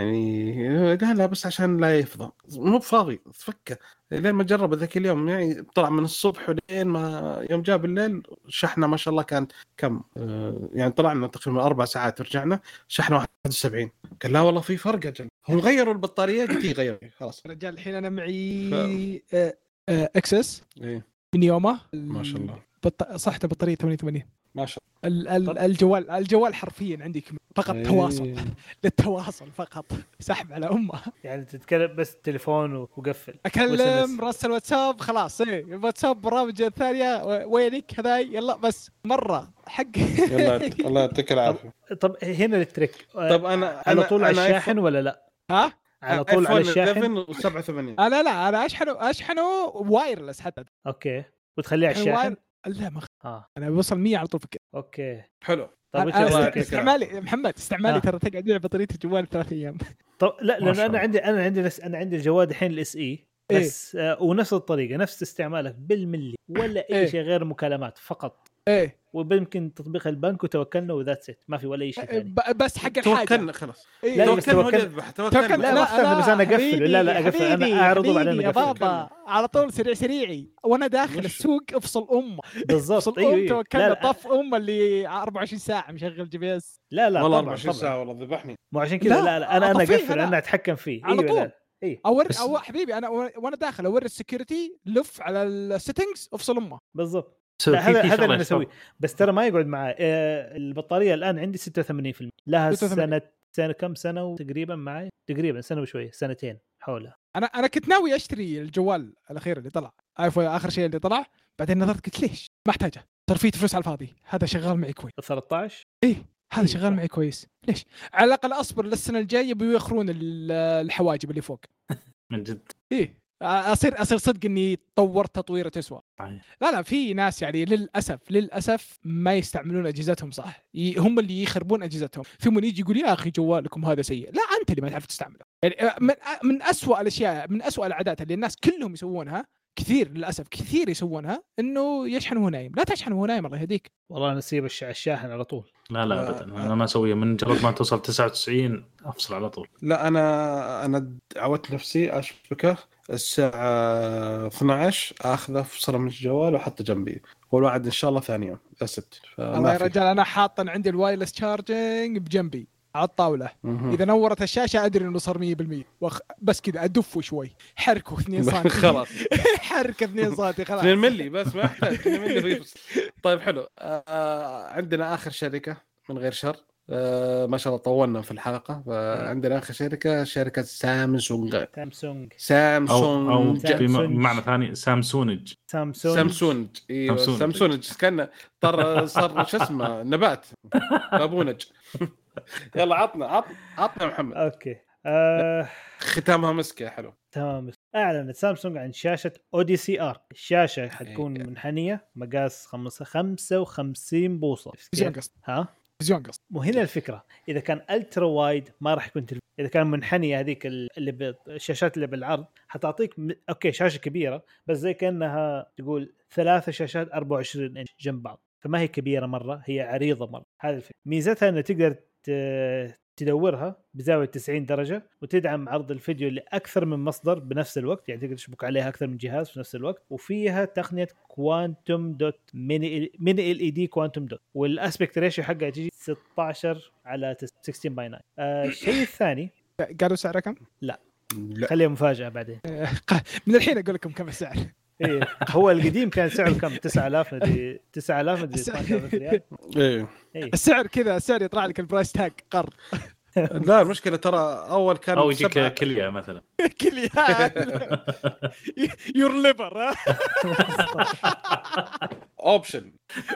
يعني قال لا بس عشان لا يفضى مو فاضي تفكه لين ما جرب ذاك اليوم يعني طلع من الصبح ولين ما يوم جاء بالليل شحنه ما شاء الله كان كم آه يعني طلعنا تقريبا اربع ساعات رجعنا شحنه واحد وسبعين. قال لا والله في فرق اجل هم غيروا البطاريه قلت لي غيروا خلاص. رجال الحين انا معي آه، آه، اكسس ايه من يومه ما شاء الله بط... صحته بطاريه ثمانية وثمانين. ما شاء ال... ال... الجوال الجوال حرفيا عندي كم- فقط الله تواصل إيه. للتواصل فقط سحب على امه. يعني تتكلم بس تليفون وقفل اكلم راسل واتساب خلاص ايه واتساب برامج الثانيه و- وينك هذاي يلا بس مره حق. يلا الله يعطيك العافيه. طب هنا التريك طب انا على أنا- طول على أنا الشاحن ولا لا؟ ها على طول على الشاحن وسبعة وثمانين انا لا انا اشحنه اشحنه وايرلس حتى اوكي وتخليه على الحين الشاحن واير- لا ما اه انا بوصل مية على طول فكره. اوكي حلو. طيب أنا وش أنا الوضع؟ است- استعمالي محمد استعمالي آه. ترى تقعد على بطاريه الجوال ثلاث ايام. طب لا ما لان شاء انا الله. عندي انا عندي نس... انا عندي الجوال الحين الاس اي إيه. بس آه ونفس الطريقه نفس استعمالك بالملي ولا اي إيه. شيء غير مكالمات فقط ايه ويمكن تطبيق البنك وتوكلنا وذات سيت ما في ولا اي شيء ثاني. ب- بس حق الحاجه توكلنا خلاص إيه. لا، بس توكلنا توكل- ونذبح توكل توكلنا لا، ما أختلف، بس أنا أقفل. حبيبي، لا، لا، أقفل. أنا حبيبي، أعرضه بعدين حبيبي يا أقفل. بابا على طول سريع سريعي وانا داخل وش؟ السوق افصل ام بالضبط افصل ايوه ام ايوه توكلنا لا, طف ام اللي أربعة وعشرين ساعه مشغل جي بي اس لا لا والله طبعا أربعة وعشرين طبعا ساعه والله ذبحني. مو عشان كذا لا، لا, لا انا انا أطفيها اقفل لا. انا اتحكم فيه على ايوه طول. لا اي اوري بس- أو حبيبي انا وانا داخل اوري السكيورتي لف على السيتنجز افصل امه. بالضبط. سو لا في- هذا في هذا شغلة اللي شباب. نسويه بس ترى ما يقعد معاه. آه البطاريه الان عندي ستة وثمانين بالمية لها ستة وثمانين. سنه سنه كم سنه تقريبا معي تقريبا سنه وشويه سنتين حولها. انا انا كنت ناوي اشتري الجوال الاخير اللي طلع ايفون اخر شيء اللي طلع، بعدين نظرت قلت ليش ما احتاجه صرفيت فلوس على الفاضي، هذا شغال معي كويس ثلاثة عشر ايه هذا شغال معي كويس، ليش على الاقل اصبر للسنه الجايه بيوخرون الحواجب اللي فوق من جد ايه اصير اصير صدق اني طورت تطويره تسوى. لا لا في ناس يعني للاسف للاسف ما يستعملون اجهزتهم صح، هم اللي يخربون اجهزتهم، ثم يجي يقول يا اخي جوالكم هذا سيء، لا انت اللي ما تعرف تستعمله. يعني من من اسوء الاشياء من اسوء العادات اللي الناس كلهم يسوونها كثير للاسف كثير يسوونها انه يشحن وهو نايم. لا تشحن وهو نايم الله يهديك. والله نسيب الشاحن على طول. لا لا ابدا انا ما اسويه، من جرد ما توصل تسعة وتسعين افصل على طول. لا انا انا عودت نفسي اشبكه الساعه اثنا عشر اخذه فصله من الجوال واحطه جنبي والوعد ان شاء الله ثاني يوم اسد. الله يا رجال انا حاطن عندي الوايرلس تشارجنج بجنبي على الطاوله، اذا نورت الشاشه ادري انه صار مية بالمية وخ... بس كذا ادفه شوي حركه اثنين سم خلاص حركه اثنين سم خلاص اثنين ملي بس ما يحتاج اثنين ملي. طيب حلو. آه عندنا اخر شركه من غير شر، آه ما شاء الله طولنا في الحلقه. عندنا اخر شركه شركه سامسونج. سامسونج سامسونج او, أو بمعنى ثاني سامسونج سامسونج سامسونج ايوه سامسونج كان طر صار شو اسمه نبات بابونج. يلا عطنا عط عطنا محمد. اوكي آه... ختامها مسكه حلو تمام. اعلنت سامسونج عن شاشه اوديسي ار. الشاشه حتكون منحنيه مقاس خمسة وخمسين بوصه. ها فيزيون قصد. وهنا الفكره اذا كان الترا وايد ما راح يكون تلف... اذا كان منحنيه هذيك اللي بالشاشات اللي بالعرض حتعطيك م... اوكي شاشه كبيره بس زي كانها تقول ثلاثه شاشات أربعة وعشرين انش جنب بعض، فما هي كبيره مره هي عريضه مره. هذه الفكره. ميزتها انه تقدر ت... تدورها بزاويه تسعين درجه وتدعم عرض الفيديو لاكثر من مصدر بنفس الوقت، يعني تقدر تشبك عليها اكثر من جهاز في نفس الوقت. وفيها تقنيه كوانتوم دوت ميني ميني ال اي دي كوانتوم دوت، والاسبكت ريشيو حقها تجي ستة عشر على ستة عشر باي تسعة. آه الشيء الثاني قالوا سعرها كم؟ لا, لا. خليها مفاجاه بعدين. من الحين اقول لكم كم السعر. ايه هو القديم كان سعره كم؟ تسعة آلاف مدري تسعة آلاف مدري ثمانية آلاف ريال. ايه السعر كذا السعر يطلع لك البرايس تاج قرض. لا المشكله ترى اول كان او يجيك كليه مثلا كليه يور ليفر اوبشن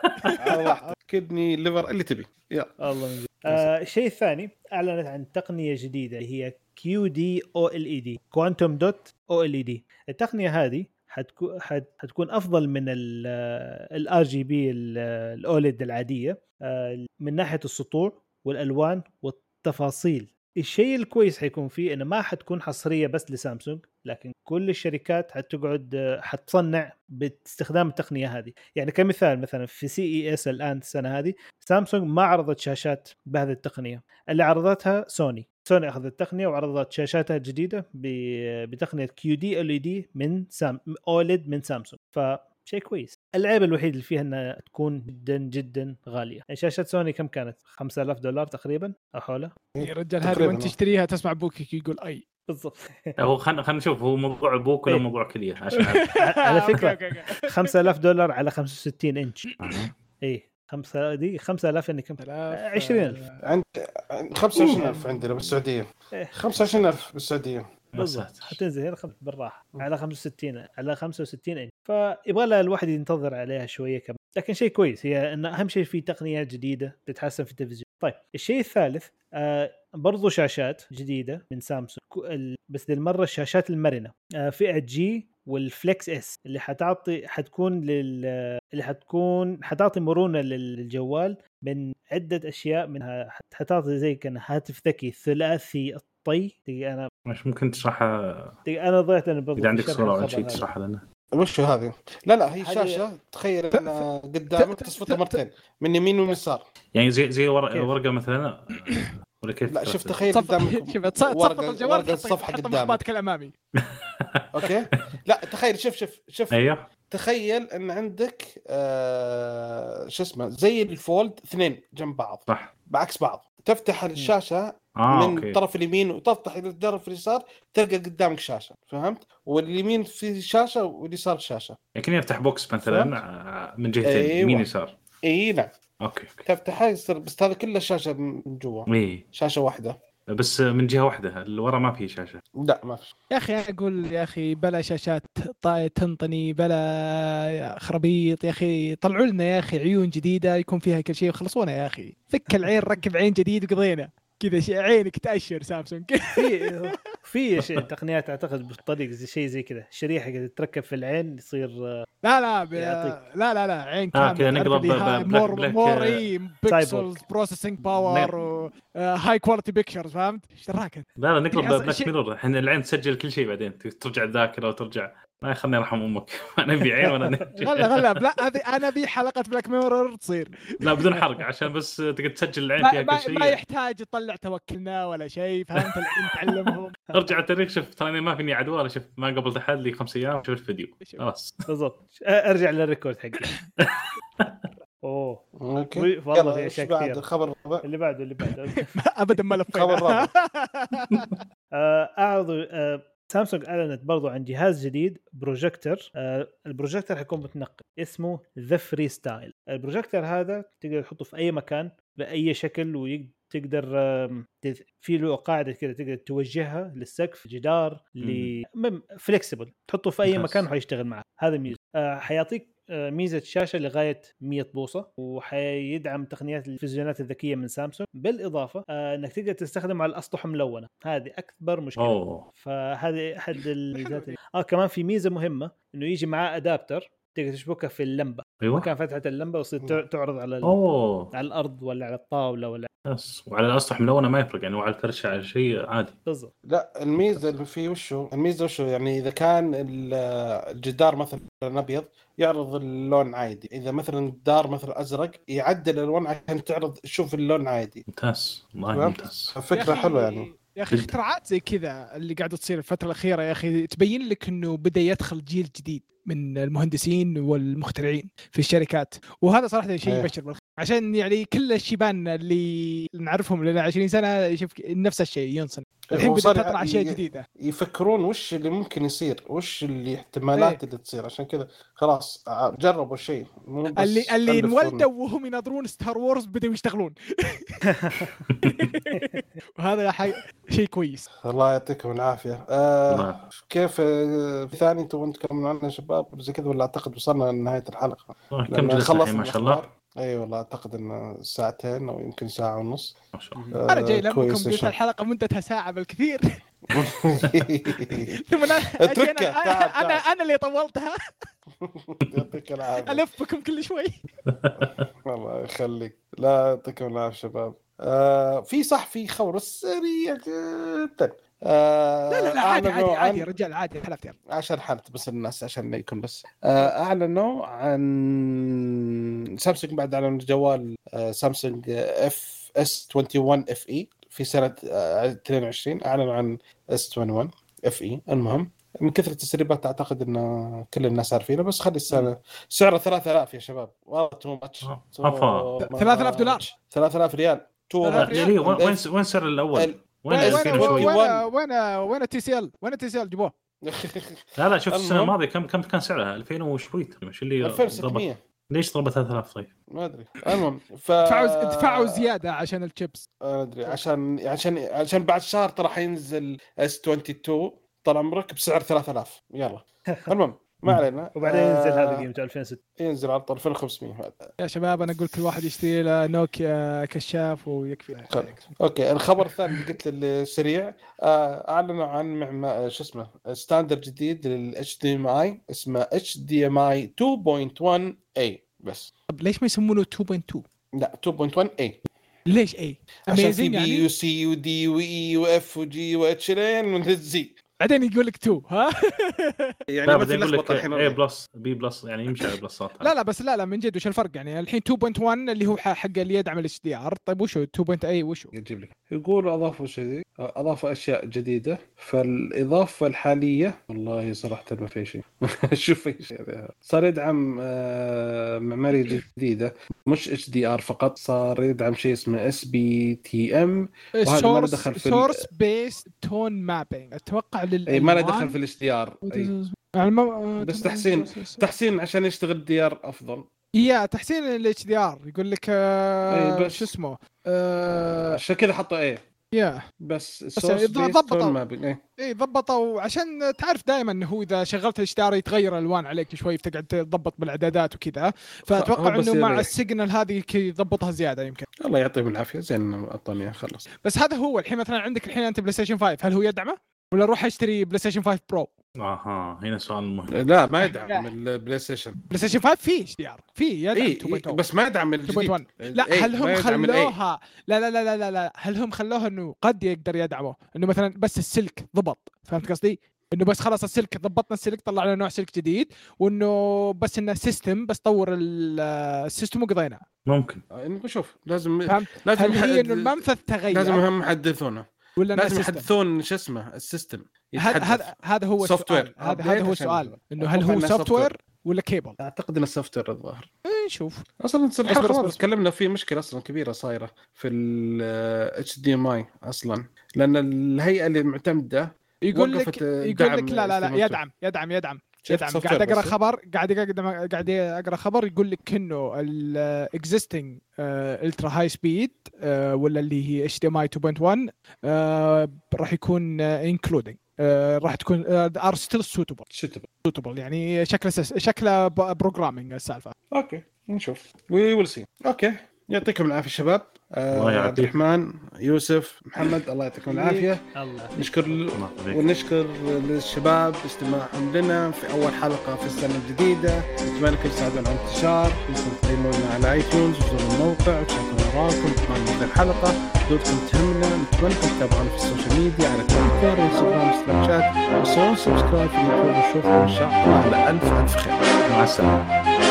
كدني ليفر اللي تبي يا الله من آه الشيء الثاني اعلنت عن تقنيه جديده هي كيو دي او ال اي دي كوانتوم دوت او ال اي دي. التقنيه هذه حتكون حتكون افضل من الار جي بي الاوليد العاديه من ناحيه السطوع والالوان والتفاصيل. الشيء الكويس حيكون فيه انه ما حتكون حصريه بس لسامسونج، لكن كل الشركات حتقعد حتصنع باستخدام التقنيه هذه. يعني كمثال مثلا في سي اي اس الان السنه هذه سامسونج ما عرضت شاشات بهذه التقنيه، اللي عرضتها سوني. سوني اخذت التقنيه وعرضت شاشاتها الجديده بتقنيه كيو دي ال اي دي من سام اوليد من سامسونج، فشيء كويس. العيب الوحيد اللي فيها انها تكون جدا جدا غاليه. شاشه سوني كم كانت؟ خمسة آلاف دولار تقريبا او حوله. يا رجال هذه وانت تشتريها تسمع ابوك يقول اي بالضبط. هو خلينا خلينا نشوف هو موضوع ابوك ولا موضوع كليه عشان على فكره خمسة آلاف دولار على خمسة وستين انش. ايه خمسة دي خمسة آلاف يعني كم؟ عشرين ألف. عند خمسة وعشرين ألف عندنا بالسعوديه. خمسة وعشرين ألف بالسعوديه بالضبط. حتنزل هنا خمس بالراحه على خمسة وستين على خمسة وستين انش، فيبغى لها الواحد ينتظر عليها شويه كم. لكن شيء كويس هي ان اهم شيء في تقنيات جديده تتحسن في التلفزيون. طيب الشيء الثالث آه برضو شاشات جديده من سامسونج بس للمره الشاشات المرنه آه فئه جي والفليكس اس اللي حتعطي حتكون لل اللي حتكون حتعطي مرونه للجوال من عده اشياء، منها حتعطي زي كان هاتف ذكي ثلاثي الطي. انا مش ممكن تشرحها؟ انا ضيعت انا بالضبط. اذا عندك صوره ولا شيء تشرحها لنا. وش هذه؟ لا لا هي شاشه تخيل ان قدامك تصفطها مرتين من يمين ومن يسار، يعني زي زي ورقه مثلا ولا كيف؟ لا شوف تخيل قدامك ورقه ورقه الصفحه قدامك الامامي. اوكي لا تخيل شوف شوف شوف ايوه تخيل ان عندك آه شو اسمه زي الفولد اثنين جنب بعض صح بعكس بعض. تفتح الشاشه آه، من أوكي. الطرف اليمين وتفتح الى الطرف اليسار تلقى قدامك شاشه، فهمت؟ واليمين في شاشه واليسار شاشه، لكن يفتح بوكس مثلا من جهتين أيوة. يمين يسار. اي نعم اوكي تفتحها يصير بس هذا كله شاشه من جوا، اي شاشه واحده بس من جهه واحده، اللي ورا ما في شاشه. لا ما في. يا اخي اقول يا اخي بلا شاشات طاي تنطني بلا خرابيط، يا اخي طلعوا لنا يا اخي عيون جديده يكون فيها كل شيء وخلصونا يا اخي. فك العين ركب عين جديد وقضينا كذا، عينك تأشر سامسونج. في في شيء تقنيات اعتقد بالطريق زي شيء زي كذا، شريحه كده تركب في العين يصير لا لا ب... يعطيك. لا لا لا عين آه كامله كذا نقلب تعرف اللي هاي بلاك- مور بلاك- مور اي بيكسلز سايبورغ. بروسيسنج باور هاي كواليتي بيكتشرز، فهمت ايش دراك انت؟ لا لا نقلب في أص- بلاك شيء- ميرور، احنا العين تسجل كل شيء بعدين ترجع الذاكره وترجع. ما يخلني ارحم امك. انا ابي عين وانا نجي. غلا غلا لا هذه انا ابي حلقه بلاك ميرور تصير لا بدون حرق عشان بس تقدر تسجل العين ما, فيها ما, كل شيء. ما يحتاج تطلع توكلنا ولا شيء، فهمت اللي نتعلمهم. ارجع التاريخ، شوف تراني ما فيني عدوى، شوف ما قبل تحد لي خمس ايام شوف الفيديو خلاص. بالضبط. ارجع للريكورد حقي. اوه اوكي والله في اشياء كثير. الخبر الرابع. اللي بعده اللي بعده ابدا ما الخبر لفينا. الرابع اعرض سامسونج اعلنت برضو عن جهاز جديد بروجيكتور. آه البروجيكتور حيكون متنقل اسمه ذا فري ستايل. البروجيكتور هذا تقدر تحطه في اي مكان باي شكل، وتقدر في له قاعده كده تقدر توجهها للسقف جدار فليكسبل، تحطه في اي مكان وحيشتغل معه. هذا ميزه. آه حيعطيك ميزة شاشة لغاية مية بوصة، وحيدعم تقنيات الفيزيونات الذكية من سامسونج، بالإضافة آه أنك تقدر تستخدم على الأسطح ملونة. هذه أكبر مشكلة. أوه. فهذه أحد الميزات. آه كمان في ميزة مهمة إنه يجي معاه أدابتر تقدر تشبكها في اللمبة. أيوة. مكان فتحة اللمبة وتصير تعرض على أوه. على الأرض ولا على الطاولة ولا بس وعلى الأسطح ملونة ما يفرق يعني، وعلى الفرش على شيء عادي. بالضبط. لا الميزة اللي فيه وشو الميزة وشو يعني إذا كان الجدار مثلا أبيض يعرض اللون عادي، إذا مثلا الدار مثلا أزرق يعدل الألوان عشان تعرض شوف اللون عادي. ممتاز والله ممتاز. فكرة حلوة يعني. يا أخي اختراعات زي كذا اللي قاعدة تصير الفترة الأخيرة يا أخي تبين لك إنه بدأ يدخل جيل جديد من المهندسين والمخترعين في الشركات، وهذا صراحة شيء يبشر بالخير، عشان يعني كل الشيبان اللي نعرفهم لنا عشرين سنة يشوف نفس الشيء ينصن. الحين بدأت تطلع أشياء جديدة، يفكرون وش اللي ممكن يصير، وش اللي احتمالات اللي تصير، عشان كذا خلاص جربوا شيء. اللي اللي انولدوا وهم يناظرون ستار وورز بدأوا يشتغلون. وهذا شيء كويس. الله يعطيكم العافية. آه كيف في ثاني انتم نتكلم عننا شباب زي كذا، ولا اعتقد وصلنا لنهاية الحلقة؟ كم خلص ما شاء الله. اي والله اعتقد ان ساعتين او يمكن ساعه ونص. ما شاء الله. انا جاي لكم قلت الحلقه مدتها ساعه بالكثير. ثم انا انا انا اللي طولتها. يعطيك العافيه. الفكم كل شوي. الله يخليك. لا يعطيكم العافيه شباب. آه في صح في خبر سريع جدا. آه لا لا لا عادي عادي عادي يا رجال عادي حلقتين عشان حلقة بس الناس عشان يكون بس آه اعلنوا عن سامسونج بعد اعلنوا جوال آه سامسونج اف اس واحد وعشرين اف اي في سنة آه اثنين وعشرين. اعلنوا عن اس واحد وعشرين اف اي. المهم من كثرة التسريبات اعتقد ان كل الناس عارفينه، بس خلي السنة سعره ثلاثة آلاف يا شباب. والله تو ماتش. ثلاثة آلاف دولار ثلاثة آلاف ريال. وين وين وين سعر الاول؟ وين وين وين وين تي سي ال وين تي سي ال جابوه؟ لا لا شوف السنه الماضيه كم كم كان سعرها ألفين وشوي مش اللي ألفين وستمية. ليش ضربت ثلاثة آلاف طيب ما ادري. المهم ف دفعوا دفعوا زياده عشان الشيبس. ما ادري عشان عشان عشان بعد شهر ترى حينزل اس اثنين وعشرين طال عمرك بسعر ثلاثة آلاف. يلا المهم ما علينا. وبعدين ينزل هذا قيمته ألفين وستة ينزل على ألفين وخمسمية. يا شباب انا اقول كل واحد يشتري له نوكيا كشاف ويكفي. اوكي الخبر الثاني اللي قلت السريع اعلنوا عن معما شو اسمه ستاندرد جديد لل إتش دي إم آي اسمه إتش دي إم آي اثنين نقطة واحد إيه. بس طب ليش ما يسمونه اثنين نقطة اثنين؟ لا اثنين نقطة واحد إيه. ليش ايه؟ عشان في بي وسي ودي واي واف وجي واتش لين من الزي بعدين يقول لك تو ها. يعني ما تلخبط الحين اي بلس بي بلس يعني يمشي على بلسات. لا لا بس لا لا من جد وش الفرق يعني الحين اثنين نقطة واحد اللي هو حق اللي يدعم الاتش دي ار. طيب وشو اثنين نقطة ايه وشو يجيب لك يقول اضافوا شيء اضافوا اشياء جديده. فالاضافه الحاليه والله صراحه ما في شيء. شوف في شيء صار يدعم معماريه جديده مش اتش دي ار فقط، صار يدعم شيء اسمه اس بي تي ام وهذا ما دخل في سورس بيس تون مابينج اتوقع لل اي ما له دخل في الاتش دي ار. بس تحسين تحسين عشان يشتغل دي ار افضل يا تحسين الاتش دي ار يقول لك آه أي بس- شو اسمه آه عشان كذا حطوا ايه يا بس بس الصوص يض- بيست ضبطوا. تون ما بي- ايه اي ضبطوا عشان تعرف دائما انه هو اذا شغلت الاتش دي ار يتغير الالوان عليك شوي فتقعد تضبط بالاعدادات وكذا فاتوقع هو انه بصير مع إيه. السيجنال هذه كي يضبطها زياده يمكن. الله يعطيهم العافيه زين اعطوني خلص. بس هذا هو الحين مثلا عندك الحين انت بلاي ستيشن خمسة هل هو يدعمه ولا اروح اشتري بلاي ستيشن خمسة برو؟ اها هنا سؤال مهم. لا ما يدعم البلاي ستيشن بلاي ستيشن خمسة فيه اتش دي ار فيه يدعم اي اثنين فاصلة صفر. بس ما يدعم اثنين فاصلة واحد. الجديد. لا إيه، هل هم ما يدعم ال إيه. خلوها لا لا لا لا لا هل هم خلوها انه قد يقدر يدعمه انه مثلا بس السلك ضبط فهمت قصدي انه بس خلاص السلك ضبطنا السلك طلع لنا نوع سلك جديد وانه بس انه سيستم بس طور السيستم وقضينا ممكن آه، نشوف لازم فهمت لازم هل هي يحد- انه المنفذ تغير لازم هم يحدثونه ولا إنه لازم سيستم؟ يحدثون شو اسمه السيستم هذا يتحدث. هذا هذا هو سوفت السؤال وير. هذا update هذا هو عشان السؤال ينزل. انه هل أتوقع هو إنه سوفت software. وير ولا كيبل؟ اعتقد ان السوفت وير الظاهر نشوف اصلا اصبر، الحلقه اصبر. تكلمنا في مشكله اصلا كبيره صايره في ال اتش دي ام اي اصلا لان الهيئه اللي معتمده يقول وقفت لك يقول دعم لك لا لا لا استخدام يدعم يدعم يدعم شفت يدعم software قاعد اقرا بس. خبر قاعد اقرا قاعد اقرا خبر يقول لك انه الاكزيستنج الترا هاي سبيد ولا اللي هي اتش دي ام اي اثنين نقطة واحد آه، راح يكون انكلودينج راح تكون ار ستيل سوتبل شتب. سوتبل يعني شكله شكله بروجرامينج السالفه. اوكي نشوف وي ويل سي. اوكي يعطيكم العافيه شباب. آه، الله عبد يعافيك. الرحمن يوسف محمد الله يعطيكم العافيه. الله نشكر الله يخليك. ونشكر للشباب استماعهم لنا في اول حلقه في السنه الجديده. نتمنى كل تساعدونا على الانتشار كلكم تقيمونا على اي تونز وزوروا الموقع وتشاركونا اراءكم نتمنى هذه الحلقه دوركم تهمنا. نتمنى تتابعونا في السوشيال ميديا على تويتر وانستغرام سناب شات وسووا سبسكرايب في اليوتيوب ونشوفكم ان شاء الله على الف الف خير. مع السلامه.